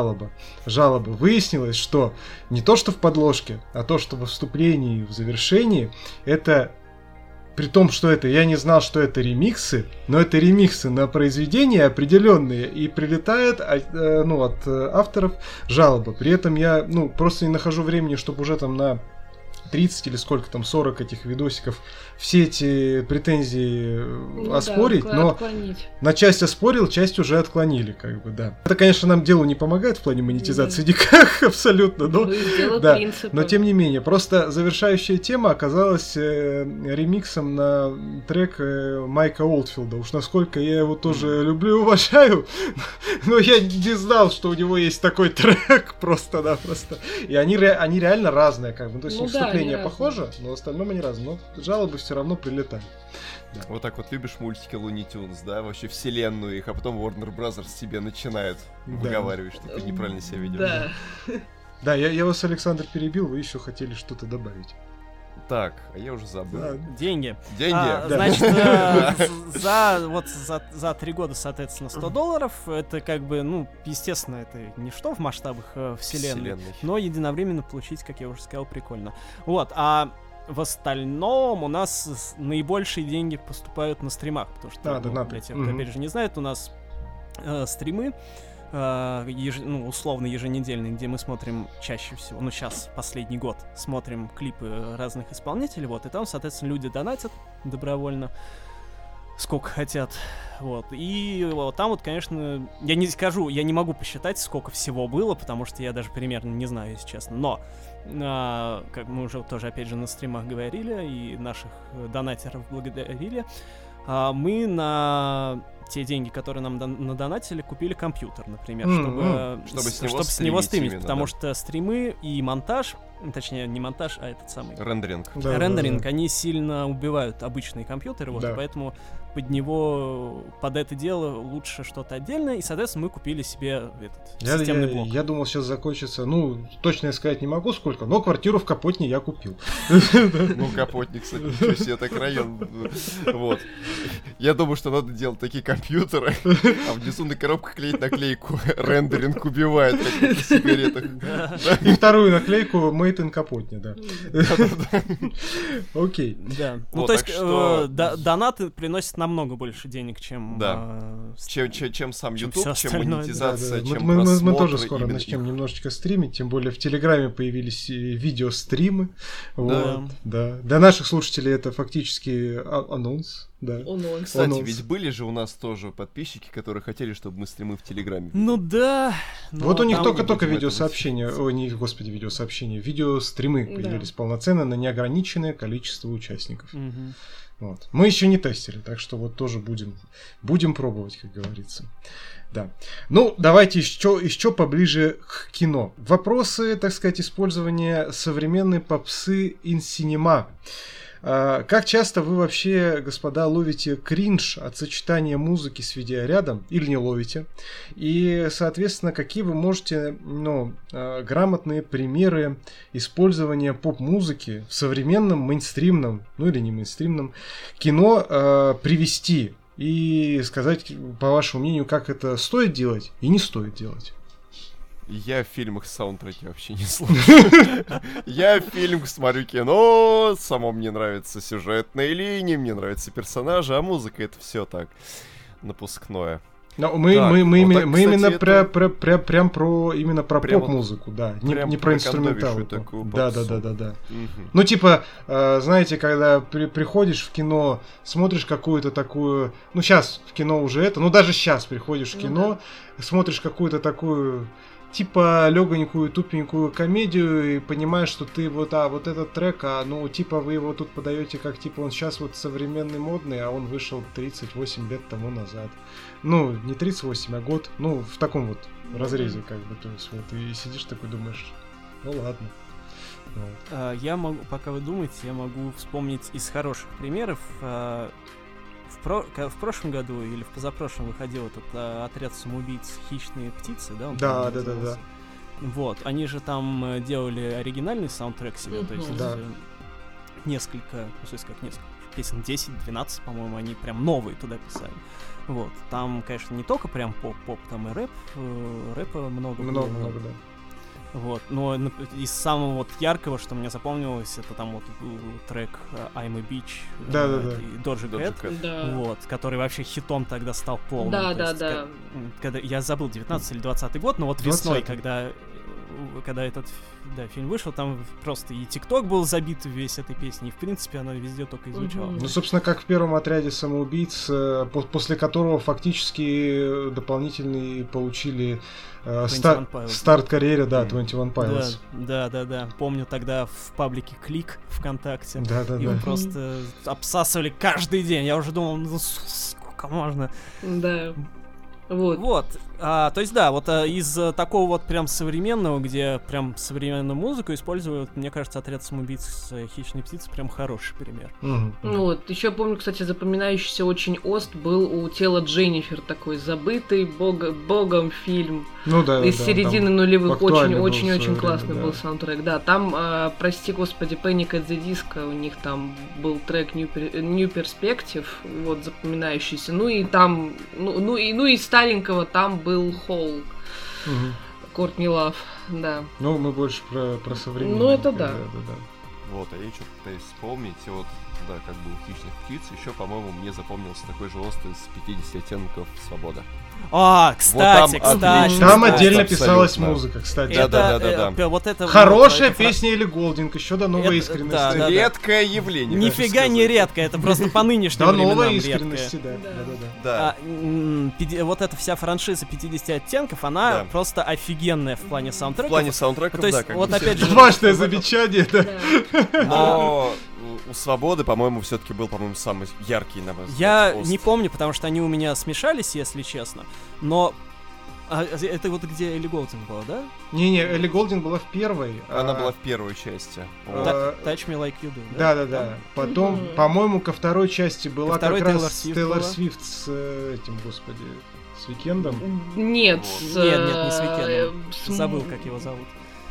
Выяснилось, что не то, что в подложке, а то, что во вступлении и в завершении, это... При том, что это, я не знал, что это ремиксы, но это ремиксы на произведения определенные, и прилетает от авторов жалоба. При этом я просто не нахожу времени, чтобы уже там на 30 или сколько там, 40 этих видосиков все эти претензии оспорить, но отклонить. На часть оспорил, часть уже отклонили, как бы, да. Это, конечно, нам делу не помогает в плане монетизации никак, абсолютно, но, да, но тем не менее, просто завершающая тема оказалась ремиксом на трек Майка Олдфилда. Уж насколько я его тоже люблю и уважаю, но я не знал, что у него есть такой трек просто-напросто. И они реально разные, как бы, то есть вступление похоже, но в остальном они разные, но жалобы все равно прилетают. Да. Вот так вот любишь мультики Looney Tunes, да, вообще вселенную их, а потом Warner Brothers тебе начинает выговаривать, что ты неправильно себя ведешь. Да. Да, я вас, Александр, перебил, вы еще хотели что-то добавить. Так, а я уже забыл. Деньги. Значит, за 3 года, соответственно, $100, это как бы, ну, естественно, это ничто в масштабах вселенной, но единовременно получить, как я уже сказал, прикольно. Вот, а в остальном у нас наибольшие деньги поступают на стримах, потому что, для тех, кто, опять же, не знает, у нас стримы, условно еженедельные, где мы смотрим чаще всего, ну сейчас последний год смотрим клипы разных исполнителей, вот, и там, соответственно, люди донатят добровольно, сколько хотят, вот, и вот, там вот, конечно, я не могу посчитать, сколько всего было, потому что я даже примерно не знаю, если честно, но как мы уже тоже, опять же, на стримах говорили и наших донатеров благодарили, мы на те деньги, которые нам надонатили, купили компьютер, например, чтобы с него стримить, потому что стримы и монтаж, точнее, не монтаж, а этот самый... Рендеринг. Они сильно убивают обычные компьютеры, вот, поэтому под это дело лучше что-то отдельное, и, соответственно, мы купили себе этот системный блок. Я думал, сейчас закончится, точно сказать не могу сколько, но квартиру в Капотне я купил. Ну, Капотник, кстати, ничего себе, так район. Вот. Я думаю, что надо делать такие компьютеры, а внизу на коробках клеить наклейку «Рендеринг убивает», как в сигаретах. И вторую наклейку «Made in Капотне», да. Окей. Да. Ну, то есть, донаты приносят намного больше денег, чем... Чем сам YouTube, чем монетизация, чем просмотр. Мы тоже скоро начнем немножечко стримить, тем более в Телеграме появились видеостримы. Да. Для наших слушателей это фактически анонс. Да. Кстати, ведь были же у нас тоже подписчики, которые хотели, чтобы мы стримы в Телеграме. Ну да. Вот у них только видеосообщения, видеостримы появились полноценно на неограниченное количество участников. Вот. Мы еще не тестили, так что вот тоже будем пробовать, как говорится. Да. Ну, давайте еще поближе к кино. Вопросы, так сказать, использования современной попсы in cinema. Как часто вы вообще, господа, ловите кринж от сочетания музыки с видеорядом или не ловите? И, соответственно, какие вы можете грамотные примеры использования поп-музыки в современном мейнстримном, или не мейнстримном кино привести и сказать, по вашему мнению, как это стоит делать и не стоит делать? Я в фильмах саундтреки вообще не слушаю. Я в фильмах смотрю кино, само мне нравятся сюжетные линии, мне нравятся персонажи, а музыка это все так, напускное. Но мы именно прям про поп-музыку, да, не про инструменталку. Да. Ну, типа, знаете, когда приходишь в кино, смотришь какую-то такую... Ну, сейчас в кино уже даже сейчас приходишь в кино, смотришь какую-то такую... типа легонькую, тупенькую комедию и понимаешь, что ты вот этот трек, типа вы его тут подаете как типа он сейчас вот современный, модный, а он вышел 38 лет тому назад. Ну, не 38, а год. Ну, в таком вот разрезе, как бы, то есть вот, и сидишь такой думаешь, ну ладно. Вот. Я могу, пока вы думаете, я могу вспомнить из хороших примеров. В прошлом году или в позапрошлом выходил этот отряд самоубийц «Хищные птицы», да? Да. Вот, они же там делали оригинальный саундтрек себе, то есть несколько песен, 10-12, по-моему, они прям новые туда писали. Вот, там, конечно, не только прям поп, там и рэпа много, да. Вот, но из самого вот яркого, что мне запомнилось, это там вот был трек I'm a Beach и Doja Cat, вот, который вообще хитом тогда стал полным. Да. Когда, я забыл, 19 или 20 год, но вот весной, когда этот фильм вышел, там просто и ТикТок был забит весь этой песней, и в принципе она везде только и звучала. Ну, собственно, как в первом отряде самоубийц, после которого фактически дополнительные получили старт-карьере, 21 Pilots. Да. Помню тогда в паблике Клик ВКонтакте. Его просто обсасывали каждый день. Я уже думал, сколько можно. Да. Вот. То есть, да, вот из такого вот прям современного, где прям современную музыку используют, мне кажется, «Отряд самоубийц» «Хищные птицы» прям хороший пример. Вот, еще помню, кстати, запоминающийся очень ост был у «Тела Дженнифер», такой забытый богом фильм. Ну да, из середины нулевых. Очень-очень время, классный был саундтрек. Да, там, прости господи, Panic at the Disco, у них там был трек New Perspective, вот, запоминающийся. Ну и там, ну и старенького там был Холл. Кортни Лав, да. Ну, мы больше про современное. Ну, это да. Вот, а я что-то пытаюсь вспомнить, вот, да, как бы у «Хищных птиц», еще, по-моему, мне запомнился такой же ост из 50 оттенков «Свобода». Кстати. Там отдельно писалась музыка, кстати. Да. Вот это хорошая песня или Голдинг, еще до новой искренности. Да. Редкое явление. Нифига не редкое, это просто по нынешним временам до новой искренности, да. Вот эта вся франшиза 50 оттенков, она просто офигенная в плане саундтреков. В плане саундтреков, да. То есть, вот опять же... Важное замечание, да. Но у «Свободы», по-моему, все-таки был, самый яркий, на мой взгляд, Я пост. не помню, потому что они у меня смешались, если честно. Но это вот где Элли Голдинг была, да? Не, Элли Голдинг была в первой. Она была в первой части. Touch Me Like You Do, да? Да. Потом, по-моему, ко второй части была как раз Тейлор Свифт с этим, господи, с Уикендом. Нет, не с Уикендом. Забыл, как его зовут.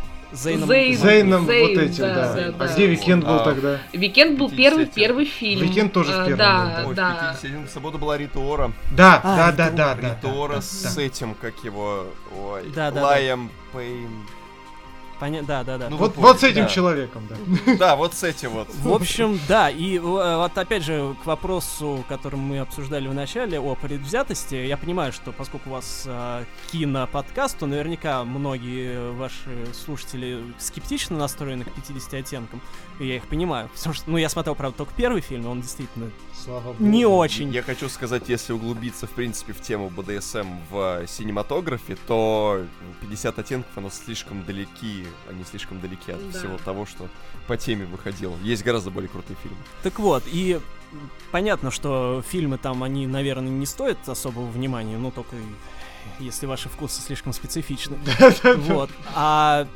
Зейном вот этим, да. А где Уикенд был тогда? Уикенд был первый фильм. Уикенд тоже в первом. Да. В 50 «Свобода» была Рита Ора. Да. Рита Ора с этим, как его... Лайем Пейн. Да. Ну, вот с этим человеком, да. Да, вот с этим вот. В общем, да, и вот опять же к вопросу, который мы обсуждали в начале, о предвзятости, я понимаю, что поскольку у вас киноподкаст, то наверняка многие ваши слушатели скептично настроены к 50 оттенкам, и я их понимаю, потому что, я смотрел, правда, только первый фильм, и он действительно не очень. Я хочу сказать, если углубиться, в принципе, в тему БДСМ в синематографе, то 50 оттенков, оно слишком они слишком далеки от всего того, что по теме выходило. Есть гораздо более крутые фильмы. Так вот, и понятно, что фильмы там, они, наверное, не стоят особого внимания, только если ваши вкусы слишком специфичны. Вот. А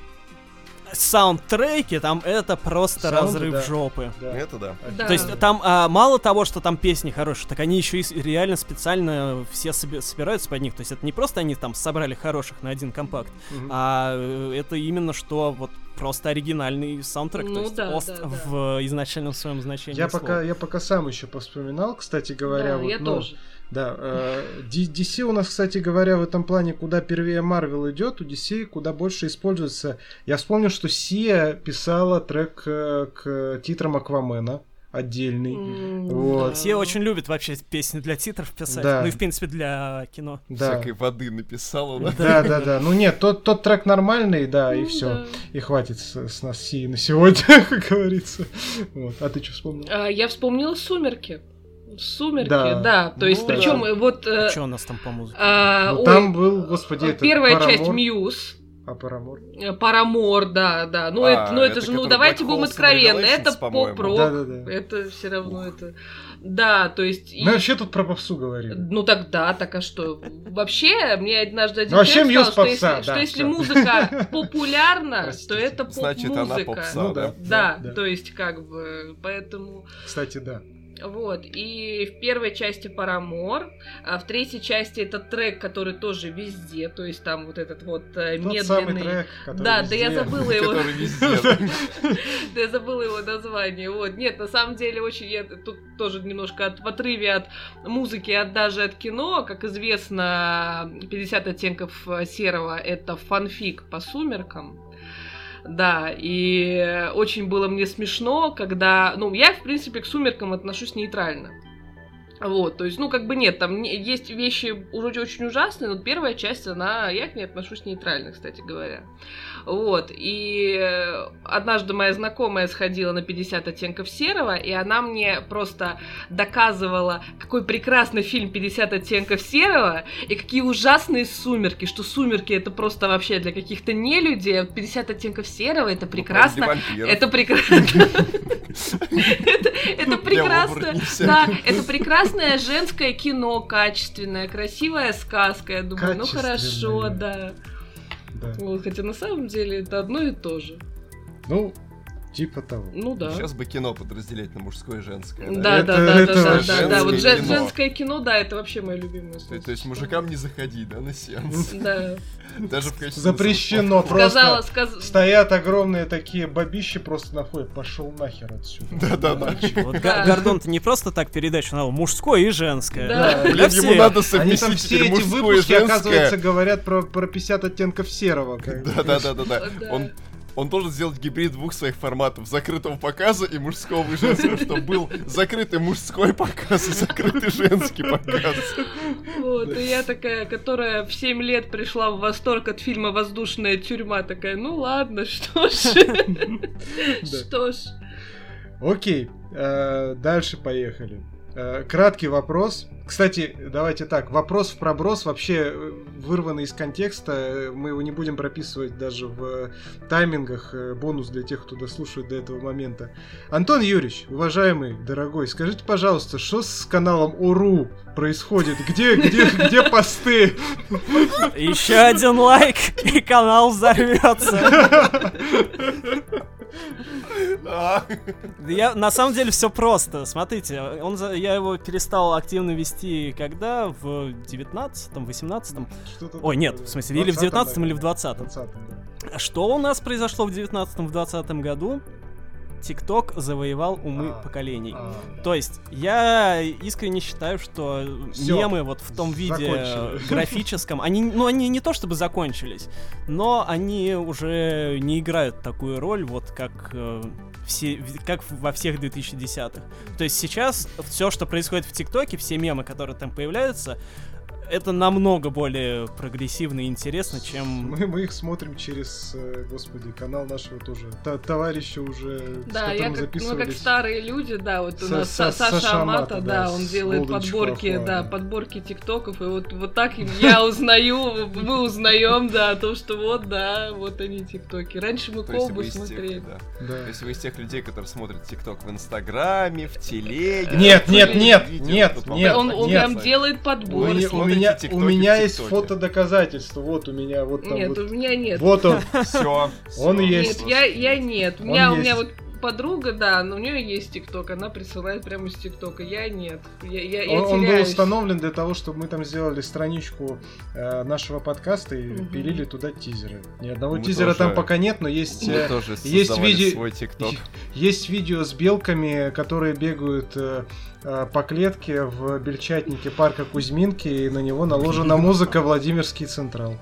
саундтреки там это просто разрыв жопы. Это да. То есть там мало того, что там песни хорошие, так они еще и реально специально все собираются под них. То есть это не просто они там собрали хороших на один компакт, а это именно что вот просто оригинальный саундтрек. То есть в изначальном своем значении. Я пока сам еще повспоминал, кстати говоря. Да, я тоже. Да, DC у нас, кстати говоря, в этом плане куда первее Marvel идет, у DC куда больше используется. Я вспомнил, что Сия писала трек к титрам Аквамена отдельный. Вот. Все очень любят вообще песни для титров писать, ну и в принципе для кино. Всякой воды написала, да? Да. Ну нет, тот трек нормальный, да, и все. И хватит с нас Сии на сегодня, как говорится. Вот. А ты что вспомнил? Я вспомнила «Сумерки». Да. То есть, причем вот... А что у нас там по музыке? Там был, господи, это первая часть Мьюз. А Парамор? Парамор, да. Ну, это же, давайте будем откровенны. Это поп-рок. Да. Это все равно это... Да, то есть... Мы вообще тут про попсу говорили. Ну так а что? Вообще, мне однажды один человек сказал, что если музыка популярна, то это поп-музыка. Значит, она попса, да. То есть, как бы, поэтому... Кстати, да. Вот, и в первой части Парамор, а в третьей части этот трек, который тоже везде, то есть там вот этот вот медленный... самый трек, который везде. Я забыла его... Который везде. Да, я забыла его название, вот. Нет, на самом деле очень... Я тут тоже немножко в отрыве от музыки, даже от кино. Как известно, 50 оттенков серого — это фанфик по «Сумеркам». Да, и очень было мне смешно, когда... я, в принципе, к «Сумеркам» отношусь нейтрально. Вот, то есть, нет, там есть вещи уже очень ужасные, но первая часть, я к ней отношусь нейтрально, кстати говоря. Вот, и однажды моя знакомая сходила на 50 оттенков серого, и она мне просто доказывала, какой прекрасный фильм 50 оттенков серого, и какие ужасные «Сумерки», что «Сумерки» это просто вообще для каких-то нелюдей, а 50 оттенков серого это прекрасно. Это прекрасно. Это прекрасно. Да, это прекрасно интересное женское кино, качественное, красивая сказка, я думаю, ну хорошо, да. Вот, хотя на самом деле это одно и то же. Ну, типа того. Ну да. Сейчас бы кино подразделять на мужское и женское. Да. Вот женское кино, да, это вообще мое любимое слово. То есть мужикам не заходи, да, на сеанс? Да. Даже в качестве... Запрещено, просто стоят огромные такие бабищи, просто находят, пошел нахер отсюда. Да. Вот Гордон-то не просто так передачу назвал, мужское и женское. Да. Блин, ему надо Они совместить там все эти мужское и выпуски, женское. оказывается, говорят про 50 оттенков серого. Да. Он должен сделать гибрид двух своих форматов: закрытого показа и мужского и женского, чтобы был закрытый мужской показ и закрытый женский показ. Вот, и я такая, которая в 7 лет пришла в восторг от фильма «Воздушная тюрьма», такая, ну ладно, что ж. Что ж. Окей, дальше поехали. Краткий вопрос. Кстати, давайте так, вопрос в проброс вообще вырванный из контекста, мы его не будем прописывать даже в таймингах, бонус для тех, кто дослушает до этого момента. Антон Юрьевич, уважаемый, дорогой, скажите, пожалуйста, что с каналом ОРУ происходит? Где посты? Еще один лайк, и канал взорвется. На самом деле все просто. Смотрите, я его перестал активно вести когда? В 19-м, 18-м? Ой, нет, в смысле, или в 19-м, или в 20-м. Что у нас произошло в 19-м, в 20-м году? ТикТок завоевал умы поколений. То есть, я искренне считаю, что мемы вот в том виде графическом, они не то чтобы закончились, но они уже не играют такую роль, вот как во всех 2010-х. То есть сейчас все, что происходит в ТикТоке, все мемы, которые там появляются, это намного более прогрессивно и интересно, чем... Мы их смотрим через, господи, канал нашего тоже товарища уже, да, с которым записывались. Мы как старые люди, да, вот у нас Саша Амата, да, он делает подборки тиктоков, и вот так я узнаю, мы узнаем, да, о том, что вот они тиктоки. Раньше мы колбу смотрели. То есть вы из тех людей, которые смотрят тикток в Инстаграме, в Телеге... Нет. Он прям делает подборки. У меня есть фотодоказательства. Вот у меня вот там. Нет, у меня нет. Вот он. Все. Он есть. Нет, я нет. У меня вот подруга, да, но у нее есть ТикТок, она присылает прямо из ТикТока. Я нет. Он был установлен для того, чтобы мы там сделали страничку нашего подкаста и пилили туда тизеры. Ни одного тизера там пока нет, но есть видео. Есть видео с белками, которые бегают по клетке в Бельчатнике парка Кузьминки, и на него наложена музыка «Владимирский Централ».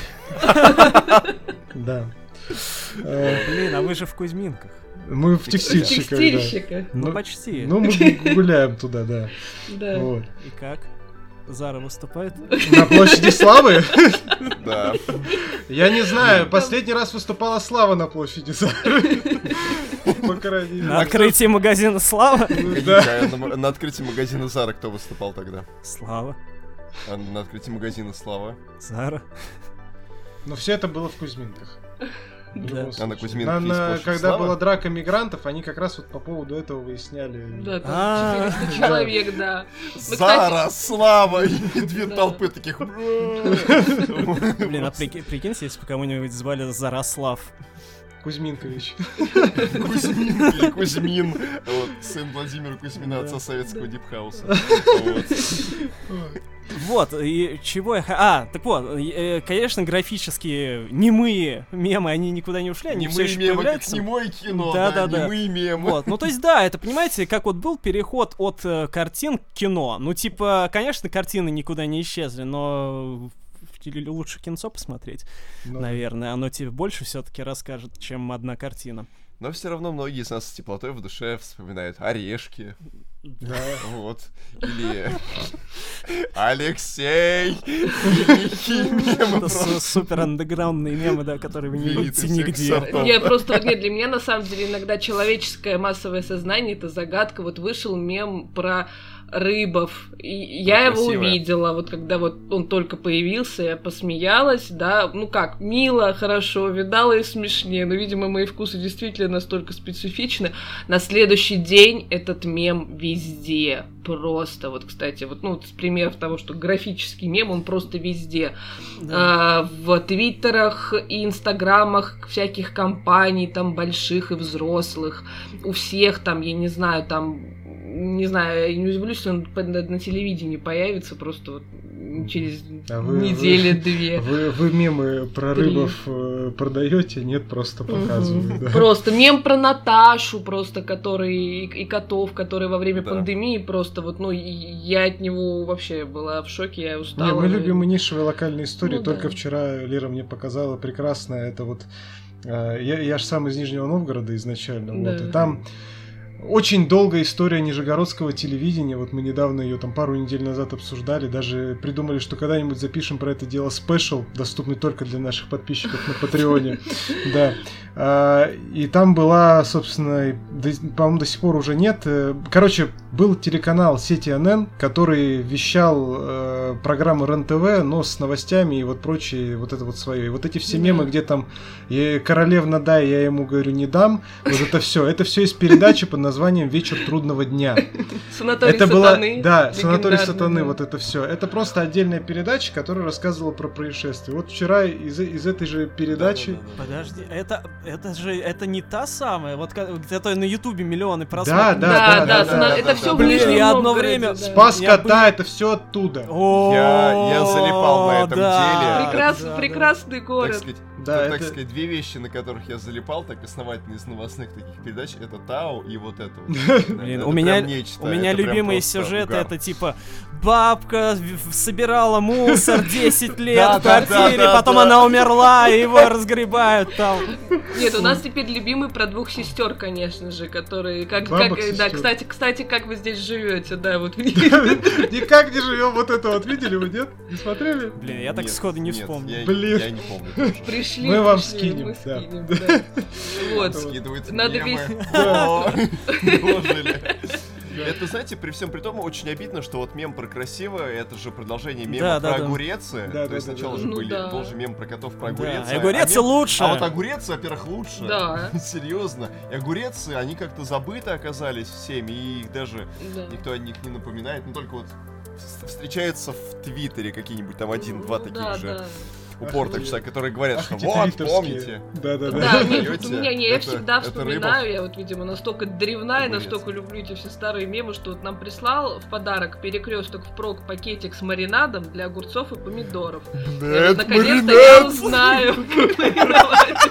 Да. Блин, а вы же в Кузьминках. Мы в текстильщиках. Ну, почти. Ну, мы гуляем туда, да. Да. Вот. И как? Зара выступает? На площади Славы? Да. Я не знаю, последний раз выступала Слава на площади Зары. На открытии магазина Слава? На открытии магазина Зара кто выступал тогда? Слава. А на открытии магазина Слава? Зара. Но все это было в Кузьминках. Да. А на Кузьминке когда была драка мигрантов, они как раз вот по поводу этого выясняли. Да, там 400 человек, да. Зара, Слава! И две толпы таких... Блин, а прикиньте, если бы кого-нибудь звали Зарослав. Кузьминкович. Кузьмин или Кузьмин. Вот, сын Владимира Кузьмина, отца советского дипхауса. Вот, и чего я... так вот, конечно, графические немые мемы, они никуда не ушли, они все еще появляются. Немое кино, да, немые мемы. Вот, ну то есть, да, это, понимаете, как вот был переход от картин к кино. Ну, типа, конечно, картины никуда не исчезли, но... лучше кинцо посмотреть, наверное. Оно тебе больше все-таки расскажет, чем одна картина. Но все равно многие из нас с теплотой в душе вспоминают «Орешки». Да. Вот. Или Алексей. Это супер андеграундные мемы, да, которые вы не видите нигде. Не, просто для меня на самом деле иногда человеческое массовое сознание — это загадка. Вот вышел мем про Рыбов. И я его увидела, вот когда вот он только появился, я посмеялась, да, ну как, мило, хорошо, видала и смешнее, но, видимо, мои вкусы действительно настолько специфичны. На следующий день этот мем везде, просто, вот, кстати, вот, ну, пример того, что графический мем, он просто везде. Да. В твиттерах и инстаграмах всяких компаний, там, больших и взрослых, у всех там, я не знаю, там, не знаю, я не удивлюсь, что он на телевидении появится просто вот через недели-две. Вы мемы про рыбов продаете? Нет, просто показываю. Да. Просто мем про Наташу, просто который и котов, которые во время пандемии просто вот, ну, я от него вообще была в шоке, я устала. Не, мы любим и нишевые локальные истории. Только вчера Лера мне показала прекрасно. Это вот я же сам из Нижнего Новгорода изначально, вот, и там очень долгая история нижегородского телевидения. Вот мы недавно ее там пару недель назад обсуждали. Даже придумали, что когда-нибудь запишем про это дело спешл, доступный только для наших подписчиков на Патреоне. Да. И там была, собственно, по-моему, до сих пор уже нет. Короче, был телеканал сети НН, который вещал программы РЕН-ТВ, но с новостями и вот прочее, вот это вот свое. И вот эти все мемы, где там королевна дай, я ему говорю не дам. Вот это все из передачи под названием «Вечер трудного дня». Санаторий сатаны. Да, санаторий сатаны, вот это все. Это просто отдельная передача, которая рассказывала про происшествия. Вот вчера из этой же передачи... Подожди, это не та самая, вот где-то на Ютубе миллионы просмотров. Да, это все в Нижнем и одно время... Спас кота, это все оттуда. Я залипал на этом деле. Прекрасный город. Так сказать, две вещи, на которых я залипал так основательно из новостных таких передач, это Тау и вот это вот. Блин, у меня любимые сюжеты, это типа бабка собирала мусор 10 лет в квартире, потом она умерла, и его разгребают там. Нет, у нас теперь любимый про двух сестер, конечно же, которые... Кстати, как вы здесь живете, да, вот. Никак не живем, вот это вот видели вы, нет? Не смотрели? Блин, я так сходу не вспомню. Блин. Я не помню. Мы вам скинем. Вот. Скидывают надо мемы. Это, знаете, при всем при том, очень обидно, что вот мем про красивое, это же продолжение мема про огурецы. То есть сначала же был же мем про котов про огурецы. Огурецы лучше. А вот огурецы, во-первых, лучше. Да. Серьезно. И огурецы, они как-то забыты оказались всеми, и их даже никто о них не напоминает. Ну только вот встречаются в Твиттере какие-нибудь там один-два таких же упортых человек, которые говорят, что вот, помните. Да, я всегда вспоминаю, я вот, видимо, настолько древная, настолько люблю эти все старые мемы, что вот нам прислал в подарок Перекресток впрок пакетик с маринадом для огурцов и помидоров. Наконец-то я узнаю, как мариновать.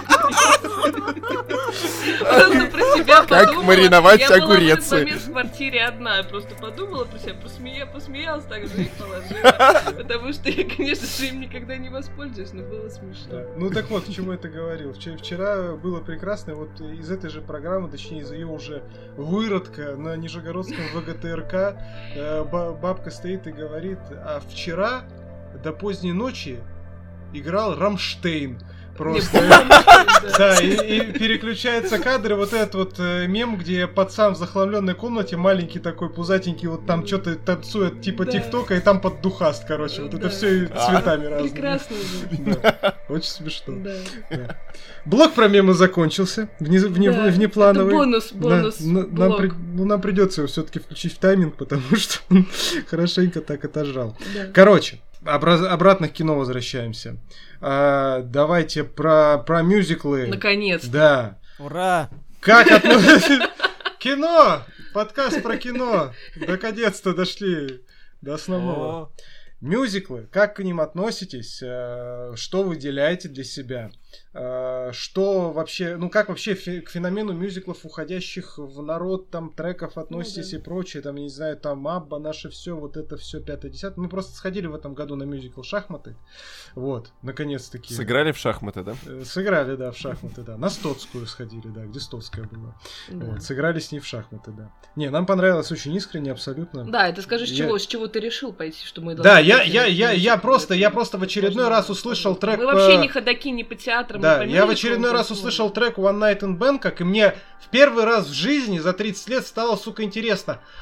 Просто про себя подумала. Как мариновать огурец. Я была в этот момент в квартире одна, я просто подумала про себя, посмеялась так же и положила. Потому что я, конечно же, им никогда не воспользуюсь. Но было смешно. Да. Ну так вот, к чему это говорил. Вчера было прекрасно, вот из этой же программы, точнее из ее уже выродка на Нижегородском ВГТРК бабка стоит и говорит, а вчера до поздней ночи играл Рамштейн. Просто. Да, и переключается кадры, вот этот вот мем, где пацан в захламленной комнате, маленький такой, пузатенький, вот там что-то танцует, типа ТикТока, и там под духаст, короче. Вот это все цветами разными. Прекрасно. Очень смешно. Блок про мемы закончился, внеплановый. Бонус. Нам придется его все-таки включить в тайминг, потому что он хорошенько так отожрал. Короче. Обратно к кино возвращаемся. Давайте про мюзиклы. Наконец-то. Да. Ура! Как относится кино? Подкаст про кино. Наконец-то дошли до основного. Мюзиклы. Как к ним относитесь? Что выделяете для себя? Что вообще, как вообще к феномену мюзиклов, уходящих в народ, там, треков относитесь и прочее, там, я не знаю, там, Абба, наше все, вот это все, 5-10. Мы просто сходили в этом году на мюзикл «Шахматы». Вот, наконец-таки. Сыграли в шахматы, да? Сыграли, да, в шахматы, да. На Стоцкую сходили, да, где Стоцкая была. Вот, сыграли с ней в шахматы, да. Не, нам понравилось очень искренне, абсолютно. Да, это скажи, с чего ты решил пойти, что мы должны... Да, я просто в очередной раз услышал трек... Мы вообще не ходаки, не по театрам. Да, я в очередной раз услышал трек One Night in Bangkok, и мне в первый раз в жизни за 30 лет стало, сука, интересно.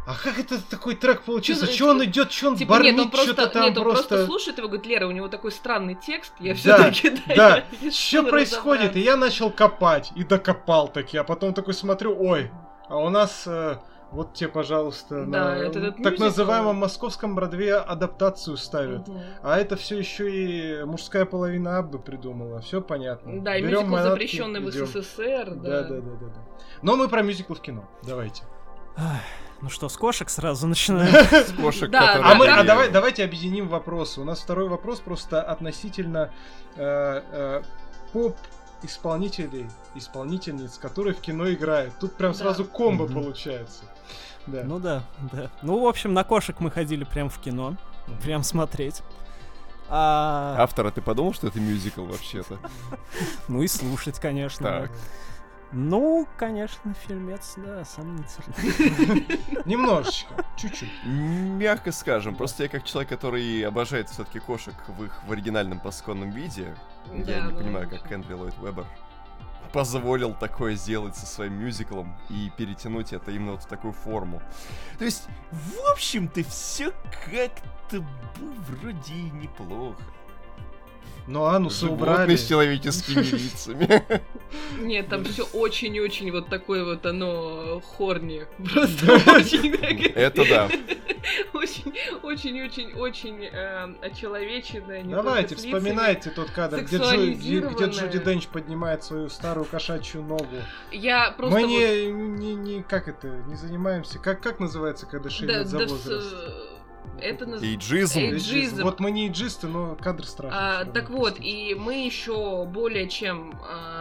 а как это такой трек получился? Че он идет, че он типа, бормит, что-то там нет, он просто слушает его, говорит, Лера, у него такой странный текст, я все-таки... Да, что происходит? И я начал копать, и докопал таки, а потом такой смотрю, ой, а у нас... Вот тебе, пожалуйста, на так называемом московском Бродвее адаптацию ставят. А это все еще и мужская половина Аббы придумала. Все понятно. Да, и мюзикл, запрещенный в СССР. Да. Но мы про мюзикл в кино. Давайте. Ну что, с кошек сразу начинаем? С кошек, которые... Давайте объединим вопросы. У нас второй вопрос просто относительно исполнительниц, которые в кино играют. Тут прям сразу комбо получается. Да. Ну да. Ну, в общем, на кошек мы ходили прям в кино. Прям смотреть. Автора, ты подумал, что это мюзикл вообще-то? Ну и слушать, конечно. Так. Ну, конечно, фильмец, да, сомнительный. Немножечко, чуть-чуть. Мягко скажем. Просто я как человек, который обожает все-таки кошек в их оригинальном пасконном виде, я не понимаю, как Эндрю Ллойд Уэббер позволил такое сделать со своим мюзиклом и перетянуть это именно вот в такую форму. То есть, в общем-то, все как-то вроде и неплохо. Ну, анусы убрали. Животные с человеческими лицами. Нет, там все очень-очень вот такое вот оно хорни. Просто очень... Это да. Очень-очень-очень очеловеченное. Давайте, вспоминайте тот кадр, где Джуди Денч поднимает свою старую кошачью ногу. Мы не занимаемся. Как называется, когда шеймят за возраст? Это эйджизм. Вот мы не эйджисты, но кадр страшный. Так вот, и мы еще более чем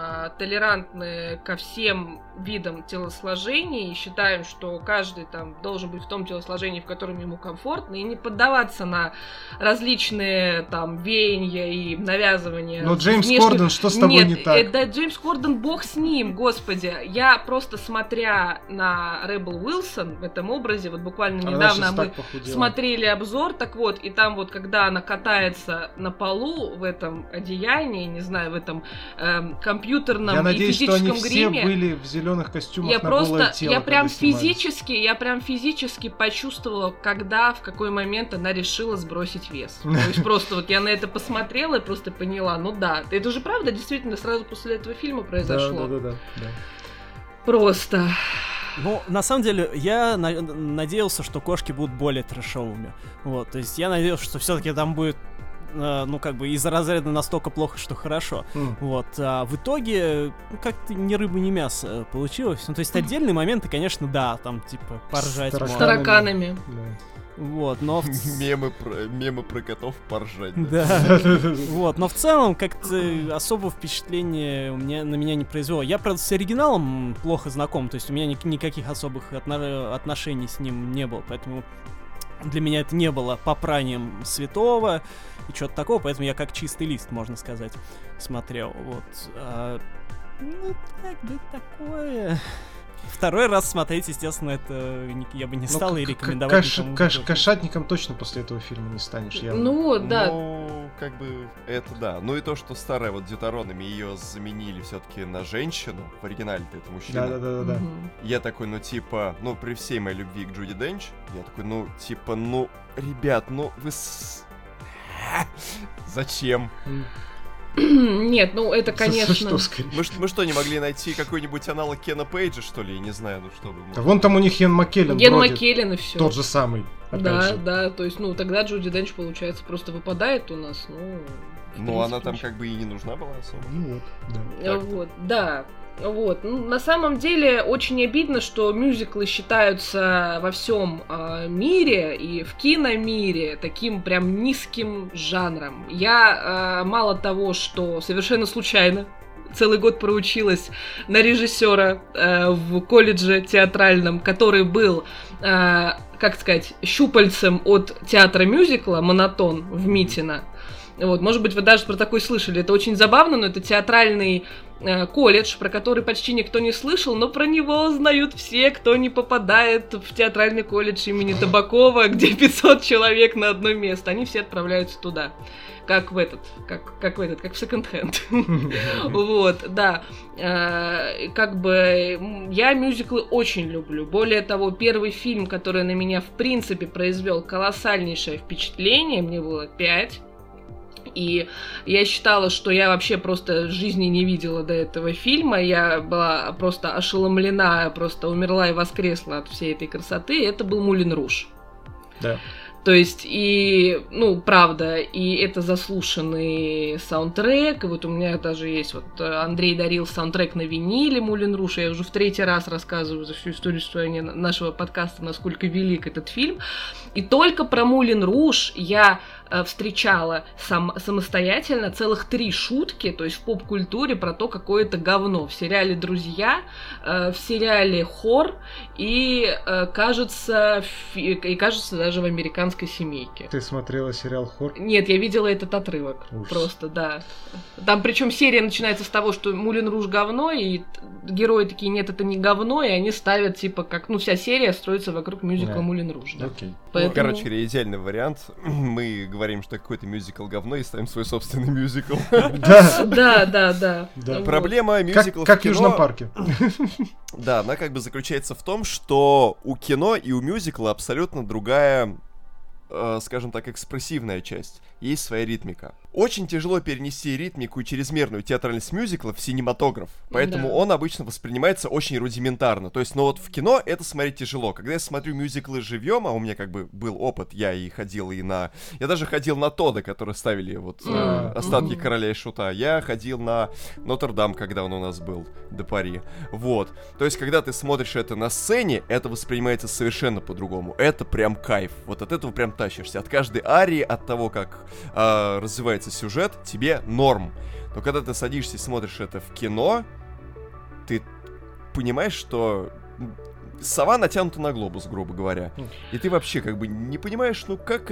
толерантны ко всем видам телосложений, и считаем, что каждый там должен быть в том телосложении, в котором ему комфортно, и не поддаваться на различные там веяния и навязывания. Но Джеймс Корден, что с тобой не так? Да, Джеймс Корден, бог с ним, господи. Я просто, смотря на Ребел Уилсон в этом образе, вот буквально недавно мы смотрели обзор, так вот, и там вот, когда она катается на полу в этом одеянии, не знаю, в этом компьютерном и физическом гриме. Я надеюсь, что они все были в зеленых костюмах на голое тело. Я прям физически почувствовала, когда, в какой момент она решила сбросить вес. То есть просто вот я на это посмотрела и просто поняла, ну да, это же правда действительно сразу после этого фильма произошло. Да. Просто... Ну, на самом деле, я надеялся, что кошки будут более трэшовыми. Вот, то есть я надеялся, что все-таки там будет, ну, как бы, из разряда настолько плохо, что хорошо. Вот, а в итоге, как-то ни рыба, ни мясо получилось. Ну, то есть отдельные моменты, конечно, да, там, типа, поржать можно. С тараканами. Вот, но... Мемы про котов поржать. Да. Вот, но в целом как-то особого впечатления на меня не произвело. Я, правда, с оригиналом плохо знаком, то есть у меня никаких особых отношений с ним не было, поэтому для меня это не было попранием святого и что-то такого, поэтому я как чистый лист, можно сказать, смотрел. Вот. Ну, как бы такое... Второй раз смотреть, естественно, это я бы не стал и рекомендовать никому. Кошатником точно после этого фильма не станешь, явно. Ну, да. Ну, как бы, это да. Ну и то, что старая вот Дьютерономи ее заменили все-таки на женщину, в оригинале-то это мужчина. Да. Я такой, ну, типа, ну, при всей моей любви к Джуди Денч, я такой, ну, типа, ну, ребят, ну, вы... Зачем? Нет, ну это, конечно... Мы что, не могли найти какой-нибудь аналог Кена Пейджа, что ли? Я не знаю, ну что бы... Вон там у них Йен Маккеллен Маккеллен и все. Тот же самый. Да, то есть, ну, тогда Джуди Денч, получается, просто выпадает у нас, ну... Ну, она там как бы и не нужна была особо. Ну вот, да. Вот, да. Вот. Ну, на самом деле очень обидно, что мюзиклы считаются во всем мире и в киномире таким прям низким жанром. Я мало того, что совершенно случайно целый год проучилась на режиссера в колледже театральном, который был, как сказать, щупальцем от театра мюзикла «Монотон» в Митино. Вот, может быть, вы даже про такой слышали. Это очень забавно, но это театральный колледж, про который почти никто не слышал, но про него знают все, кто не попадает в театральный колледж имени Табакова, где 500 человек на одно место. Они все отправляются туда. Как в секонд-хенд. Вот, да. Как бы я мюзиклы очень люблю. Более того, первый фильм, который на меня в принципе произвел колоссальнейшее впечатление, мне было 5. И я считала, что я вообще просто в жизни не видела до этого фильма. Я была просто ошеломлена, просто умерла и воскресла от всей этой красоты. Это был «Мулен Руж». Да. То есть, и, правда, и это заслушанный саундтрек, и вот у меня даже есть, вот Андрей дарил саундтрек на виниле «Мулен Руж», я уже в 3-й раз рассказываю за всю историю существования нашего подкаста, насколько велик этот фильм, и только про «Мулен Руж» я встречала самостоятельно целых 3 шутки, то есть в поп-культуре про то, какое это говно. В сериале «Друзья», в сериале «Хор» и, кажется, даже в «Американской семейке». Ты смотрела сериал «Хор»? Нет, я видела этот отрывок. Ужас. Просто, да. Там причем серия начинается с того, что «Мулен Руж» говно, и герои такие: нет, это не говно, и они ставят, типа, как, вся серия строится вокруг мюзикла «Мулен Руж». Да. Окей. Поэтому... Короче, идеальный вариант. Мы говорим, что какой-то мюзикл говно, и ставим свой собственный мюзикл. Да. Проблема мюзиклов в кино... Как в Южном парке. Да, она как бы заключается в том, что у кино и у мюзикла абсолютно другая, скажем так, экспрессивная часть. Есть своя ритмика. Очень тяжело перенести ритмику и чрезмерную театральность мюзикла в синематограф, поэтому он обычно воспринимается очень рудиментарно. То есть, вот в кино это смотреть тяжело. Когда я смотрю мюзиклы живьем, а у меня как бы был опыт, я даже ходил на Тодда, который ставили остатки Короля и Шута. Я ходил на Нотр-Дам, когда он у нас был, до Пари. Вот. То есть, когда ты смотришь это на сцене, это воспринимается совершенно по-другому. Это прям кайф. Вот от этого прям тащишься. От каждой арии, от того, как развивается сюжет, тебе норм. Но когда ты садишься и смотришь это в кино, ты понимаешь, что сова натянута на глобус, грубо говоря. И ты вообще как бы не понимаешь, как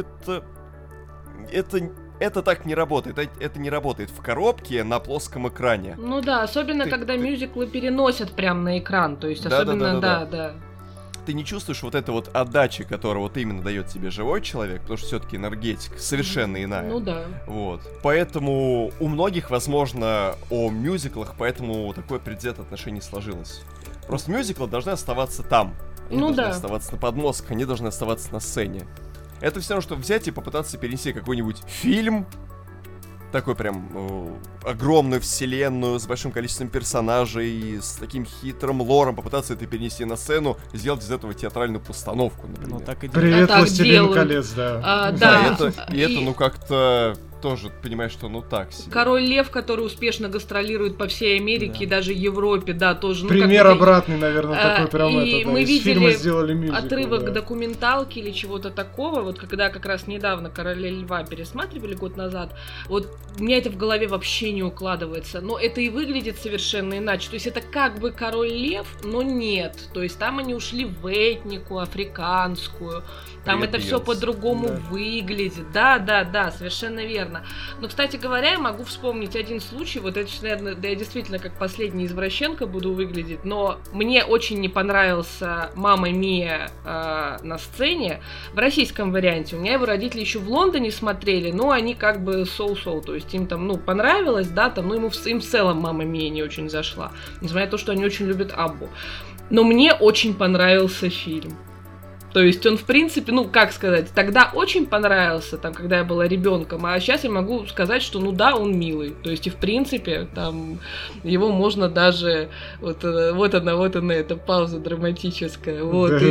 это так не работает. Это не работает в коробке на плоском экране. Ну да, особенно когда мюзиклы переносят прям на экран. То есть особенно, да. Ты не чувствуешь вот этой вот отдачи, которую вот именно дает тебе живой человек, потому что все-таки энергетика совершенно иная. Ну да. Вот. Поэтому у многих, возможно, о мюзиклах, поэтому такое предвзятое отношение сложилось. Просто мюзиклы должны оставаться там. Они должны оставаться на подмостках, они должны оставаться на сцене. Это все равно, что взять и попытаться перенести какой-нибудь фильм, такой прям огромную вселенную с большим количеством персонажей, с таким хитрым лором, попытаться это перенести на сцену, сделать из этого театральную постановку, например. Привет, «Властелин колец», да. Да. И это как-то тоже понимаешь, что так себе. «Король Лев», который успешно гастролирует по всей Америке и даже Европе, да, тоже. Пример обратный, наверное, такой прям и мы видели сделали мюзикл, отрывок документалки или чего-то такого, вот когда как раз недавно «Короля Льва» пересматривали год назад, вот у меня это в голове вообще не укладывается, но это и выглядит совершенно иначе, то есть это как бы «Король Лев», но нет, то есть там они ушли в этнику африканскую, там это все по-другому выглядит, да, совершенно верно. Но, кстати говоря, я могу вспомнить один случай, вот это, наверное, да я действительно как последний извращенка буду выглядеть, но мне очень не понравился «Мамма Мия» на сцене в российском варианте. У меня его родители еще в Лондоне смотрели, но они как бы соу-соу, то есть им там, понравилось, да, там, но им в целом «Мамма Мия» не очень зашла, несмотря на то, что они очень любят Аббу. Но мне очень понравился фильм. То есть он, в принципе, как сказать, тогда очень понравился, там, когда я была ребенком, а сейчас я могу сказать, что, он милый. То есть и, в принципе, там, его можно даже, вот она, эта пауза драматическая,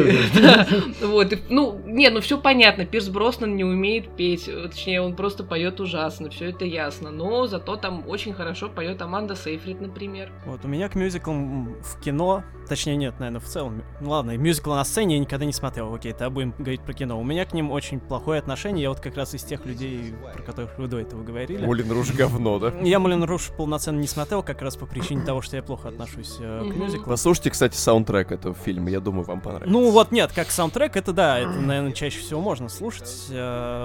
все понятно, Пирс Броснан не умеет петь, точнее, он просто поет ужасно, все это ясно, но зато там очень хорошо поет Аманда Сейфрид, например. Вот, у меня к мюзиклам в кино, точнее, нет, наверное, в целом, ладно, мюзиклы на сцене я никогда не смотрел. Окей, тогда будем говорить про кино. У меня к ним очень плохое отношение. Я вот как раз из тех людей, про которых вы до этого говорили. «Мулен Руж» говно, да? Я «Мулен Руж» полноценно не смотрел, как раз по причине того, что я плохо отношусь к мюзиклу. Послушайте, кстати, саундтрек этого фильма. Я думаю, вам понравится. Нет, как саундтрек, это да, это, наверное, чаще всего можно слушать.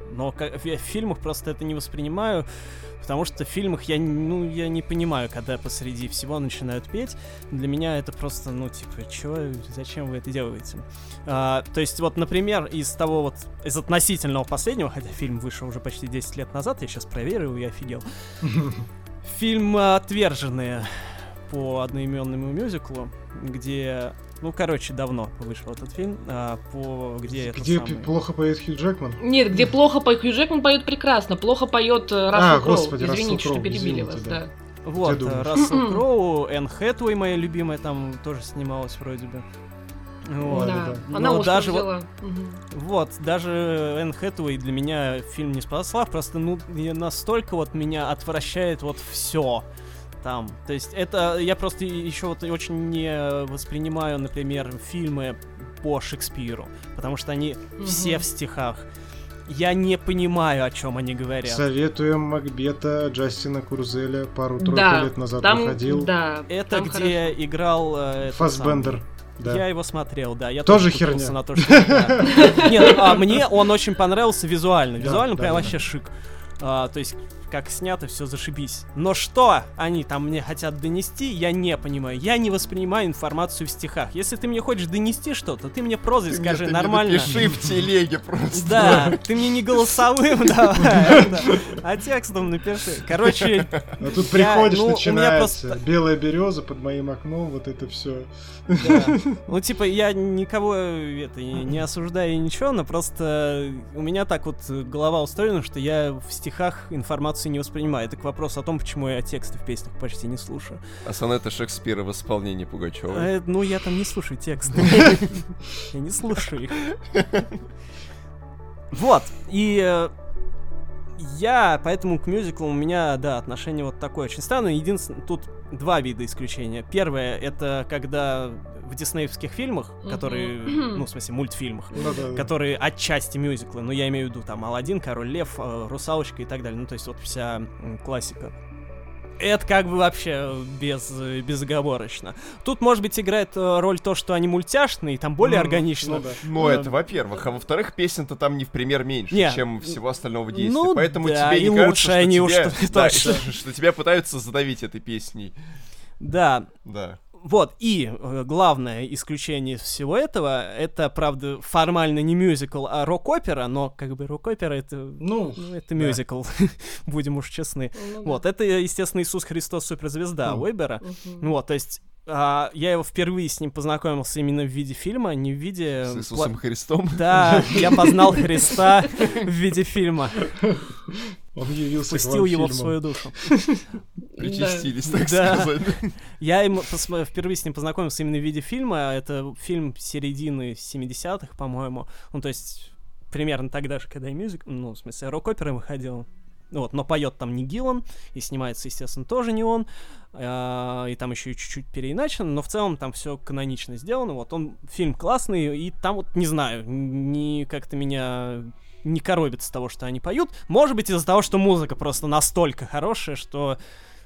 Но в фильмах просто это не воспринимаю, потому что в фильмах я не понимаю, когда посреди всего начинают петь. Для меня это просто, зачем вы это делаете? То есть, вот, например, из относительного последнего, хотя фильм вышел уже почти 10 лет назад, я сейчас проверил и офигел. Фильм «Отверженные» по одноименному мюзиклу, где... давно вышел этот фильм, где плохо поет Хью Джекман? Нет, где плохо поет Хью Джекман, поет прекрасно. Плохо поет Рассел Кроу. Господи, Извините, Рассел что перебили вас, да. Вот, Рассел Кроу, Энн Хэтэуэй, моя любимая, там тоже снималась вроде бы. Вот. Да, она Оскар взяла. Вот, даже Энн Хэтэуэй для меня фильм не спасла, просто, настолько меня отвращает все. Там. То есть это я просто еще очень не воспринимаю, например, фильмы по Шекспиру, потому что они все в стихах. Я не понимаю, о чем они говорят. Советуем Макбета Джастина Курзеля, пару-тройку лет назад выходил. Да, это там где играл Фассбендер. Да. Я его смотрел, да. Я тоже херня. На то, что... Нет, мне он очень понравился визуально. Визуально прям вообще шик. То есть, как снято, все зашибись. Но что они там мне хотят донести, я не понимаю. Я не воспринимаю информацию в стихах. Если ты мне хочешь донести что-то, ты мне прозой скажи нормально. Пиши в телеге просто. Да, ты мне не голосовым давай, а текстом напиши. Короче, а тут приходишь, начинается белая береза под моим окном, вот это все. Я никого не осуждаю и ничего, но просто у меня так голова устроена, что я в стихах информацию не воспринимаю. Это к вопросу о том, почему я тексты в песнях почти не слушаю. А сонеты Шекспира в исполнении Пугачёвой? Я там не слушаю тексты. Я не слушаю их. Вот, и поэтому к мюзиклу у меня, отношение такое очень странное. Единственное, тут два вида исключения. Первое, это когда в диснеевских фильмах, которые, в смысле, мультфильмах, которые отчасти мюзиклы, я имею в виду там Аладдин, Король Лев, Русалочка и так далее, то есть вся классика. Это вообще безоговорочно. Тут, может быть, играет роль то, что они мультяшные, и там более органично. Это во-первых. А во-вторых, песен-то там не в пример меньше, чем всего остального действия. Поэтому тебе не лучше кажется, что тебя пытаются задавить этой песней. Да. Вот, и главное исключение всего этого, это, правда, формально не мюзикл, а рок-опера, но рок-опера это, это мюзикл, будем уж честны. Вот, это, естественно, Иисус Христос суперзвезда Уэбера. Вот, то есть я его впервые с ним познакомился именно в виде фильма, не в виде... С Иисусом Христом? Да, я познал Христа в виде фильма. Он явился пустил его в свою душу. Причастились, так сказать. Я впервые с ним познакомился именно в виде фильма. Это фильм середины 70-х, по-моему. То есть примерно тогда же, когда и мюзикл, в смысле, рок-опера выходила. Но поет там не Гиллан, и снимается, естественно, тоже не он, и там еще и чуть-чуть переиначено, но в целом там все канонично сделано. Фильм классный, и там не знаю, как-то меня не коробит с того, что они поют. Может быть, из-за того, что музыка просто настолько хорошая, что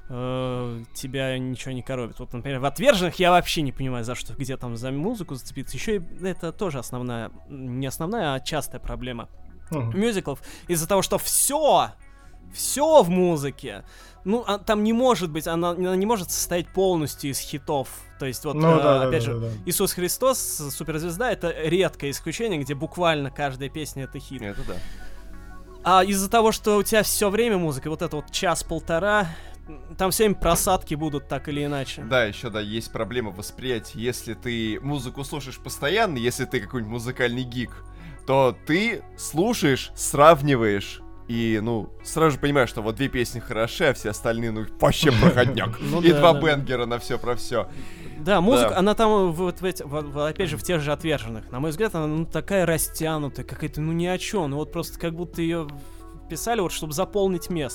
тебя ничего не коробит. Например, в «Отверженных» я вообще не понимаю, где там за музыку зацепиться. Еще и это тоже не основная, а частая проблема мюзиклов. Из-за того, что все в музыке, там не может быть, она не может состоять полностью из хитов. То есть опять же, Иисус Христос, суперзвезда, это редкое исключение, где буквально каждая песня это хит. Это да. А из-за того, что у тебя все время музыка, час-полтора, там все время просадки будут так или иначе. Да, еще есть проблема восприятия. Если ты музыку слушаешь постоянно, если ты какой-нибудь музыкальный гик, то ты слушаешь, сравниваешь и, сразу же понимаешь, что две песни хороши, а все остальные, вообще проходняк. И два бенгера на все про все. Да, музыка, она там, опять же, в тех же «Отверженных». На мой взгляд, она такая растянутая, какая-то, ни о чем. Просто как будто ее писали, чтобы заполнить место.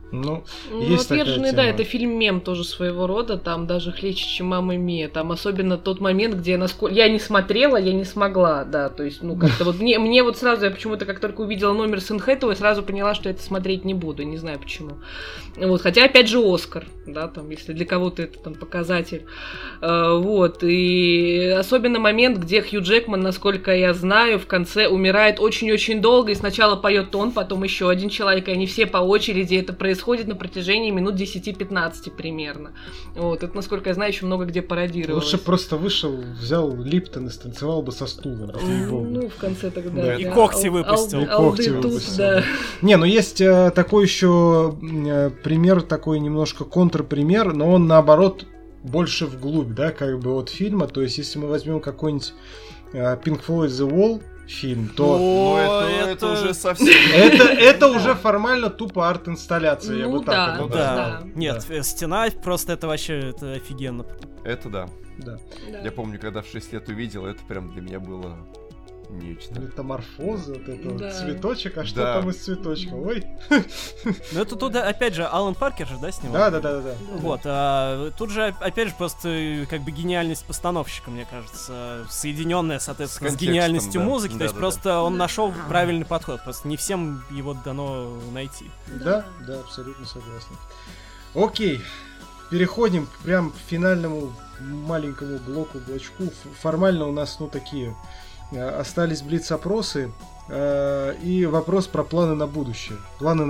есть «Отверженные», да, это фильм-мем тоже своего рода, там даже хлеще, чем «Мамма Мия», там особенно тот момент, где я не смотрела, я не смогла, да, то есть, как-то вот мне вот сразу, я почему-то как только увидела номер с Энн Хэтэуэй, сразу поняла, что это смотреть не буду, не знаю почему. Вот, хотя, опять же, «Оскар», да, там, если для кого-то это там показатель, вот, и особенно момент, где Хью Джекман, насколько я знаю, в конце умирает очень-очень долго, и сначала поет он, потом еще один человек, и они все по очереди, это происходит на протяжении минут 10-15 примерно. Вот, это, насколько я знаю, еще много где пародировалось. Лучше просто вышел, взял Липтон и станцевал бы со стулом. В конце тогда. Да. И когти выпустил. Да. Не, есть такой еще пример, такой немножко контрпример, но он наоборот больше вглубь, да, как бы от фильма. То есть, если мы возьмем какой-нибудь Pink Floyd The Wall фильм, то... это уже совсем... Это уже формально тупо арт-инсталляция, я бы так это назвал. Нет, стена просто это вообще офигенно. Это да. Я помню, когда в 6 лет увидел, это прям для меня было нечто. Метаморфоза, вот это цветочек, что там из цветочка? Ой. Ну это тут, опять же, Алан Паркер же, да, снимал? Да. Вот, тут же, опять же, просто как бы гениальность постановщика, мне кажется, соединенная, соответственно, с гениальностью музыки, то есть просто он нашел правильный подход, просто не всем его дано найти. Да, абсолютно согласен. Окей, переходим прям к финальному маленькому блочку. Формально у нас, такие... Остались блиц-опросы и вопрос про планы на будущее.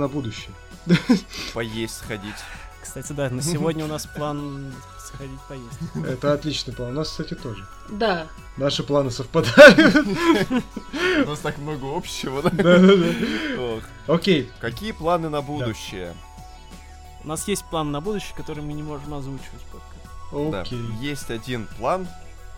Поесть, сходить. Кстати, да, на сегодня у нас план сходить поесть. Это отличный план. У нас, кстати, тоже. Да. Наши планы совпадают. У нас так много общего, да? Да. Окей. Какие планы на будущее? У нас есть план на будущее, который мы не можем озвучивать пока. Окей. Есть один план.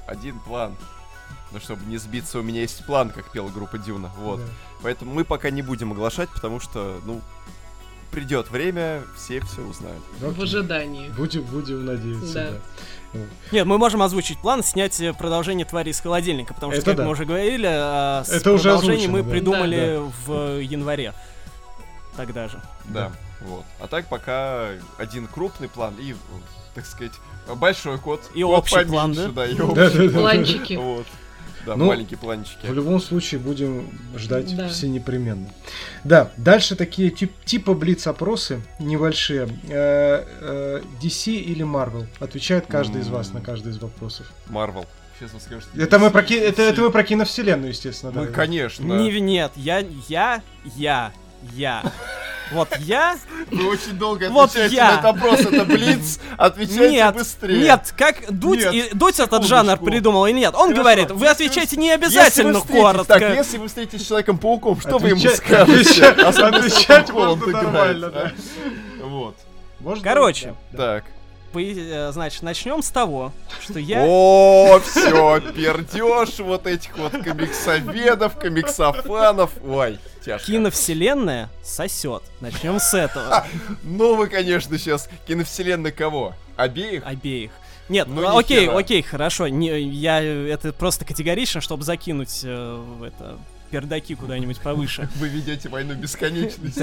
Но чтобы не сбиться, у меня есть план, как пела группа Дюна. Вот. Да. Поэтому мы пока не будем оглашать, потому что, придет время, все узнают. В ожидании. Будем надеяться, да. Нет, мы можем озвучить план, снять продолжение «Твари из холодильника», потому что, как мы уже говорили, с продолжением мы придумали в январе. Тогда же. Да, вот. А так пока один крупный план и, так сказать, большой код. И общий план, да? И общий планчики. Вот. Да, маленькие планчики. В любом случае будем ждать все непременно. Да, дальше такие типа блиц-опросы небольшие. DC или Marvel? Отвечает каждый из вас на каждый из вопросов. Marvel. Сейчас вы скажете. Это мы про киновселенную, естественно. Мы, конечно. Нет, я. Вот я... Вы очень долго отвечаете на этот вопрос, это блиц, отвечайте быстрее. Нет, как Дудь этот жанр придумал или нет? Он говорит, вы отвечаете не обязательно коротко. Так, если вы встретитесь с Человеком-пауком, что вы ему скажете? Отвечать можно нормально, да. Вот. Короче. Так. Значит, начнем с того, что я... О, все, пердеж вот этих вот комиксоведов, комиксофанов. Ой, тяжко. Киновселенная сосет. Начнем с этого. Ну вы, конечно, сейчас. Киновселенная кого? Обеих? Обеих. Нет, окей, хорошо. Это просто категорично, чтобы закинуть пердаки куда-нибудь повыше. Вы ведете войну бесконечности.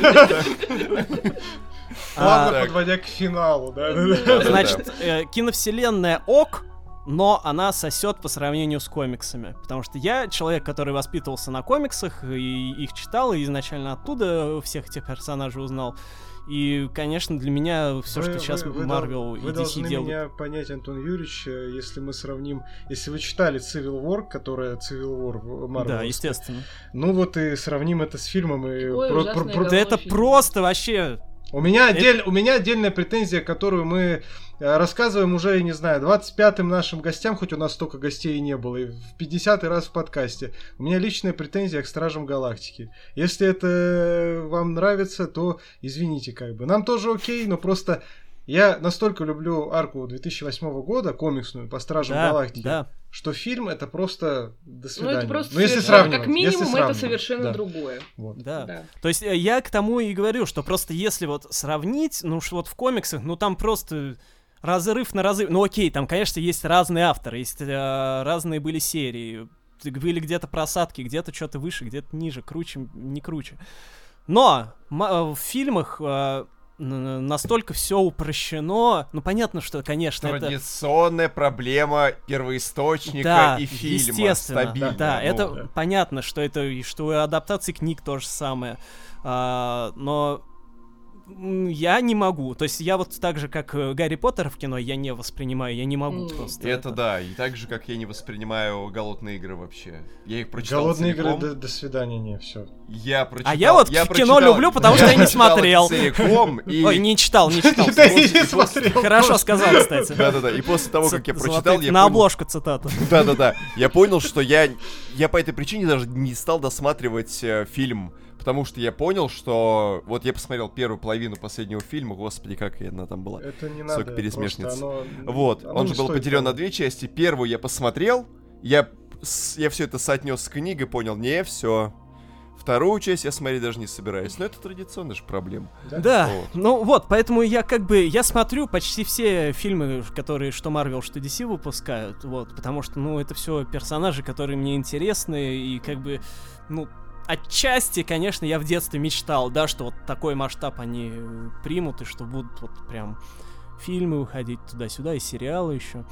Ладно, подводя к финалу, да? Значит, киновселенная ок, но она сосет по сравнению с комиксами. Потому что я человек, который воспитывался на комиксах, и их читал, и изначально оттуда всех этих персонажей узнал. И, конечно, для меня все, что сейчас Marvel и DC делают... Вы должны меня понять, Антон Юрьевич, если мы сравним... Если вы читали Civil War, которая Civil War Marvel... Да, естественно. Ну вот и сравним это с фильмом. Да это просто вообще... У меня отдельная претензия, которую мы рассказываем уже, я не знаю, 25-м нашим гостям, хоть у нас столько гостей и не было, и в 50-й раз в подкасте. У меня личная претензия к Стражам Галактики. Если это вам нравится, то извините, как бы. Нам тоже окей, но просто я настолько люблю арку 2008 года, комиксную, по Стражам Галактики, что фильм это просто до свидания. Это просто если сравнивать, как минимум это совершенно другое. Вот. Да. То есть я к тому и говорю, что просто если вот сравнить, ну что вот в комиксах, ну там просто разрыв на разрыв. Ну окей, там, конечно, есть разные авторы, есть разные были серии, были где-то просадки, где-то что-то выше, где-то ниже, круче, не круче. Но в фильмах настолько все упрощено. Ну, понятно, что, конечно, традиционная проблема первоисточника и фильма. Естественно, стабильно. Да, это понятно, что у адаптации книг то же самое. Но я не могу. То есть я вот так же, как Гарри Поттер в кино, я не воспринимаю, я не могу просто. Это да, и так же, как я не воспринимаю «Голодные игры» вообще. Я их прочитал «Голодные целиком. игры» до свидания, не, все. Я прочитал. А я вот кино люблю, потому что я не смотрел. Ой, не читал. Хорошо сказал, кстати. Да-да-да, и после того, как я прочитал, я на обложку цитату. Да-да-да, я понял, что я по этой причине даже не стал досматривать фильм. Потому что я понял, что... Вот я посмотрел первую половину последнего фильма, господи, какая она там была. Это не надо, пересмешница. Вот. Он же был поделен на 2 части. Первую я посмотрел, я все это соотнес с книгой, понял, не, все. Вторую часть я смотреть даже не собираюсь. Но это традиционная же проблема. Да, ну вот, поэтому я смотрю почти все фильмы, что Marvel, что DC выпускают, вот, потому что, это все персонажи, которые мне интересны, и отчасти, конечно, я в детстве мечтал, да, что вот такой масштаб они примут, и что будут вот прям фильмы выходить туда-сюда, и сериалы еще.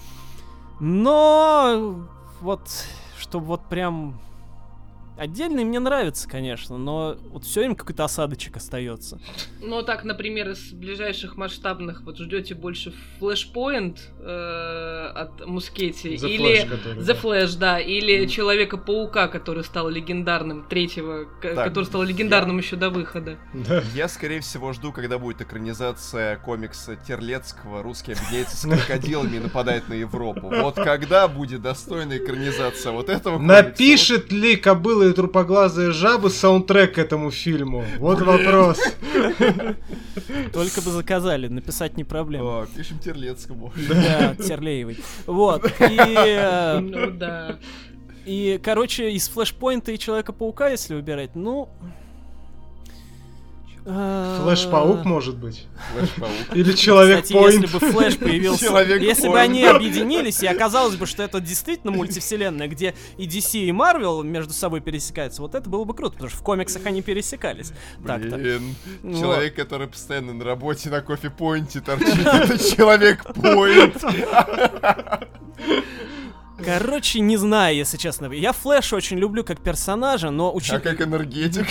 Но вот, чтобы вот прям... Отдельные мне нравятся, конечно, но вот все время какой-то осадочек остается. Ну, так, например, из ближайших масштабных, вот ждете больше Flashpoint от Мускетти, или The Flash, да, или Человека-паука, который стал легендарным, который стал легендарным еще до выхода. Я, скорее всего, жду, когда будет экранизация комикса Терлецкого «Русские объединяются с крокодилами и нападают на Европу». Вот когда будет достойная экранизация вот этого комикса? Напишет ли кобыла и трупоглазые жабы саундтрек к этому фильму? Вот вопрос. Только бы заказали, написать не проблема. Пишем Терлецкому. Да, Терлеевой. Вот. И, короче, из Флэшпоинта и Человека-паука, если выбирать, Флэш-паук, может быть? Флэш-паук. Или Человек-пойнт. Если бы Флэш появился... Если бы они объединились, и оказалось бы, что это действительно мультивселенная, где и DC, и Marvel между собой пересекаются, вот это было бы круто, потому что в комиксах они пересекались. Блин, человек, который постоянно на работе на кофе-пойнте торчит, это Человек-пойнт. Короче, не знаю, если честно. Я Флэша очень люблю как персонажа, но... А как энергетик?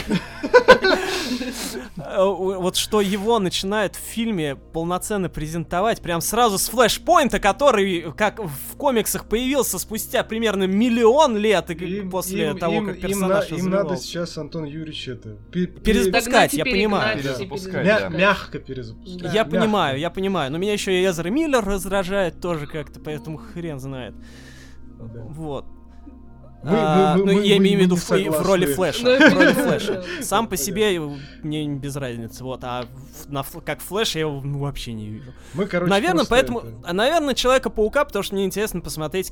Вот что его начинают в фильме полноценно презентовать прям сразу с флешпоинта, который, как в комиксах, появился спустя примерно 1 000 000 лет после того, как персонаж развивался. Им надо сейчас, Антон Юрьевич, это... Перезапускать, я понимаю. Мягко перезапускать. Я понимаю. Но меня еще и Эзра Миллер раздражает тоже как-то, поэтому хрен знает. Вот. Я имею в виду в роли Флэша. Сам по себе мне без разницы. Вот, а как Флэш я его вообще не вижу. Наверное, поэтому. Наверное, Человека-паука, потому что мне интересно посмотреть,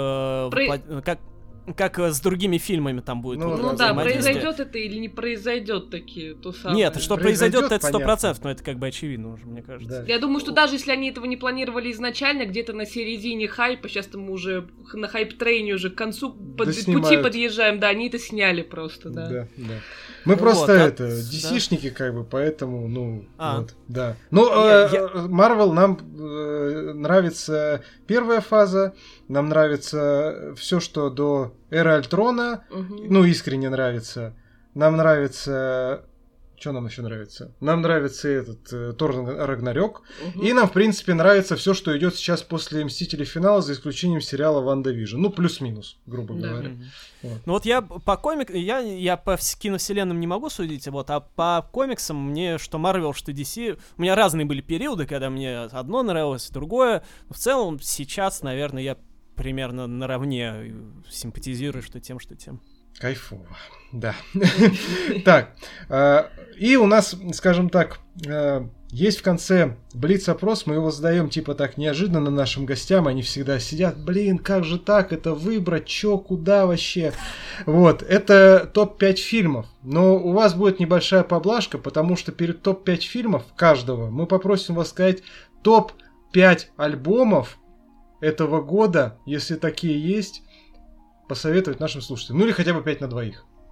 как с другими фильмами там будет. Произойдет это или не произойдет такие, то самое. Нет, что произойдет, это 100%, но это как бы очевидно уже, мне кажется. Да. Я думаю, что даже если они этого не планировали изначально, где-то на середине хайпа, сейчас мы уже на хайп-трейне уже к концу пути подъезжаем, да, они это сняли просто, да. Мы просто DC-шники, как бы, поэтому, да. Marvel нам нравится первая фаза, нам нравится все, что до Эры Альтрона, искренне нравится. Нам нравится... Что нам еще нравится? Нам нравится этот Тор Рагнарёк. И нам, в принципе, нравится все, что идет сейчас после Мстителей финала, за исключением сериала Ванда Вижн. Плюс-минус, грубо говоря. Вот. Ну вот я по я по киновселенным не могу судить, а по комиксам мне что Marvel, что DC, у меня разные были периоды, когда мне одно нравилось, другое. Но в целом сейчас, наверное, я примерно наравне симпатизирую что тем, что тем. Кайфово, да. Так, и у нас, скажем так, есть в конце блиц-опрос, мы его задаем типа так неожиданно нашим гостям, они всегда сидят, как же так, это выбрать, чё, куда вообще? Вот, это топ-5 фильмов, но у вас будет небольшая поблажка, потому что перед топ-5 фильмов каждого мы попросим вас сказать топ-5 альбомов этого года, если такие есть, посоветовать нашим слушателям. Или хотя бы 5 на 2.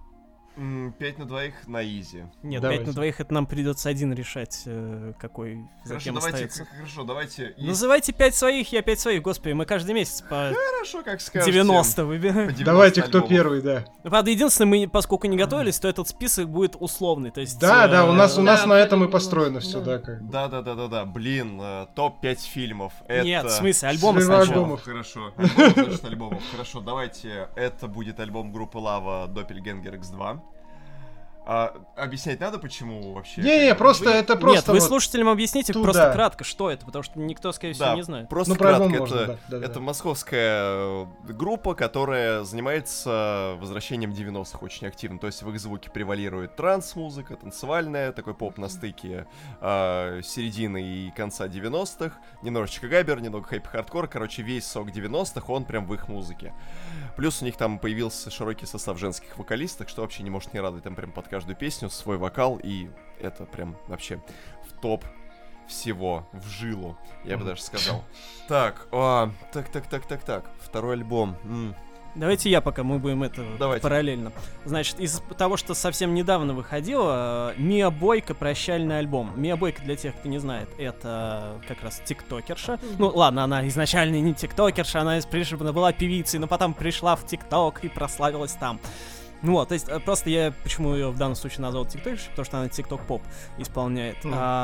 5 на 2 на изи. Нет, давайте. 5 на 2 это нам придется один решать, какой за кем остается. Хорошо, давайте... Называйте 5 своих, я 5 своих, господи, мы каждый месяц по хорошо, как скажете. 90 выбираем. Давайте, кто первый, да. Правда, единственное, мы, поскольку не готовились, то этот список будет условный, то есть... Да, у нас на этом и построено все, да. Да, блин, топ-5 фильмов. Нет, в смысле, альбомы сначала. Хорошо, альбомов. Хорошо, давайте, это будет альбом группы Лава Doppelganger X2. Объяснять надо, почему вообще? Не, просто это просто... Нет, вы слушателям объясните просто кратко, что это, потому что никто, скорее всего, не знает. Просто кратко, это московская группа, которая занимается возвращением 90-х очень активно, то есть в их звуке превалирует транс-музыка, танцевальная, такой поп на стыке середины и конца 90-х, немножечко габер, немного хэппи-хардкор, короче, весь сок 90-х, он прям в их музыке. Плюс у них там появился широкий состав женских вокалисток, что вообще не может не радовать, там прям под каждую песню свой вокал, и это прям вообще в топ всего, в жилу, я бы даже сказал. Так, второй альбом. Давайте я пока, мы будем это параллельно. Значит, из того, что совсем недавно выходило, Мия Бойко «Прощальный альбом». Мия Бойко, для тех, кто не знает, это как раз тиктокерша. Ну, ладно, она изначально не тиктокерша, она была певицей, но потом пришла в тикток и прославилась там. Ну вот, то есть просто я почему ее в данном случае назвал тиктокершей, потому что она тикток-поп исполняет.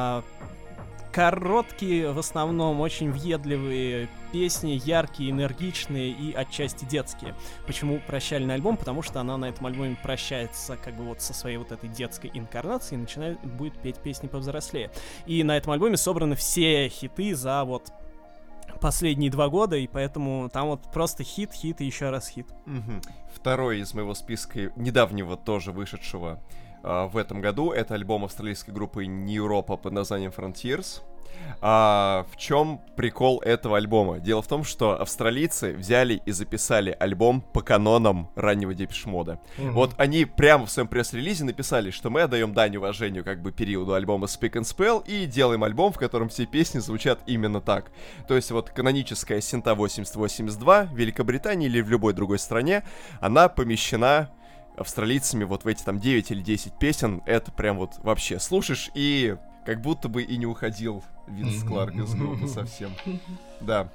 Короткие, в основном, очень въедливые песни, яркие, энергичные и отчасти детские. Почему «Прощальный альбом»? Потому что она на этом альбоме прощается как бы вот со своей вот этой детской инкарнацией и будет петь песни повзрослее. И на этом альбоме собраны все хиты за вот последние 2 года, и поэтому там вот просто хит и еще раз хит. Второй из моего списка, недавнего тоже вышедшего в этом году, это альбом австралийской группы New Europa под названием Frontiers. В чем прикол этого альбома? Дело в том, что австралийцы взяли и записали альбом по канонам раннего Депеш Мода. Вот они прямо в своем пресс-релизе написали, что мы отдаем дань уважению как бы периоду альбома Speak and Spell и делаем альбом, в котором все песни звучат именно так. То есть вот каноническая Синта 8082 в Великобритании или в любой другой стране, она помещена австралийцами вот в эти там 9 или 10 песен. Это прям вот вообще слушаешь и как будто бы и не уходил Винс Кларк из группы совсем. Да.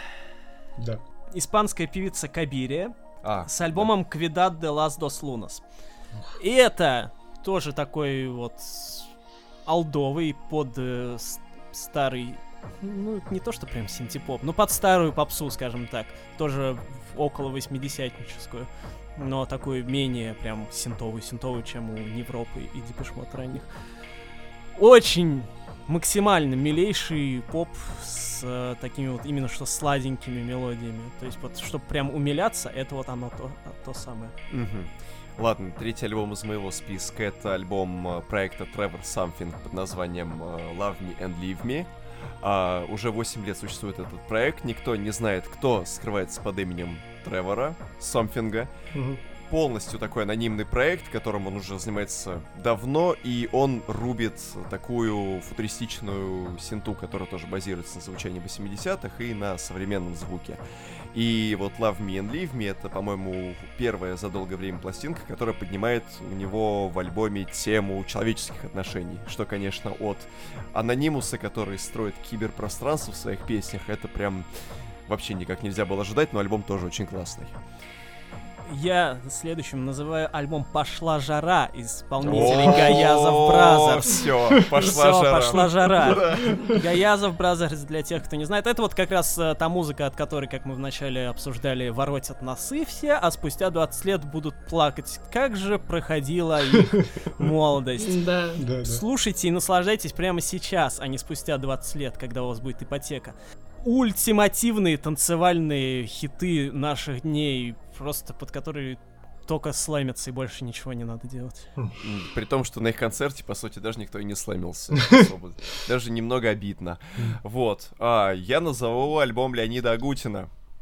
Испанская певица Кабирия с альбомом Cuidad de las dos lunas. И это тоже такой вот олдовый под старый, ну не то что прям синти-поп, но под старую попсу, скажем так. Тоже около 80-ническую. Но такую менее прям синтовую, чем у Европы и Депеш Мод ранних. Очень максимально милейший поп с такими вот именно что сладенькими мелодиями. То есть вот, чтобы прям умиляться, это вот оно то самое. Ладно, третий альбом из моего списка — это альбом проекта Trevor Something под названием Love Me and Leave Me. Уже 8 лет существует этот проект, никто не знает, кто скрывается под именем Тревора Something'а. Полностью такой анонимный проект, которым он уже занимается давно, и он рубит такую футуристичную синту, которая тоже базируется на звучании 80-х и на современном звуке. И вот Love Me and Leave Me — это, по-моему, первая за долгое время пластинка, которая поднимает у него в альбоме тему человеческих отношений, что, конечно, от Анонимуса, который строит киберпространство в своих песнях, это прям вообще никак нельзя было ожидать, но альбом тоже очень классный. Я следующим называю альбом «Пошла жара» исполнителей Гаязов Бразерс. Все, пошла жара. Гаязов Бразерс, для тех, кто не знает, это вот как раз та музыка, от которой, как мы вначале обсуждали, воротят носы все, а спустя 20 лет будут плакать. Как же проходила их молодость. Да. Слушайте и наслаждайтесь прямо сейчас, а не спустя 20 лет, когда у вас будет ипотека. Ультимативные танцевальные хиты наших дней, просто под которые только слаймятся и больше ничего не надо делать. При том, что на их концерте, по сути, даже никто и не слаймился. Даже немного обидно. Вот. Я назову альбом Леонида Агутина.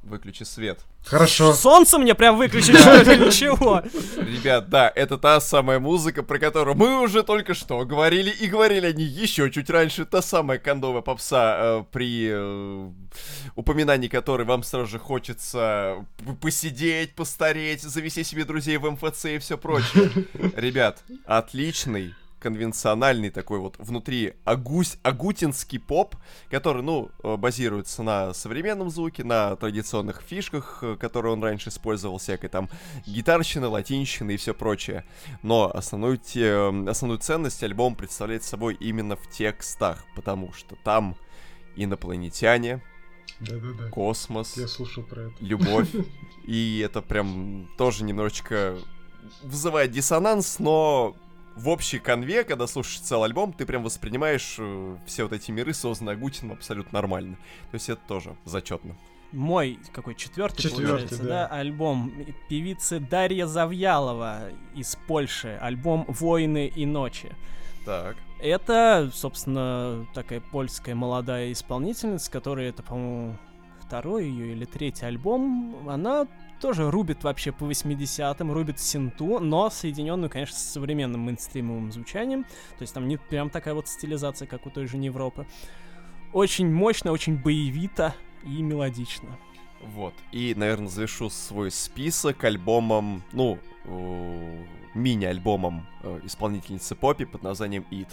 выключи свет. Хорошо. Солнце мне прям выключить, что это ничего. Ребят, да, это та самая музыка, про которую мы уже только что говорили, и говорили они еще чуть раньше. Та самая кондовая попса, при упоминании которой вам сразу же хочется посидеть, постареть, завести себе друзей в МФЦ и все прочее. Ребят, отличный, конвенциональный такой вот внутри агутинский поп, который, базируется на современном звуке, на традиционных фишках, которые он раньше использовал, всякой там гитарщины, латинщины и все прочее. Но основную ценность альбом представляет собой именно в текстах, потому что там инопланетяне, да-да-да. Космос, я слушал про это. Любовь, и это прям тоже немножечко вызывает диссонанс, но в общей конве, когда слушаешь целый альбом, ты прям воспринимаешь все вот эти миры, созданные Агутиным, абсолютно нормально. То есть это тоже зачетно. Мой, четвертый получается, да, альбом певицы Дарья Завьялова из Польши. Альбом «Войны и ночи». Так. Это, собственно, такая польская молодая исполнительница, которая, это, по-моему, второй ее или третий альбом. Она тоже рубит вообще по 80-м, рубит синту, но соединенную, конечно, с современным мейнстримовым звучанием. То есть там не прям такая вот стилизация, как у той же Европы. Очень мощно, очень боевито и мелодично. Вот. И, наверное, завершу свой список альбомом, мини-альбомом исполнительницы Поппи под названием «It».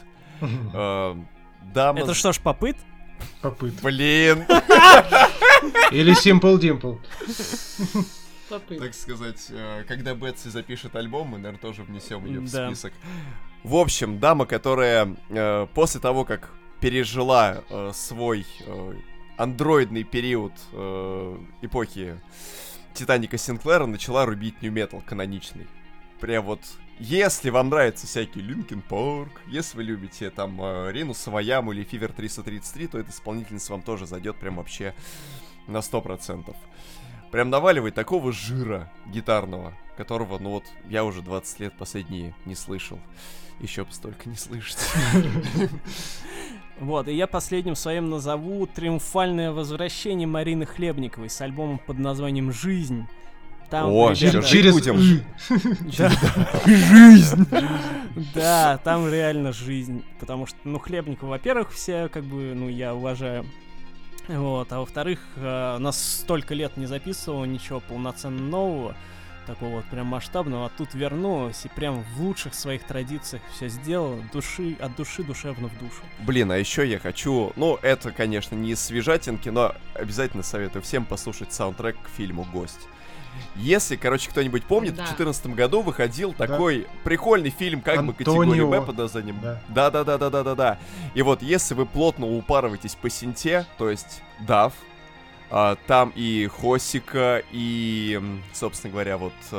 Это что ж, попыт? Попыт. Блин! Или Simple Dimple. Так сказать, когда Бетси запишет альбом, мы, наверное, тоже внесем ее в список. В общем, дама, которая после того, как пережила свой андроидный период эпохи Титаника Синклера, начала рубить нью-метал каноничный. Прям вот, если вам нравятся всякие Linkin Park, если вы любите там Рину Саваяму или Fever 333, то эта исполнительница вам тоже зайдет прям вообще на 100%. Прям наваливает такого жира гитарного, которого, я уже 20 лет последние не слышал. Еще бы столько не слышать. Вот, и я последним своим назову «Триумфальное возвращение» Марины Хлебниковой с альбомом под названием «Жизнь». Там, через жизнь. Да, там реально жизнь. Потому что, Хлебникова, во-первых, все, я уважаю. Вот, а во-вторых, нас столько лет не записывал ничего полноценно нового, такого вот прям масштабного, а тут вернулась и прям в лучших своих традициях все сделал, от души душевно в душу. Блин, а еще я хочу, это, конечно, не из свежатинки, но обязательно советую всем послушать саундтрек к фильму «Гость». Если, кто-нибудь помнит, в 2014 году выходил такой прикольный фильм, категории Б под названием. Да. И вот, если вы плотно упарываетесь по синте, то есть Дав, там и Хосика, и, собственно говоря,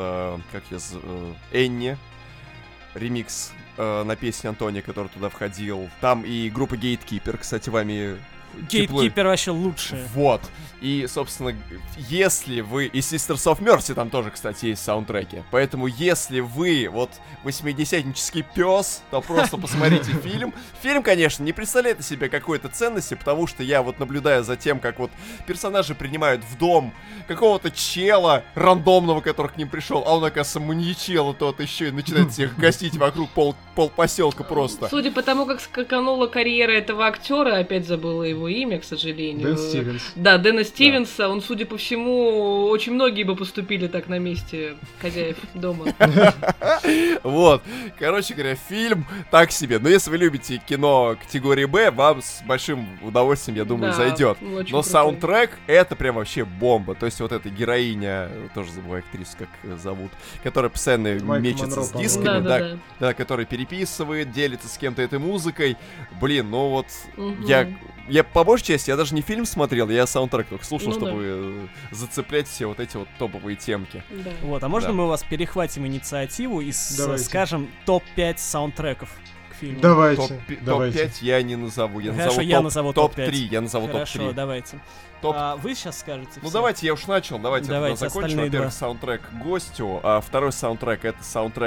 Энни, ремикс на песню Антония, который туда входил. Там и группа Gatekeeper, кстати, вами... Gatekeeper вообще лучшие. Вот. И, собственно, если вы... И Sisters of Mercy там тоже, кстати, есть саундтреки. Поэтому, если вы, 80-нический пес, то просто посмотрите фильм. Фильм, конечно, не представляет из себя какой-то ценности, потому что я наблюдаю за тем, как персонажи принимают в дом какого-то чела рандомного, который к ним пришел, а он, оказывается, маньячел тот еще и начинает всех гостить вокруг полпоселка просто. Судя по тому, как скаканула карьера этого актера, опять забыла его имя, к сожалению. Дэн Стивенс. Да, Дэна Стивенса. Он, судя по всему, очень многие бы поступили так на месте хозяев дома. Вот. Короче говоря, фильм так себе. Но если вы любите кино категории Б, вам с большим удовольствием, я думаю, зайдет. Но саундтрек — это прям вообще бомба. То есть эта героиня, тоже забываю актрису, как зовут, которая постоянно мечется с дисками, да, которая переписывает, делится с кем-то этой музыкой. Блин, я по большей части, я даже не фильм смотрел, я саундтрек только слушал, чтобы зацеплять все эти топовые темки. Да. Вот, а можно мы у вас перехватим инициативу и скажем топ-5 саундтреков к фильму? Давайте. Топ-5 я не назову. Хорошо, я назову топ-3. Я назову топ-3. Хорошо, давайте. Вы сейчас скажете. Давайте, я уж начал. Давайте я закончу. Во-первых, саундтрек к «Гостю», а второй саундтрек — это саундтрек к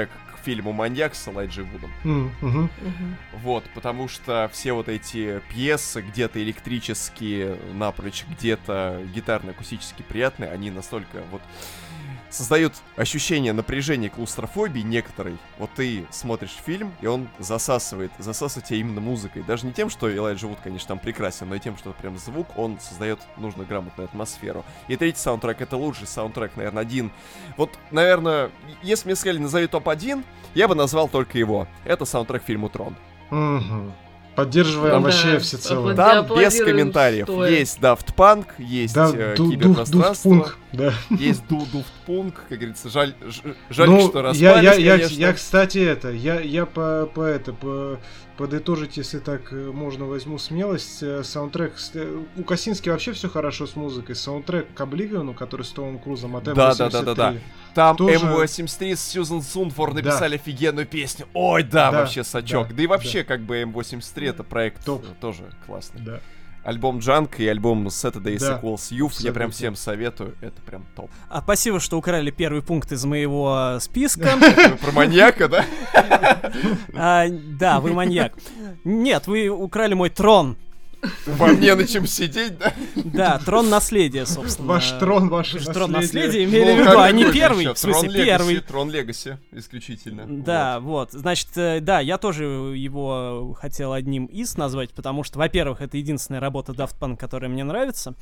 фильму «Маньяк» с Элайджей Вудом. Вот, потому что все вот эти пьесы, где-то электрические напрочь, где-то гитарно-акустически приятные, они настолько вот создают ощущение напряжения, клаустрофобии некоторой. Вот ты смотришь фильм, и он засасывает тебя именно музыкой. Даже не тем, что Элайджа Вуд, конечно, там прекрасен, но и тем, что прям звук, он создает нужную грамотную атмосферу. И третий саундтрек — это лучший саундтрек, наверное, один. Вот, наверное, если мне сказали, назови топ-1, я бы назвал только его. Это саундтрек к фильму «Трон». Поддерживаем вообще всецело. Там без комментариев. Есть Daft Punk, есть киберпространство, есть Daft Punk, как говорится, жаль, что распались, конечно. Я, кстати, я подытожить, если так можно, возьму смелость. Саундтрек... У Косински вообще все хорошо с музыкой. Саундтрек к Обливиону, который с Томом Крузом от М83. Да. Там тоже... М83 с Сьюзан Сунфор написали офигенную песню. Ой, вообще сачок. Да и вообще, как бы М83 это проект тоже классный. Да. Альбом Junk и альбом Saturdays Equals Youth. Я прям всем советую. Это прям топ. Спасибо, что украли первый пункт из моего списка. Про маньяка, да? Да, вы маньяк. Нет, вы украли мой трон. Во мне на чем сидеть, да? Да, трон наследия, собственно. Ваш трон наследия, имели в виду, а не первый, в смысле первый. Трон Легаси, исключительно. Да, вот, значит, да, я тоже его хотел одним из назвать, потому что, во-первых, это единственная работа Daft Punk, которая мне нравится.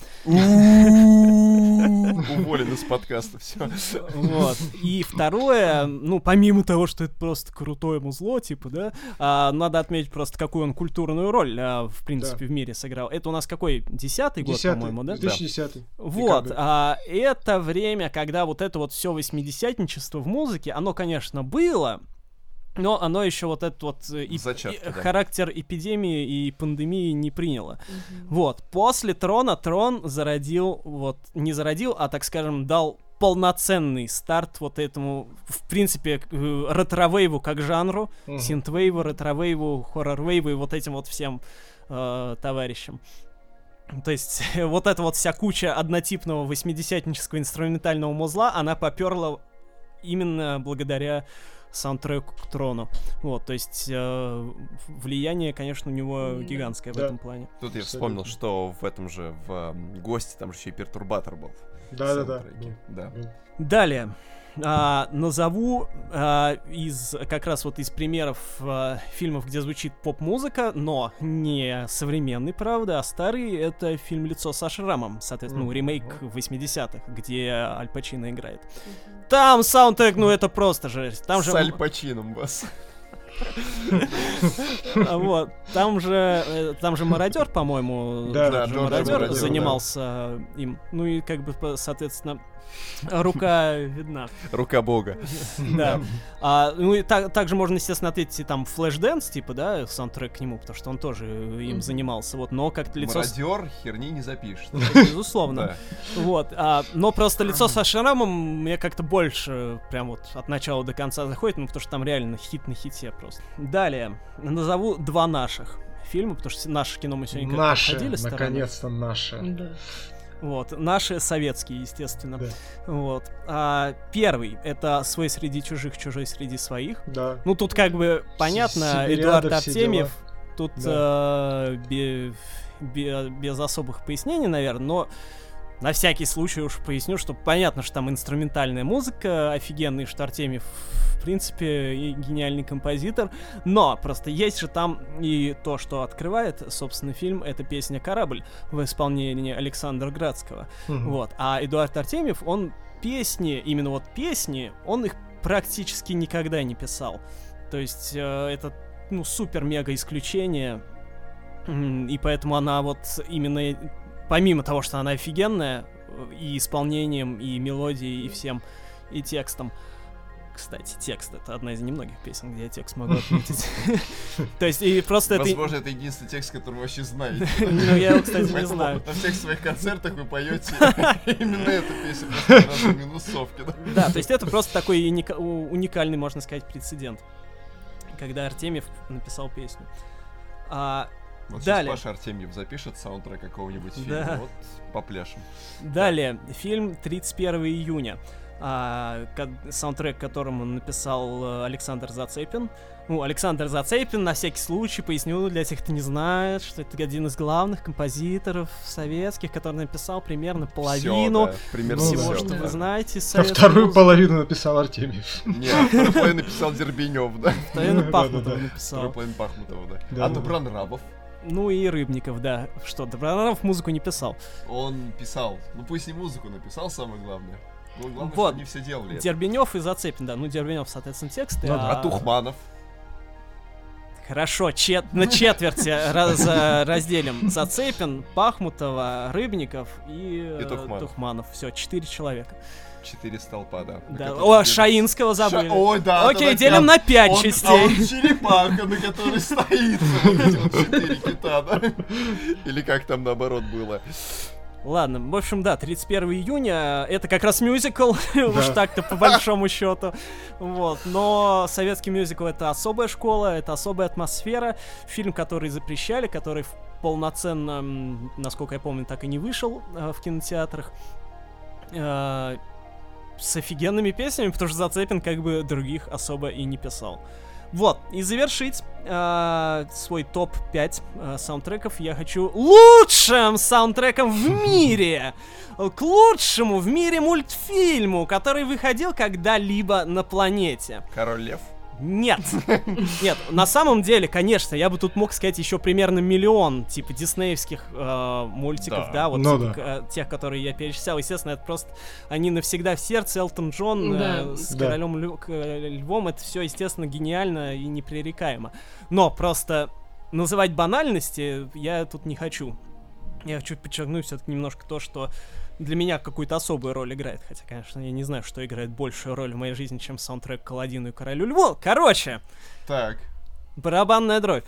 Уволен из подкаста, все. Вот, и второе, помимо того, что это просто крутое музло, типа, да, надо отметить просто, какую он культурную роль, в принципе, в мире сыграл. Это у нас какой? 10-й год, по-моему, да? 2010-й. Вот. Это время, когда вот это вот все восьмидесятничество в музыке, оно, конечно, было, но оно еще вот этот вот характер эпидемии и пандемии не приняло. Вот. После Трона Трон не зародил, а, так скажем, дал полноценный старт вот этому, в принципе, ретро-вейву как жанру, синт-вейву, ретро-вейву, хоррор-вейву и вот этим вот всем товарищам. То есть вот эта вот вся куча однотипного восьмидесятнического инструментального музла, она поперла именно благодаря саундтреку к Трону. Вот, то есть влияние, конечно, у него гигантское в этом плане. Тут я вспомнил, что в этом же, в «Гости», там же еще и Пертурбатор был. Да. Далее. Назову из как раз вот из примеров фильмов, где звучит поп-музыка, но не современный, правда, а старый. Это фильм «Лицо со шрамом», соответственно, ремейк 80-х, где Аль Пачино играет. Там саундтрек, это просто жесть. Там же... С Аль Пачином вас. Вот, там же мародер, по-моему, мародер занимался им. Ну и как бы, соответственно, рука видна. Рука бога. Да. Ну и также можно, естественно, ответить и там Flashdance, типа, да, саундтрек к нему, потому что он тоже им занимался. Вот, но как-то лицо... Мародер херни не запишет. Безусловно. Вот. Но просто «Лицо со шрамом» мне как-то больше прям вот от начала до конца заходит, потому что там реально хит на хите просто. Далее. Назову два наших фильма, потому что наше кино мы сегодня как-то обходили стороной. Наконец-то наши. Да. Вот, наши советские, естественно. Да. Вот. Первый — это «Свой среди чужих, чужой среди своих». Да. Ну, тут как бы понятно, Сибириада, Эдуард Артемьев, тут да. Без особых пояснений, наверное, но на всякий случай уж поясню, что понятно, что там инструментальная музыка офигенная, что Артемьев, в принципе, и гениальный композитор, но просто есть же там и то, что открывает, собственно, фильм, это песня «Корабль» в исполнении Александра Градского. Вот. А Эдуард Артемьев, он именно вот песни, он их практически никогда не писал. То есть это, супер-мега исключение, и поэтому она вот именно... Помимо того, что она офигенная и исполнением, и мелодией, и всем, и текстом. Кстати, текст — это одна из немногих песен, где я текст могу отметить. То есть, и просто это... Возможно, это единственный текст, который вы вообще знаете. Ну, я его, кстати, не знаю. На всех своих концертах вы поете именно эту песню, просто разные минусовки. Да, то есть это просто такой уникальный, можно сказать, прецедент, когда Артемьев написал песню. Вот далее. Сейчас Паша Артемьев запишет саундтрек какого-нибудь фильма, вот попляшем. Далее, фильм «31 июня». саундтрек, которому написал Александр Зацепин. Ну, Александр Зацепин, на всякий случай, поясню для тех, кто не знает, что это один из главных композиторов советских, который написал примерно половину всего, что вы знаете. Вторую половину написал Артемьев. Нет, вторую половину написал Дербенев, да? Вторую Пахмутова написал. Вторую половину Пахмутова, да. А Добронравов? Ну и Рыбников, да. Что, Добронравов музыку не писал. Он писал. Ну пусть и музыку написал, самое главное. Ну, главное, вот. что они все делали. Дербенев и Зацепин, да. Ну, Дербенев, соответственно, тексты. А Тухманов? Хорошо, на четверти разделим. Зацепин, Пахмутова, Рыбников и Тухманов. Все, 4 человека. 4 столпа, да. О, Шаинского забыли. Ой, да. Окей, делим на 5 частей. А он черепаха, на которой стоит. 4 кита, да? Или как там наоборот было. Ладно, в общем, да, 31 июня, это как раз мюзикл, уж так-то по большому счету, вот, но советский мюзикл — это особая школа, это особая атмосфера, фильм, который запрещали, который полноценно, насколько я помню, так и не вышел в кинотеатрах, с офигенными песнями, потому что Зацепин как бы других особо и не писал. Вот, и завершить свой топ-5 саундтреков я хочу лучшим саундтреком в мире! К лучшему в мире мультфильму, который выходил когда-либо на планете. Король Лев? Нет. Нет, на самом деле, конечно, я бы тут мог сказать еще примерно миллион, типа, диснеевских мультиков, да, вот тех, которые я перечислял. Естественно, это просто они навсегда в сердце. Элтон Джон с Королем Львом, это все, естественно, гениально и непререкаемо. Но просто называть банальности я тут не хочу. Я хочу подчеркнуть все-таки немножко то, что для меня какую-то особую роль играет. Хотя, конечно, я не знаю, что играет большую роль в моей жизни, чем саундтрек к Аладдину и Королю Льву. Короче. Так. Барабанная дробь.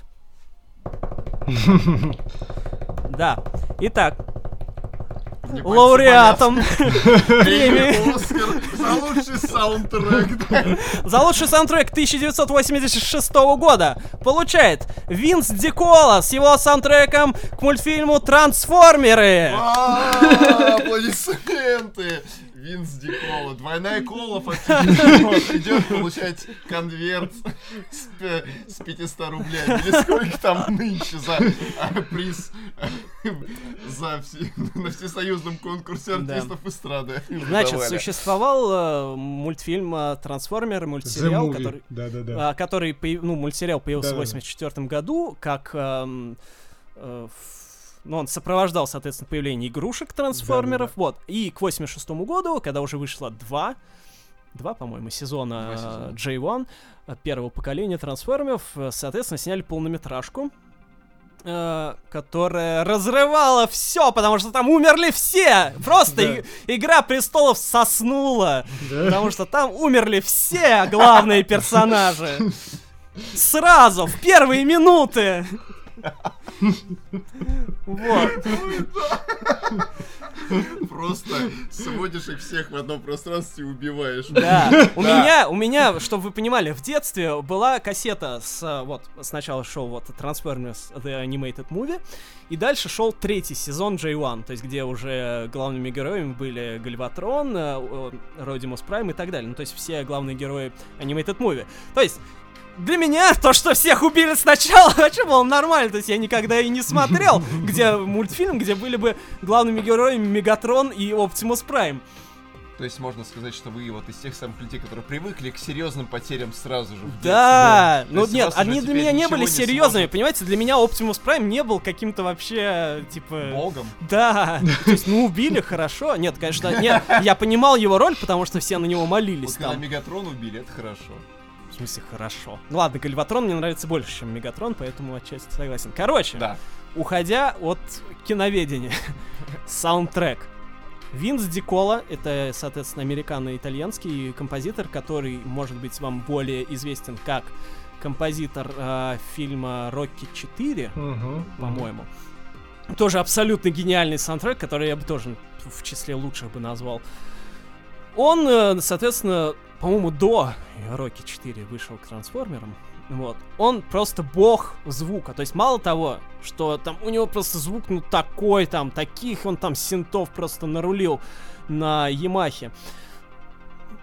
Да. Итак. Лауреатом премии Оскар за лучший саундтрек. За лучший саундтрек 1986 года получает Винс Ди Кола с его саундтреком к мультфильму «Трансформеры». Аплодисменты! Винс Ди Кола. Двойная кола фактически. Идет получать конверт с 500 рублями. Или сколько там нынче за приз на всесоюзном конкурсе артистов эстрады. Значит, существовал мультфильм «Трансформеры», мультсериал, который мультсериал появился в 1984 году, как... Ну, он сопровождал, соответственно, появление игрушек трансформеров, вот. И к 86-му году, когда уже вышло два, по-моему, сезона J1, первого поколения трансформеров, соответственно, сняли полнометражку, которая разрывала все, потому что там умерли все! Просто Игра престолов соснула, потому что там умерли все главные персонажи. Сразу, в первые минуты! Вот. Просто сводишь их всех в одном пространстве и убиваешь. Да. У меня, чтобы вы понимали, в детстве была кассета сначала шел Transformers The Animated Movie, и дальше шел 3-й сезон J1, то есть где уже главными героями были Гальватрон, Родимус Прайм и так далее. Ну, то есть все главные герои Animated Movie. То есть для меня то, что всех убили сначала, вообще было нормально. То есть я никогда и не смотрел, где мультфильм, где были бы главными героями Мегатрон и Оптимус Прайм. То есть можно сказать, что вы вот из тех самых людей, которые привыкли к серьезным потерям сразу же. Да, ну нет, они для меня не были серьезными, понимаете? Для меня Оптимус Прайм не был каким-то вообще, типа... Богом? Да, то есть, убили, хорошо. Нет, конечно, нет, я понимал его роль, потому что все на него молились. Вот когда Мегатрон убили, это хорошо. В смысле, хорошо. Ну ладно, Гальватрон мне нравится больше, чем Мегатрон, поэтому отчасти согласен. Короче, уходя от киноведения, саундтрек. Винс Ди Кола — это, соответственно, американо-итальянский композитор, который, может быть, вам более известен как композитор фильма «Рокки 4», по-моему. Тоже абсолютно гениальный саундтрек, который я бы тоже в числе лучших бы назвал. Он, соответственно, по-моему, до Рокки 4 вышел к трансформерам. Вот. Он просто бог звука. То есть мало того, что там у него просто звук, такой там, таких он там синтов просто нарулил на Ямахе.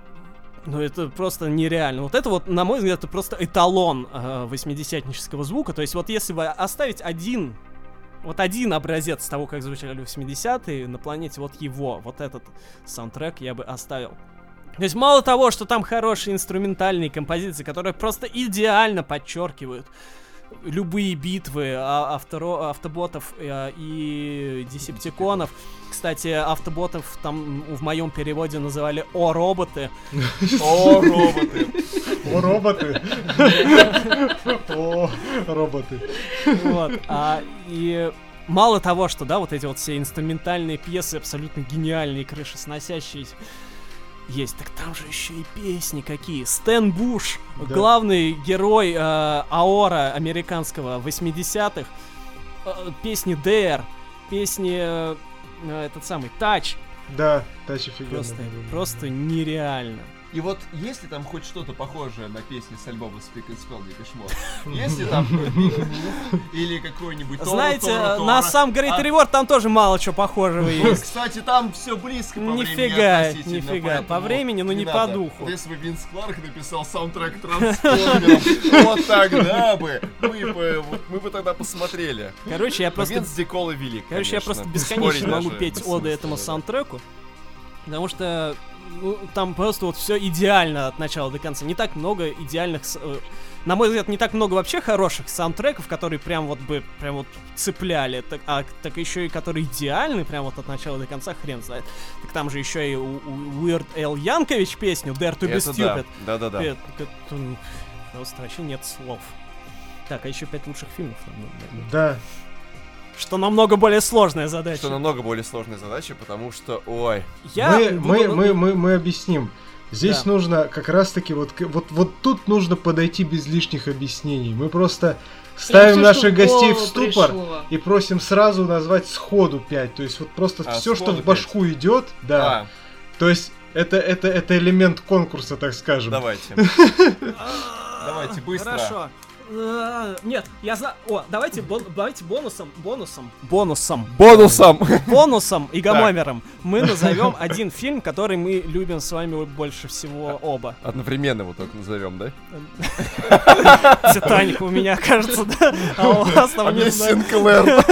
Ну, это просто нереально. Вот это вот, на мой взгляд, это просто эталон 80-нического звука. То есть вот если бы оставить один образец того, как звучали 80-е на планете, вот его, вот этот саундтрек я бы оставил. То есть мало того, что там хорошие инструментальные композиции, которые просто идеально подчеркивают любые битвы автоботов и десептиконов. Кстати, автоботов там в моем переводе называли О-роботы. О-роботы. О-роботы. О-роботы. Вот. И мало того, что, да, вот эти вот все инструментальные пьесы абсолютно гениальные, крышесносящиеся есть, так там же еще и песни какие. Стэн Буш, да. Главный герой Аора американского 80-х. Песни Dare, песни этот самый Touch. Да, Touch офигенно. Просто нереально. И вот есть ли там хоть что-то похожее на песни с альбома Speak and Spell Depeche Mode? Есть ли там Big Move или какой-нибудь Тору? Знаете, на сам Great Reward там тоже мало чего похожего есть. Кстати, там все близко по времени. Нифига, по времени, но не по духу. Если бы Винс Кларк написал саундтрек Трансформеров, вот тогда бы мы бы тогда посмотрели. Короче, я просто... Винс Дикола велик, короче, я просто бесконечно могу петь оды этому саундтреку, потому что там просто вот все идеально от начала до конца. Не так много идеальных... на мой взгляд, не так много вообще хороших саундтреков, которые прям вот цепляли. Так еще и которые идеальны прям вот от начала до конца, хрен знает. Так там же еще и у Weird Al Yankovic песню Dare to be Stupid. Да. Просто вообще нет слов. Так, а еще 5 лучших фильмов там. Да. Что намного более сложная задача. Потому что, ой... Мы объясним. Здесь нужно как раз-таки вот тут нужно подойти без лишних объяснений. Мы просто ставим наших гостей в ступор и просим сразу назвать сходу 5. То есть вот просто все, что в башку идет, да. То есть это элемент конкурса, так скажем. Давайте. Давайте быстро. Хорошо. Нет, я знаю. Давайте бонусом и гомомером мы назовем один фильм, который мы любим с вами больше всего оба. Одновременно его только назовем, да? Титаник у меня, кажется, да? А у вас там не знаю. Синклер.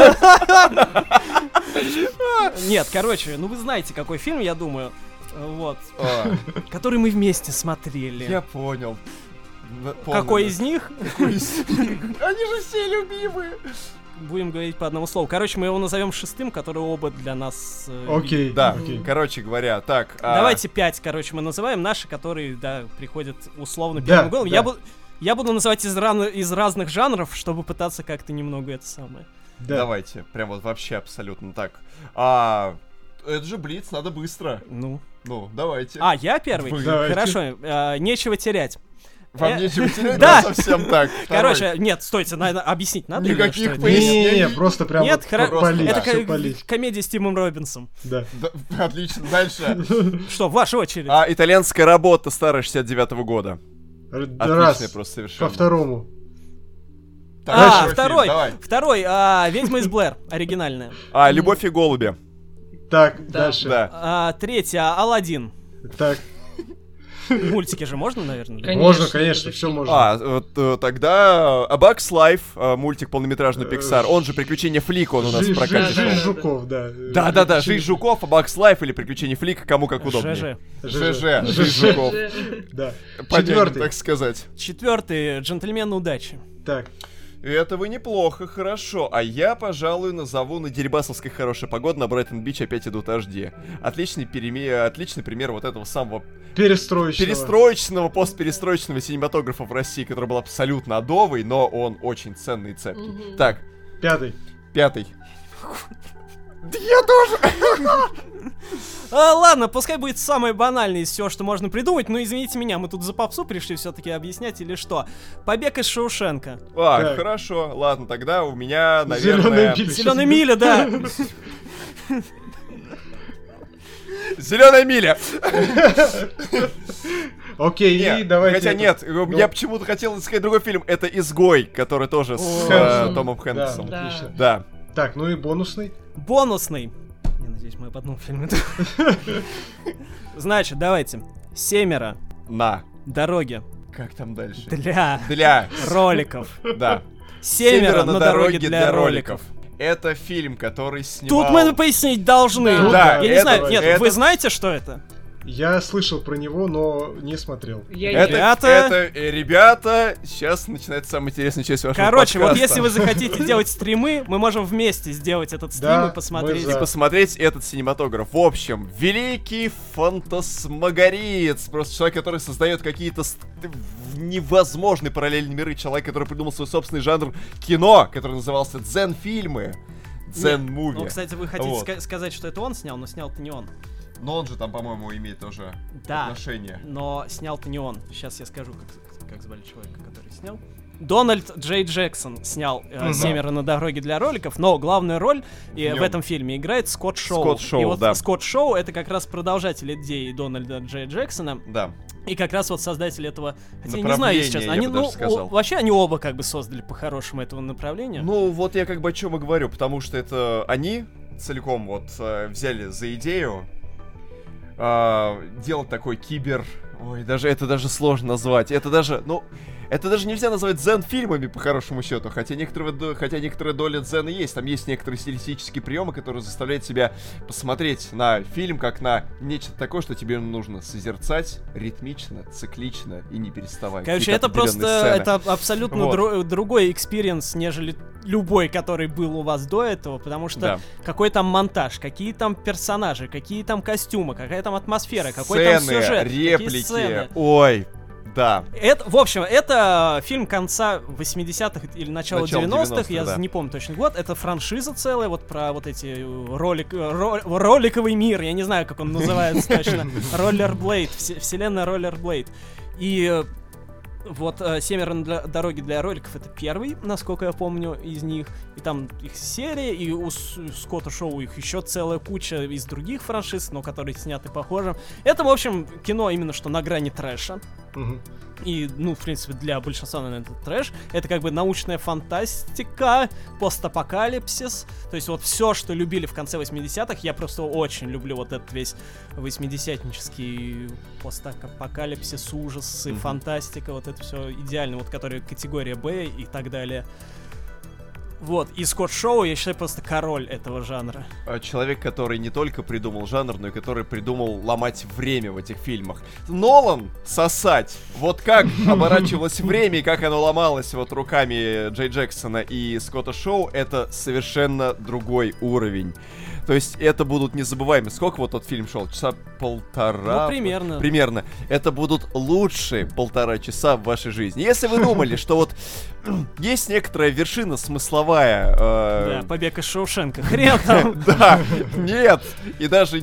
Нет, короче, вы знаете, какой фильм, я думаю. Вот. Который мы вместе смотрели. Я понял. Какой из них? Они же все любимые. Будем говорить по одному слову. Короче, мы его назовем шестым, который оба для нас... Окей. Да, короче говоря, так... Давайте 5, короче, мы называем наши, которые, да, приходят условно первым голом. Я буду называть из разных жанров, чтобы пытаться как-то немного это самое. Давайте, прям вот вообще абсолютно так. Это же блиц, надо быстро. Ну, давайте. Я первый? Хорошо, нечего терять. Вам нечего терять? Да, совсем так. Короче, нет, стойте, объяснить надо. Никаких пояснений. Не, просто прям нет, это комедия с Тимом Робинсом. Да. Отлично, дальше. Что, ваша очередь? Итальянская работа старая 69-го года. Отличная просто совершенно. По второму. Второй, «Ведьма из Блэр», оригинальная. «Любовь и голуби». Так, дальше. Третья, «Аладдин». Так. Мультики же можно, наверное? Конечно, можно, конечно, все можно. Тогда A Bug's Life, мультик полнометражный Pixar, он же «Приключения Флика», он у нас в прокате шел. «Жизнь жуков», да. Да, «Жизнь жуков», A Bug's Life или «Приключения Флика», кому как удобнее. ЖЖ, «Жизнь жуков». Да. Четвертый, так сказать. Четвертый, «Джентльмены удачи». Так. Это вы неплохо, хорошо. А я, пожалуй, назову «На Дерибасовской хорошая погода, на Брайтон-Бич опять идут дожди». Отличный пример вот этого самого... Перестроечного, постперестроечного синематографа в России, который был абсолютно адовый, но он очень ценный и цепкий. Так. Пятый. Да я тоже! Ладно, пускай будет самое банальное из всего, что можно придумать, но извините меня, мы тут за попсу пришли все-таки объяснять или что? «Побег из Шоушенка». Хорошо, ладно, тогда у меня, наверное... «Зеленая миля», да. «Зеленая миля». Окей, давайте. Хотя нет, я почему-то хотел сказать другой фильм. Это «Изгой», который тоже с Томом Хэнксом. Да. Так, и бонусный? Я надеюсь, мы об одном фильме. Значит, давайте. «Семеро». на дороге. Как там дальше? Для роликов. Да. «Семеро на дороге для роликов». Это фильм, который снимал... Тут мы пояснить должны. Да, я не знаю, нет, вы знаете, что это? Я слышал про него, но не смотрел. Ребята, сейчас начинается самая интересная часть вашего подкаста. Вот если вы захотите делать стримы, мы можем вместе сделать этот стрим и посмотреть. И посмотреть этот синематограф. В общем, великий фантасмагориец. Просто человек, который создает какие-то невозможные параллельные миры. Человек, который придумал свой собственный жанр кино, который назывался дзен-фильмы. Дзен-муви. Ну, кстати, вы хотите сказать, что это он снял, но снял-то не он. Но он же там, по-моему, имеет тоже отношение. Но снял-то не он. Сейчас я скажу, как звали человека, который снял. Дональд Джей Джексон снял «Семеро на дороге для роликов», но главную роль в этом фильме играет Скотт Шоу. И вот Скотт Шоу — это как раз продолжатель идеи Дональда Джей Джексона. Да. И как раз вот создатели этого... Хотя я не знаю, если честно. Вообще они оба как бы создали по-хорошему этого направления. Ну, вот я как бы о чем и говорю, потому что это они целиком вот взяли за идею делать такой кибер... Ой, это даже сложно назвать. Это даже нельзя назвать дзен-фильмами, по хорошему счету. Хотя некоторая доля дзена есть. Там есть некоторые стилистические приемы, которые заставляют тебя посмотреть на фильм как на нечто такое, что тебе нужно созерцать ритмично, циклично и не переставая. Короче, это просто это абсолютно другой экспириенс, нежели любой, который был у вас до этого, потому что какой там монтаж, какие там персонажи, какие там костюмы, какая там атмосфера, какой там сюжет, реплики, ой. Да. В общем, это фильм конца 80-х или начала 90-х, я не помню точно год. Это франшиза целая, вот про вот эти роликовый мир, я не знаю, как он называется точно. Роллерблейд, вселенная Роллерблейд. И вот «Семеро на дороге для роликов» — это первый, насколько я помню, из них. И там их серия, и у Скотта Шоу их еще целая куча из других франшиз, но которые сняты похожим. Это, в общем, кино именно что на грани трэша. И, в принципе, для большинства, наверное, это трэш. Это как бы научная фантастика, постапокалипсис. То есть вот все, что любили в конце 80-х, я просто очень люблю вот этот весь 80-нический постапокалипсис, ужасы, фантастика, вот это все идеально, вот который категория Б и так далее. Вот, и Скотт Шоу, я считаю, просто король этого жанра. Человек, который не только придумал жанр, но и который придумал ломать время в этих фильмах. Нолан сосать! Вот как оборачивалось время и как оно ломалось вот руками Джей Джексона и Скотта Шоу, это совершенно другой уровень. То есть это будут незабываемые. Сколько вот тот фильм шел? Часа полтора? Ну, примерно. Примерно. Это будут лучшие 1,5 часа в вашей жизни. Если вы думали, что вот есть некоторая вершина смысловая... Да, побег из Шоушенка. Хрен там. Да, нет. И даже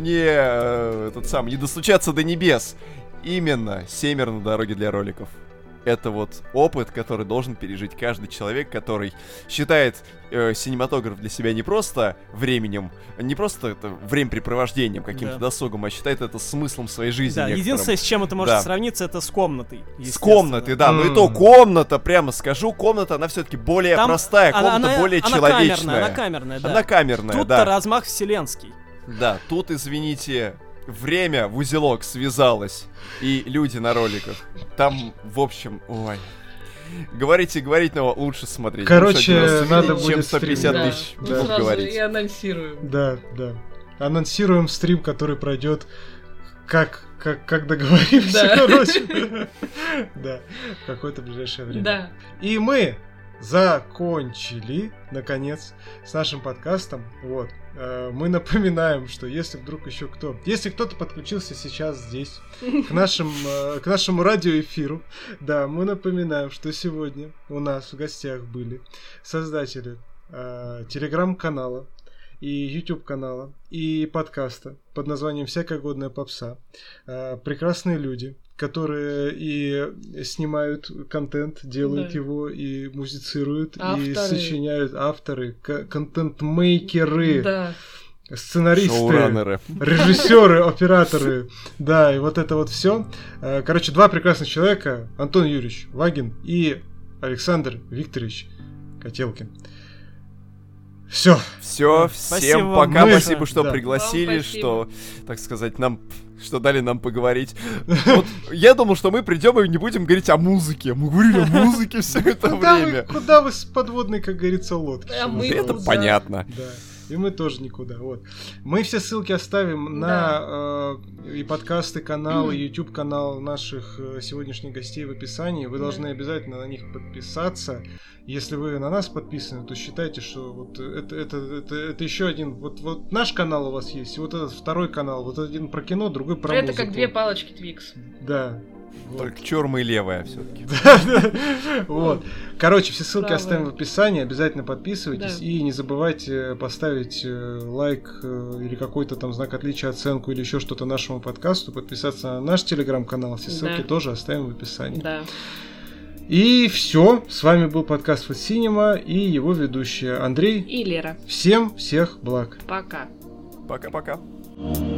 не достучаться до небес. Именно «Семеро на дороге для роликов». Это вот опыт, который должен пережить каждый человек, который считает синематограф для себя не просто временем, не просто это времяпрепровождением, каким-то досугом, а считает это смыслом своей жизни. Да, единственное, с чем это может сравниться, это с комнатой. С комнатой, да. Но и то комната, прямо скажу, комната, она все-таки более простая, комната более человечная. Она камерная, да. Она камерная, да. Тут-то размах вселенский. Да, тут, извините... Время в узелок связалось, и люди на роликах. Там, в общем, ой. Говорить, но лучше смотреть. Короче, надо будет чем 150 стрим. тысяч сразу говорить. И анонсируем. Да. Анонсируем стрим, который пройдет как договоримся, короче. Да, в какое-то ближайшее время. Да. И мы закончили, наконец, с нашим подкастом. Вот. Мы напоминаем, что если кто-то подключился сейчас здесь к нашему радиоэфиру, да, мы напоминаем, что сегодня у нас в гостях были создатели телеграм-канала и YouTube-канала и подкаста под названием «Всякая годная попса». Прекрасные люди, которые и снимают контент, делают его, и музицируют, и сочиняют, авторы, контент-мейкеры, сценаристы, шоураннеры, режиссеры, операторы, да, и вот это вот все. Короче, два прекрасных человека: Антон Юрьевич Вагин и Александр Викторович Котелкин. Все. Все, всем пока, спасибо, что пригласили, спасибо. что, так сказать, что дали нам поговорить. Вот, я думал, что мы придем и не будем говорить о музыке. Мы говорили о музыке все это время. Куда вы с подводной, как говорится, лодки? Это понятно. Да. И мы тоже никуда. Вот. Мы все ссылки оставим на и подкасты, каналы, YouTube канал наших сегодняшних гостей в описании. Вы должны обязательно на них подписаться. Если вы на нас подписаны, то считайте, что вот это еще один. Вот наш канал у вас есть, и вот этот второй канал. Вот один про кино, другой про музыку. Это как две палочки Твикс. Да. Вот. Только черная и левая все-таки. Вот. Короче, все ссылки оставим в описании. Обязательно подписывайтесь. И не забывайте поставить лайк или какой-то там знак отличия, оценку или еще что-то нашему подкасту. Подписаться на наш телеграм-канал. Все ссылки тоже оставим в описании. Да. И все. С вами был подкаст Food Cinema и его ведущие Андрей и Лера. Всем всех благ. Пока. Пока-пока.